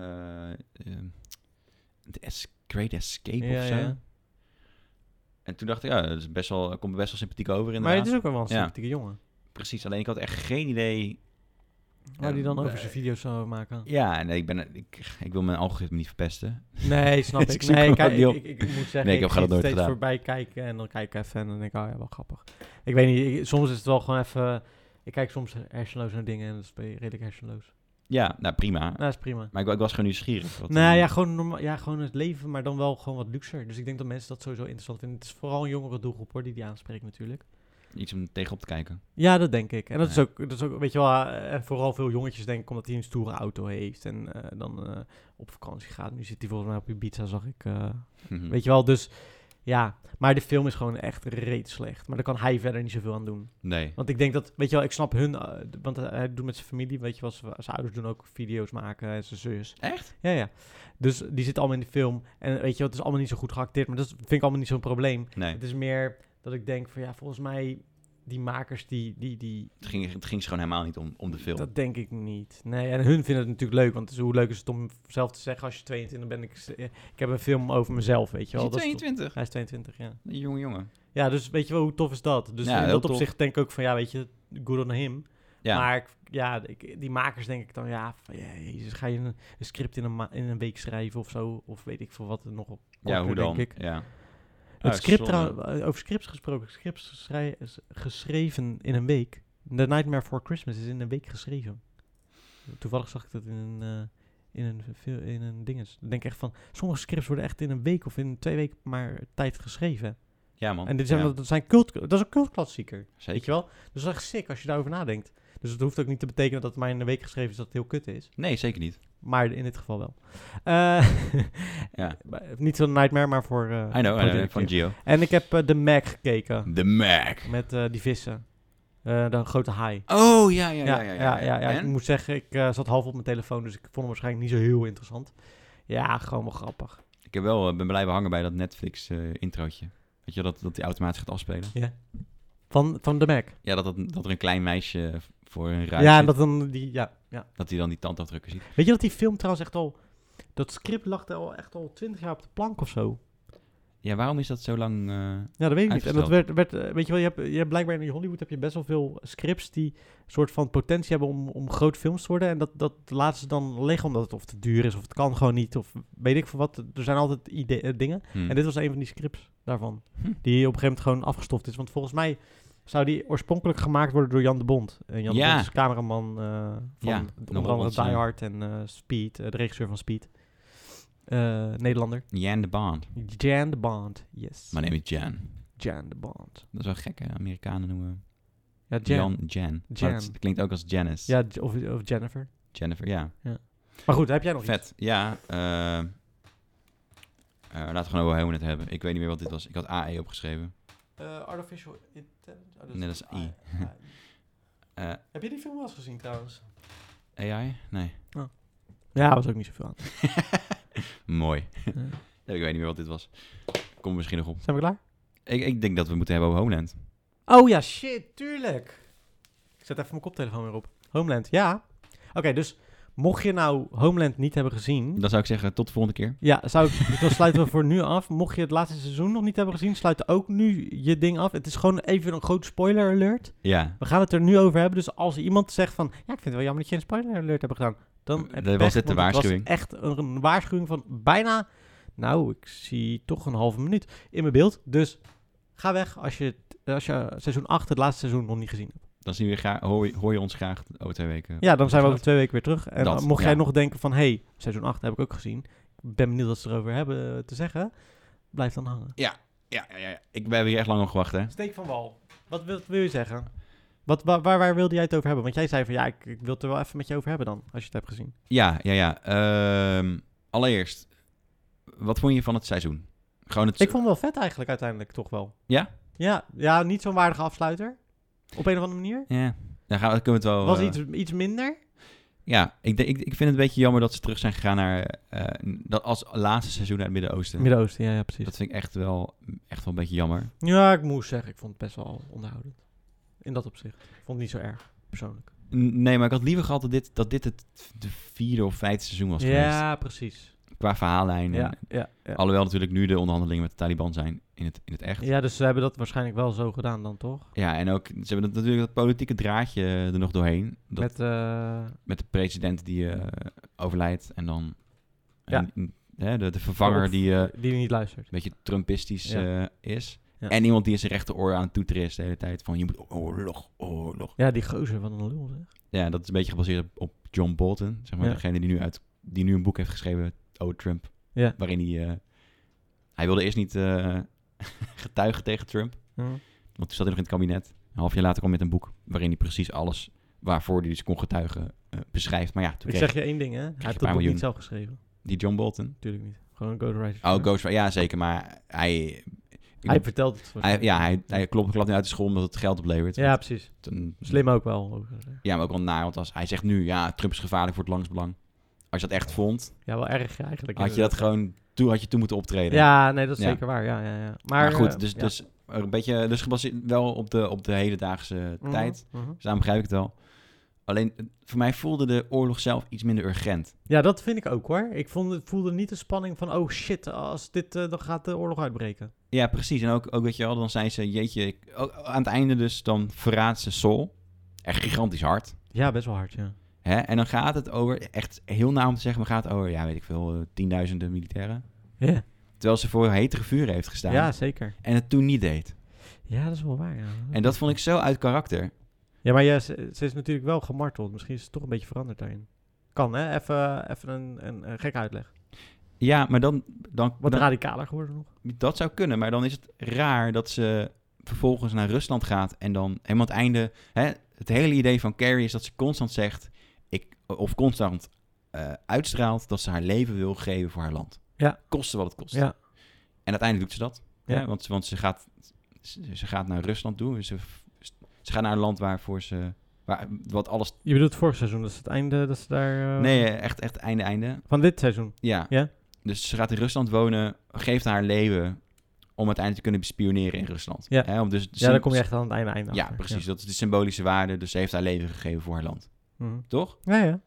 The Great Escape of zo. Ja. En toen dacht ik, dat is komt best wel sympathiek over, inderdaad. Maar het is ook wel een sympathieke jongen. Precies, alleen ik had echt geen idee... Waar die dan over zijn video's zou maken. Ja, nee, ik wil mijn algoritme niet verpesten. Nee, snap ik. Ik Nee, kijk, ik moet zeggen, nee, ik ga dat nooit steeds gedaan. voorbij kijken en dan kijk ik even en dan denk ik, oh ja, wel grappig. Ik weet niet, soms is het wel gewoon even... Ik kijk soms hersenloos naar dingen en dat is redelijk hersenloos. Ja, nou prima. Nou, dat is prima. Maar ik was gewoon nieuwsgierig. Gewoon het leven, maar dan wel gewoon wat luxer. Dus ik denk dat mensen dat sowieso interessant vinden. Het is vooral een jongere doelgroep, hoor, die aanspreekt natuurlijk. Iets om tegenop te kijken. Ja, dat denk ik. En dat is ook, weet je wel, en vooral veel jongetjes denk ik, omdat hij een stoere auto heeft en dan op vakantie gaat. Nu zit hij volgens mij op Ibiza, zag ik. Weet je wel, dus ja. Maar de film is gewoon echt reet slecht. Maar daar kan hij verder niet zoveel aan doen. Nee. Want ik denk dat, weet je wel, ik snap hun, want hij doet met zijn familie, weet je wel, zijn ouders doen ook video's maken en zijn zus. Echt? Ja. Dus die zitten allemaal in de film. En weet je wel, het is allemaal niet zo goed geacteerd, maar dat vind ik allemaal niet zo'n probleem. Nee. Het is meer dat ik denk van, ja, volgens mij, die makers, die Het ging ze gewoon helemaal niet om de film. Dat denk ik niet. Nee, en hun vinden het natuurlijk leuk, want hoe leuk is het om zelf te zeggen, als je 22 bent, ik heb een film over mezelf, weet je wel. Is hij 22? Hij is 22, ja. Een jonge jongen. Ja, dus weet je wel, hoe tof is dat? Dus Ja, in heel dat tof. opzicht denk ik ook van, ja, weet je, good on him. Ja. Maar die makers denk ik dan, ja, van, jezus, ga je een script in een week schrijven of zo? Of weet ik veel wat er nog op Ja, hoe dan? denk ik. Ja. Het Ah, script, zonde. over scripts gesproken, geschreven in een week. The Nightmare Before Christmas is in een week geschreven. Toevallig zag ik dat in een dinges. Ik denk echt van, sommige scripts worden echt in een week of in 2 weken maar tijd geschreven. Ja, man. En dat is een cultklassieker. Zeker. Weet je wel? Dus dat is echt sick als je daarover nadenkt. Dus het hoeft ook niet te betekenen dat het maar in een week geschreven is dat het heel kut is. Nee, zeker niet. Maar in dit geval wel. Ja. Niet zo'n Nightmare, maar voor... I know, van Gio. En ik heb The Meg gekeken. The Mac. Met die vissen. De grote haai. Oh, ja. Ik En? moet zeggen, ik zat half op mijn telefoon, dus ik vond hem waarschijnlijk niet zo heel interessant. Ja, gewoon wel grappig. Ik heb ben blijven hangen bij dat Netflix introotje. Weet je, dat die automatisch gaat afspelen. Ja. Van The Meg. Ja, dat er een klein meisje voor een ruit Ja, zit. dat dan Dat hij dan die tandafdrukken ziet. Weet je dat die film trouwens echt al... Dat script lag er echt al 20 jaar op de plank of zo. Ja, waarom is dat zo lang... Ja, dat weet ik niet. En dat uitgesteld? werd weet je wel, je hebt blijkbaar in Hollywood heb je best wel veel scripts die een soort van potentie hebben om groot films te worden. En dat laten ze dan liggen omdat het of te duur is of het kan gewoon niet. Of weet ik veel wat. Er zijn altijd dingen. En dit was een van die scripts daarvan. Die op een gegeven moment gewoon afgestoft is. Want volgens mij zou die oorspronkelijk gemaakt worden door Jan de Bond. En Jan de Ja. Bond is cameraman van Ja, onder nogal andere wat, Die ja. Hard en Speed. De regisseur van Speed. Nederlander. Jan de Bond. Jan de Bond, yes. Mijn naam is Jan. Jan de Bond. Dat is wel gek, hè? Amerikanen noemen Ja, Jan. Jan. Jan. Maar het klinkt ook als Janice. Ja, of Jennifer. Jennifer, ja. Maar goed, heb jij nog iets? Vet. Ja, laten we gewoon over Homeland hebben. Ik weet niet meer wat dit was. Ik had AE opgeschreven. Artificial Intelligence. Oh, Nee, dat is I. Heb je die film wel eens gezien trouwens? AI? Nee. Ja, was ook niet zoveel aan. Mooi. Ja. Ik weet niet meer wat dit was. Kom misschien nog op. Zijn we klaar? Ik denk dat we moeten hebben over Homeland. Oh ja, shit, tuurlijk. Ik zet even mijn koptelefoon weer op. Homeland, ja. Oké, dus mocht je nou Homeland niet hebben gezien... Dan zou ik zeggen, tot de volgende keer. Ja, dan sluiten we voor nu af. Mocht je het laatste seizoen nog niet hebben gezien, sluit ook nu je ding af. Het is gewoon even een groot spoiler alert. Ja. We gaan het er nu over hebben. Dus als iemand zegt van... Ja, ik vind het wel jammer dat je een spoiler alert hebt gedaan. Dan heb je Was pech, dit de want het waarschuwing? was echt een waarschuwing van bijna... Nou, ik zie toch een halve minuut in mijn beeld. Dus ga weg als je seizoen 8, het laatste seizoen, nog niet gezien hebt. Dan zien we graag, hoor je ons graag over 2 weken. Ja, dan zijn we over 2 weken weer terug. En Dat, mocht ja. jij nog denken van... Hey, seizoen 8 heb ik ook gezien. Ik ben benieuwd wat ze erover hebben te zeggen. Blijf dan hangen. Ja. We hebben hier echt lang op gewacht, hè? Steek van wal. Wat wil je zeggen? Waar wilde jij het over hebben? Want jij zei van... Ja, ik wil het er wel even met je over hebben dan. Als je het hebt gezien. Ja. Allereerst, wat vond je van het seizoen? Gewoon het... Ik vond het wel vet eigenlijk uiteindelijk toch wel. Ja? Ja, niet zo'n waardige afsluiter. Op een of andere manier. Ja. Dan kunnen we het wel... Was iets minder. Ja, ik vind het een beetje jammer dat ze terug zijn gegaan naar... dat als laatste seizoen uit het Midden-Oosten. Midden-Oosten, ja, precies. Dat vind ik echt wel een beetje jammer. Ja, ik moet zeggen, ik vond het best wel onderhoudend. In dat opzicht. Ik vond het niet zo erg, persoonlijk. Nee, maar ik had liever gehad dat dit de 4e of 5e seizoen was geweest. Ja, precies. Qua verhaallijn. Ja. Alhoewel natuurlijk nu de onderhandelingen met de Taliban zijn in het echt. Ja, dus ze hebben dat waarschijnlijk wel zo gedaan dan, toch? Ja, en ook, ze hebben natuurlijk dat politieke draadje er nog doorheen. Met de president die overlijdt en dan de vervanger die niet luistert. een beetje Trumpistisch is. Ja. En iemand die in zijn rechteroor aan het toeteren is de hele tijd van je moet oorlog. Ja, die gozer van een lul, zeg. Ja, dat is een beetje gebaseerd op John Bolton, zeg maar, degene die nu een boek heeft geschreven, Trump. Ja. Waarin hij wilde eerst niet getuigen tegen Trump. Want toen zat hij nog in het kabinet. Een half jaar later kwam hij met een boek waarin hij precies alles waarvoor hij dus kon getuigen beschrijft. Maar ja, toen Ik zeg je één ding, hè. Hij heeft dat boek niet zelf geschreven. Die John Bolton? Tuurlijk niet. Gewoon een ghostwriter. Oh, ghostwriter. Ja, zeker. Maar hij vertelt het. Hij klopt nu uit de school omdat het geld oplevert. Ja, precies. Slim ook wel. Ja, maar ook wel naar. Want als hij zegt nu, ja, Trump is gevaarlijk voor het landsbelang. Als je dat echt vond... Ja, wel erg eigenlijk. Had je dat gewoon... Had je toen moeten optreden. Ja, nee, dat is zeker waar. Ja. Maar goed, dus een beetje... Dus gebaseerd wel op de hedendaagse tijd. Dus daarom begrijp ik het wel. Alleen, voor mij voelde de oorlog zelf iets minder urgent. Ja, dat vind ik ook hoor. Ik voelde niet de spanning van, oh shit, als dit, dan gaat de oorlog uitbreken. Ja, precies. En ook weet je wel, dan zijn ze, jeetje... aan het einde dus, dan verraadt ze Sol. Echt gigantisch hard. Ja, best wel hard, ja. Hè? En dan gaat het over, echt heel na om te zeggen, maar gaat het over, ja, weet ik veel, 10.000 militairen. Ja. Terwijl ze voor hetere vuur heeft gestaan. Ja, zeker. En het toen niet deed. Ja, dat is wel waar, ja. En dat vond ik zo uit karakter. Ja, maar ja, ze is natuurlijk wel gemarteld. Misschien is het toch een beetje veranderd daarin. Kan, hè? Even een gekke uitleg. Ja, maar dan Wat radicaler geworden nog. dat zou kunnen, maar dan is het raar dat ze vervolgens naar Rusland gaat en dan helemaal het einde... Hè, het hele idee van Carrie is dat ze constant zegt... constant uitstraalt dat ze haar leven wil geven voor haar land. Ja. Koste wat het kost. Ja. En uiteindelijk doet ze dat. Ja. Hè, want ze gaat naar Rusland toe. Ze gaat naar een land waarvoor ze... wat alles... Je bedoelt vorig seizoen, dat is het einde, dat ze daar... Nee, echt einde. Van dit seizoen? Ja. Ja? Dus ze gaat in Rusland wonen, geeft haar leven om uiteindelijk te kunnen bespioneren in Rusland. Ja, Hè, om dus dan kom je echt aan het einde Ja, achter. precies. Dat is de symbolische waarde. Dus ze heeft haar leven gegeven voor haar land. Mhm. Toch? Ja.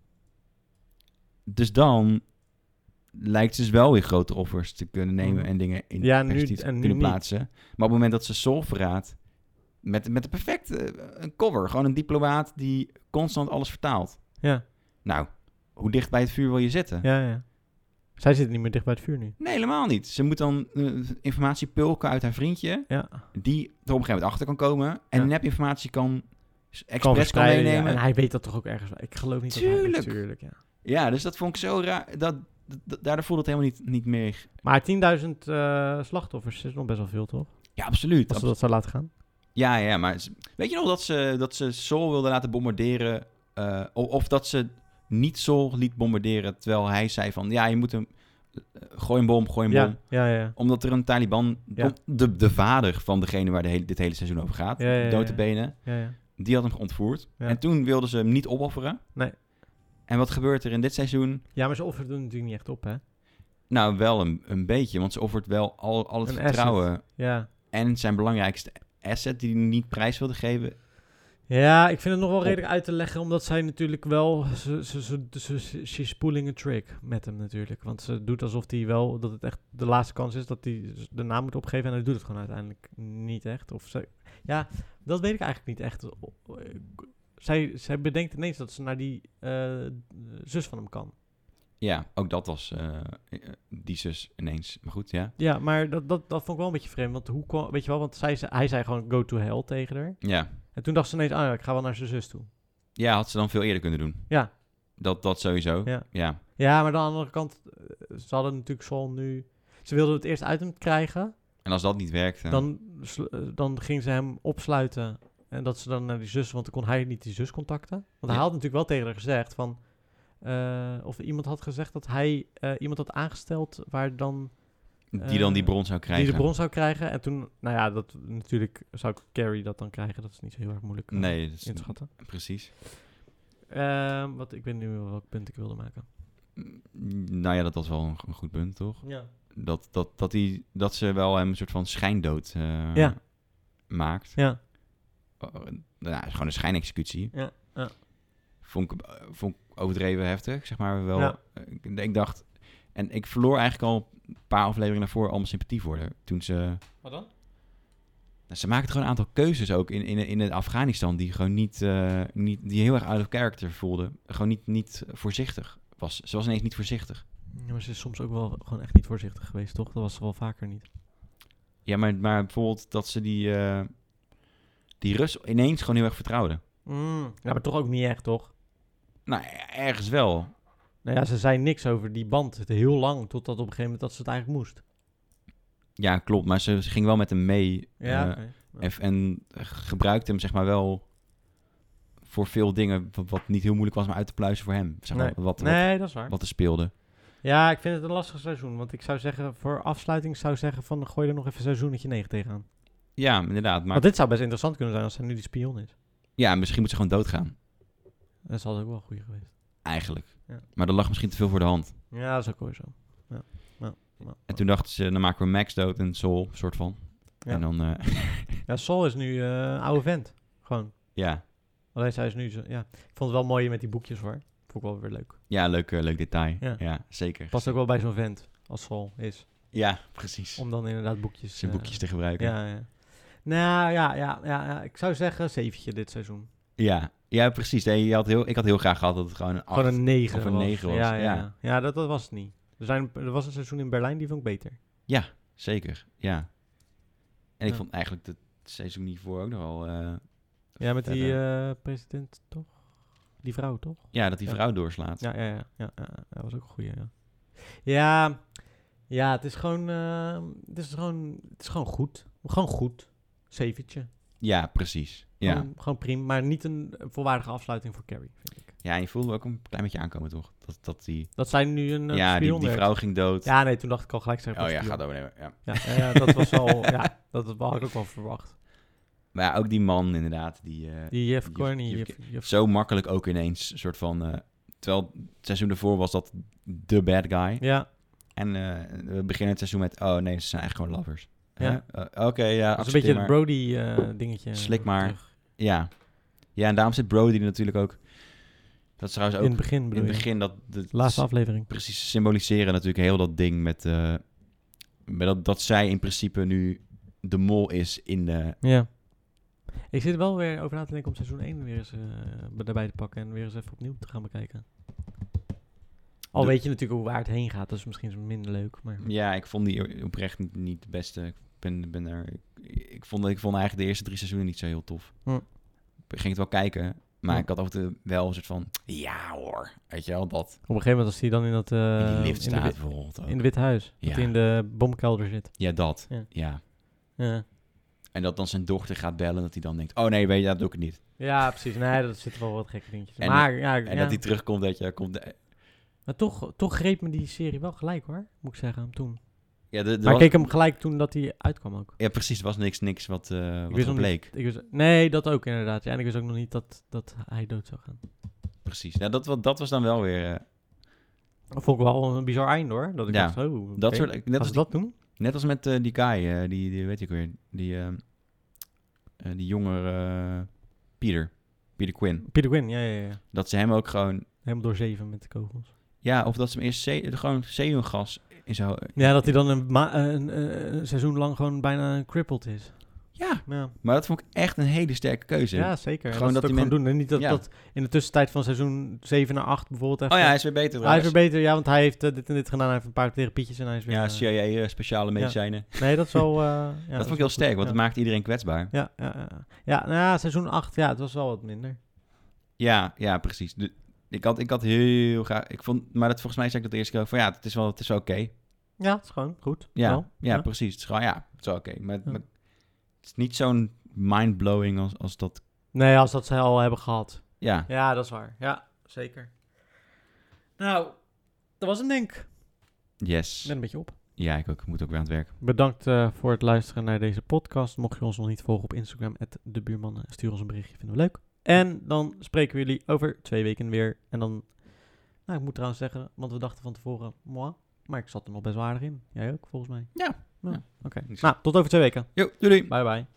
Dus dan lijkt ze dus wel weer grote offers te kunnen nemen en dingen in perspectief te kunnen plaatsen. Maar op het moment dat ze Sol verraadt, met de perfecte een cover, gewoon een diplomaat die constant alles vertaalt. Ja. Nou, hoe dicht bij het vuur wil je zitten? Ja. Zij zit niet meer dicht bij het vuur nu. Nee, helemaal niet. Ze moet dan informatie pulken uit haar vriendje, die er op een gegeven moment achter kan komen en nepinformatie kan expres kan meenemen. Ja. En hij weet dat toch ook ergens. Ik geloof niet Tuurlijk. dat hij... Tuurlijk, ja. Ja, dus dat vond ik zo raar. Daardoor voelde het helemaal niet meer... Maar 10.000 slachtoffers is nog best wel veel, toch? Ja, absoluut. Als ze dat zou laten gaan. Ja, maar weet je nog dat ze Sol wilde laten bombarderen... of dat ze niet Sol liet bombarderen... terwijl hij zei van... Ja, je moet hem... gooi een bom. Ja. Omdat er een Taliban... Ja. De vader van degene waar dit hele seizoen over gaat... notabene, die had hem ontvoerd. Ja. En toen wilden ze hem niet opofferen. Nee. En wat gebeurt er in dit seizoen? Ja, maar ze offert er natuurlijk niet echt op, hè? Nou, wel een beetje. Want ze offert wel al het Een vertrouwen... asset. Ja. En zijn belangrijkste asset die hij niet prijs wilde geven. Ja, ik vind het nog wel redelijk uit te leggen, omdat zij natuurlijk wel... She's pulling a trick met hem natuurlijk. Want ze doet alsof hij wel... Dat het echt de laatste kans is dat hij de naam moet opgeven. En hij doet het gewoon uiteindelijk niet echt. Ja, dat weet ik eigenlijk niet echt. Zij bedenkt ineens dat ze naar die zus van hem kan. Ja, ook dat was die zus ineens. Maar goed, ja. Ja, maar dat vond ik wel een beetje vreemd. Want weet je wel, want hij zei gewoon go to hell tegen haar. Ja. En toen dacht ze ineens, ik ga wel naar zijn zus toe. Ja, had ze dan veel eerder kunnen doen. Ja. Dat sowieso. Ja, maar aan de andere kant, ze hadden natuurlijk Sol nu... Ze wilden het eerst uit hem krijgen. En als dat niet werkte... Dan ging ze hem opsluiten. En dat ze dan naar die zus... Want dan kon hij niet die zus contacten. Want hij had natuurlijk wel tegen haar gezegd van... of iemand had gezegd dat hij iemand had aangesteld waar dan... die dan die bron zou krijgen. Die de bron zou krijgen. En toen, nou ja, dat natuurlijk zou Carrie dat dan krijgen. Dat is niet zo heel erg moeilijk in te schatten. Precies. Ik weet nu wel welk punt ik wilde maken. Nou ja, dat was wel een goed punt, toch? Ja. Dat ze wel hem een soort van schijndood maakt. Ja. Nou, gewoon een schijnexecutie. Ja. Vond ik overdreven heftig, zeg maar wel. Ja. Ik dacht... En ik verloor eigenlijk al een paar afleveringen daarvoor allemaal sympathie voor haar. Toen ze... Wat dan? Ze maakte gewoon een aantal keuzes ook in Afghanistan die gewoon niet die heel erg out of character voelden. Gewoon niet voorzichtig was. Ze was ineens niet voorzichtig. Ja, maar ze is soms ook wel gewoon echt niet voorzichtig geweest, toch? Dat was ze wel vaker niet. Ja, maar bijvoorbeeld dat ze die Rus ineens gewoon heel erg vertrouwde. Ja, maar toch ook niet echt, toch? Nou, ergens wel. Nou ja, ze zei niks over die band heel lang, totdat op een gegeven moment dat ze het eigenlijk moest. Ja, klopt. Maar ze ging wel met hem mee. Ja, en gebruikte hem zeg maar wel voor veel dingen wat niet heel moeilijk was om uit te pluizen voor hem. Zeg maar, nee, dat is waar. Wat er speelde. Ja, ik vind het een lastig seizoen. Want ik zou zeggen, voor afsluiting zou ik zeggen van gooi er nog even seizoenetje 9 tegenaan. Ja, inderdaad. Maar want dit zou best interessant kunnen zijn als hij nu die spion is. Ja, misschien moet ze gewoon doodgaan. Dat is altijd ook wel goed geweest. Eigenlijk. Ja. Maar dat lag misschien te veel voor de hand. Ja, dat is ook wel zo. Ja. En toen dachten ze, dan maken we Max dood en Sol, soort van. Ja. En dan... Ja, Sol is nu oude vent. Gewoon. Ja. Alleen zij is nu zo... Ja, ik vond het wel mooi met die boekjes hoor. Vond ik wel weer leuk. Ja, leuk detail. Ja. Ja, zeker. Past ook wel bij zo'n vent, als Saul is. Ja, precies. Om dan inderdaad boekjes... Zijn boekjes te gebruiken. Ja. Nou, ja. Ik zou zeggen 7 dit seizoen. Ja, precies. Nee, ik had heel graag gehad dat het gewoon een 8 Gewoon een 9 of een 9 was. Ja, dat was het niet. Er was een seizoen in Berlijn, die vond ik beter. Ja, zeker. Ja. En ik Ja. vond eigenlijk het seizoen hiervoor ook nogal... Ja, met die verder. president, toch? Die vrouw, toch? Ja, dat die vrouw doorslaat. Ja. Dat was ook een goeie, ja. Ja, het is gewoon... het is gewoon goed. Gewoon goed. 7'tje. Ja, precies. Ja. Gewoon prima, maar niet een volwaardige afsluiting voor Carrie, vind ik. Ja, en je voelde ook een klein beetje aankomen, toch? Dat zij nu een ja, spion die werd. vrouw ging dood. Ja, nee, toen dacht ik al gelijk... Oh ja, gaat overnemen. Ja. Ja, dat was wel... ja, dat had ik ook wel verwacht. Maar ja, ook die man inderdaad, die Jeff Corney. zo makkelijk ook ineens soort van... terwijl het seizoen ervoor was dat de bad guy. Ja. En we beginnen het seizoen met... Oh nee, ze zijn eigenlijk gewoon lovers. Ja. Oké, ja, Dat is een beetje het maar. Brody-dingetje. Slik maar. terug. Ja. Ja, en daarom zit Brody natuurlijk ook... Dat is trouwens ook... In het begin bedoel in het je? begin dat... Laatste aflevering. Precies, symboliseren natuurlijk heel dat ding met dat zij in principe nu de mol is in de... Ja. Ik zit wel weer over na te denken om seizoen 1 weer eens erbij te pakken en weer eens even opnieuw te gaan bekijken. Al weet je natuurlijk waar het heen gaat, dat is misschien minder leuk. Maar... Ja, ik vond die oprecht niet de beste. Ik vond eigenlijk de eerste 3 seizoenen niet zo heel tof. Ik ging het wel kijken, maar ik had af en toe wel een soort van... Ja hoor, weet je wel, dat... Op een gegeven moment als hij dan in dat... in die lift staat bijvoorbeeld ook. In het Witte Huis. Ja. Dat hij in de bomkelder zit. Ja, dat. Ja. En dat dan zijn dochter gaat bellen, dat hij dan denkt... Oh nee, weet je, dat doe ik het niet. Ja, precies. Nee, dat zitten wel wat gekke dingetjes. En, maar dat hij terugkomt, dat je... Maar toch greep me die serie wel gelijk hoor, moet ik zeggen, toen. Ja, maar ik keek hem gelijk toen dat hij uitkwam ook. Ja, precies. Er was niks wat bleek. Nee, dat ook inderdaad. Ja, en ik wist ook nog niet dat hij dood zou gaan. Precies. Ja, dat was dan wel weer... Dat vond ik wel een bizar einde hoor. Dat ik dacht, dat soort, net als dat doen? Net als met die guy, die weet ik weer, die jongere Peter Quinn. Peter Quinn, ja. Dat ze hem ook gewoon... Helemaal doorzeven met de kogels. Ja, of dat ze hem eerst gewoon zenuwgas in zo... Ja, dat hij dan een seizoen lang gewoon bijna crippled is. Ja, maar dat vond ik echt een hele sterke keuze. Ja, zeker. Gewoon dat hij doen. En niet dat in de tussentijd van seizoen 7 naar 8 bijvoorbeeld... Even, oh ja, hij is weer beter. Hij is weer beter, ja, want hij heeft dit en dit gedaan. Hij heeft een paar therapietjes en hij is weer... Ja, CIA speciale medicijnen. Ja. Nee, dat is wel... dat vond ik heel sterk, want het maakt iedereen kwetsbaar. Ja, seizoen 8, ja, het was wel wat minder. Ja, precies. Ik had heel graag... maar dat volgens mij zei ik dat de eerste keer ook van... Ja, het is wel oké. Ja, het is gewoon goed. Ja, precies. Het is gewoon, het is wel oké. Maar het is niet zo'n mind-blowing als dat... Nee, als dat ze al hebben gehad. Ja. Ja, dat is waar. Ja, zeker. Nou, dat was een denk. Yes. Ik ben een beetje op. Ja, ik ook. Ik moet ook weer aan het werk. Bedankt voor het luisteren naar deze podcast. Mocht je ons nog niet volgen op Instagram, @debuurmannen, stuur ons een berichtje, vinden we leuk. En dan spreken we jullie over 2 weken weer. En dan, ik moet trouwens zeggen, want we dachten van tevoren, maar ik zat er nog best wel aardig in. Jij ook, volgens mij? Ja. Oké. Nou, tot over 2 weken. Jo, doei. Bye bye.